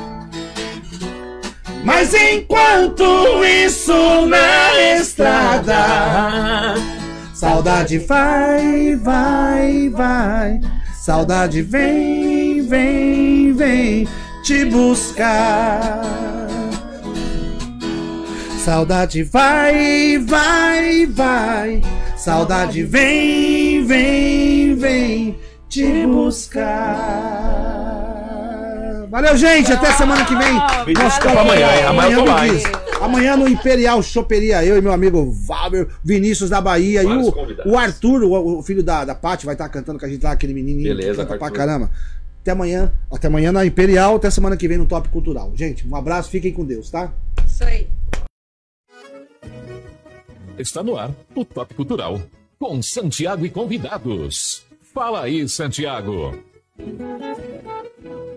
Mas enquanto isso na estrada, saudade vai, vai, vai. Saudade vem, vem, vem te buscar. Saudade vai, vai, vai. Saudade vem, vem, vem te buscar. Valeu, gente. Até semana que vem. Nossa, pra amanhã, hein? Amanhã eu tô lá, hein? Amanhã no Imperial Choperia, eu e meu amigo Valber, Vinícius da Bahia Vários e convidados. o Arthur, o filho da Paty, vai estar cantando com a gente lá, aquele menininho. Beleza, que canta pra Arthur. caramba. Até amanhã na Imperial, até semana que vem no Top Cultural. Gente, um abraço, fiquem com Deus, tá? Isso aí. Está no ar o Top Cultural, com Santiago e convidados. Fala aí, Santiago.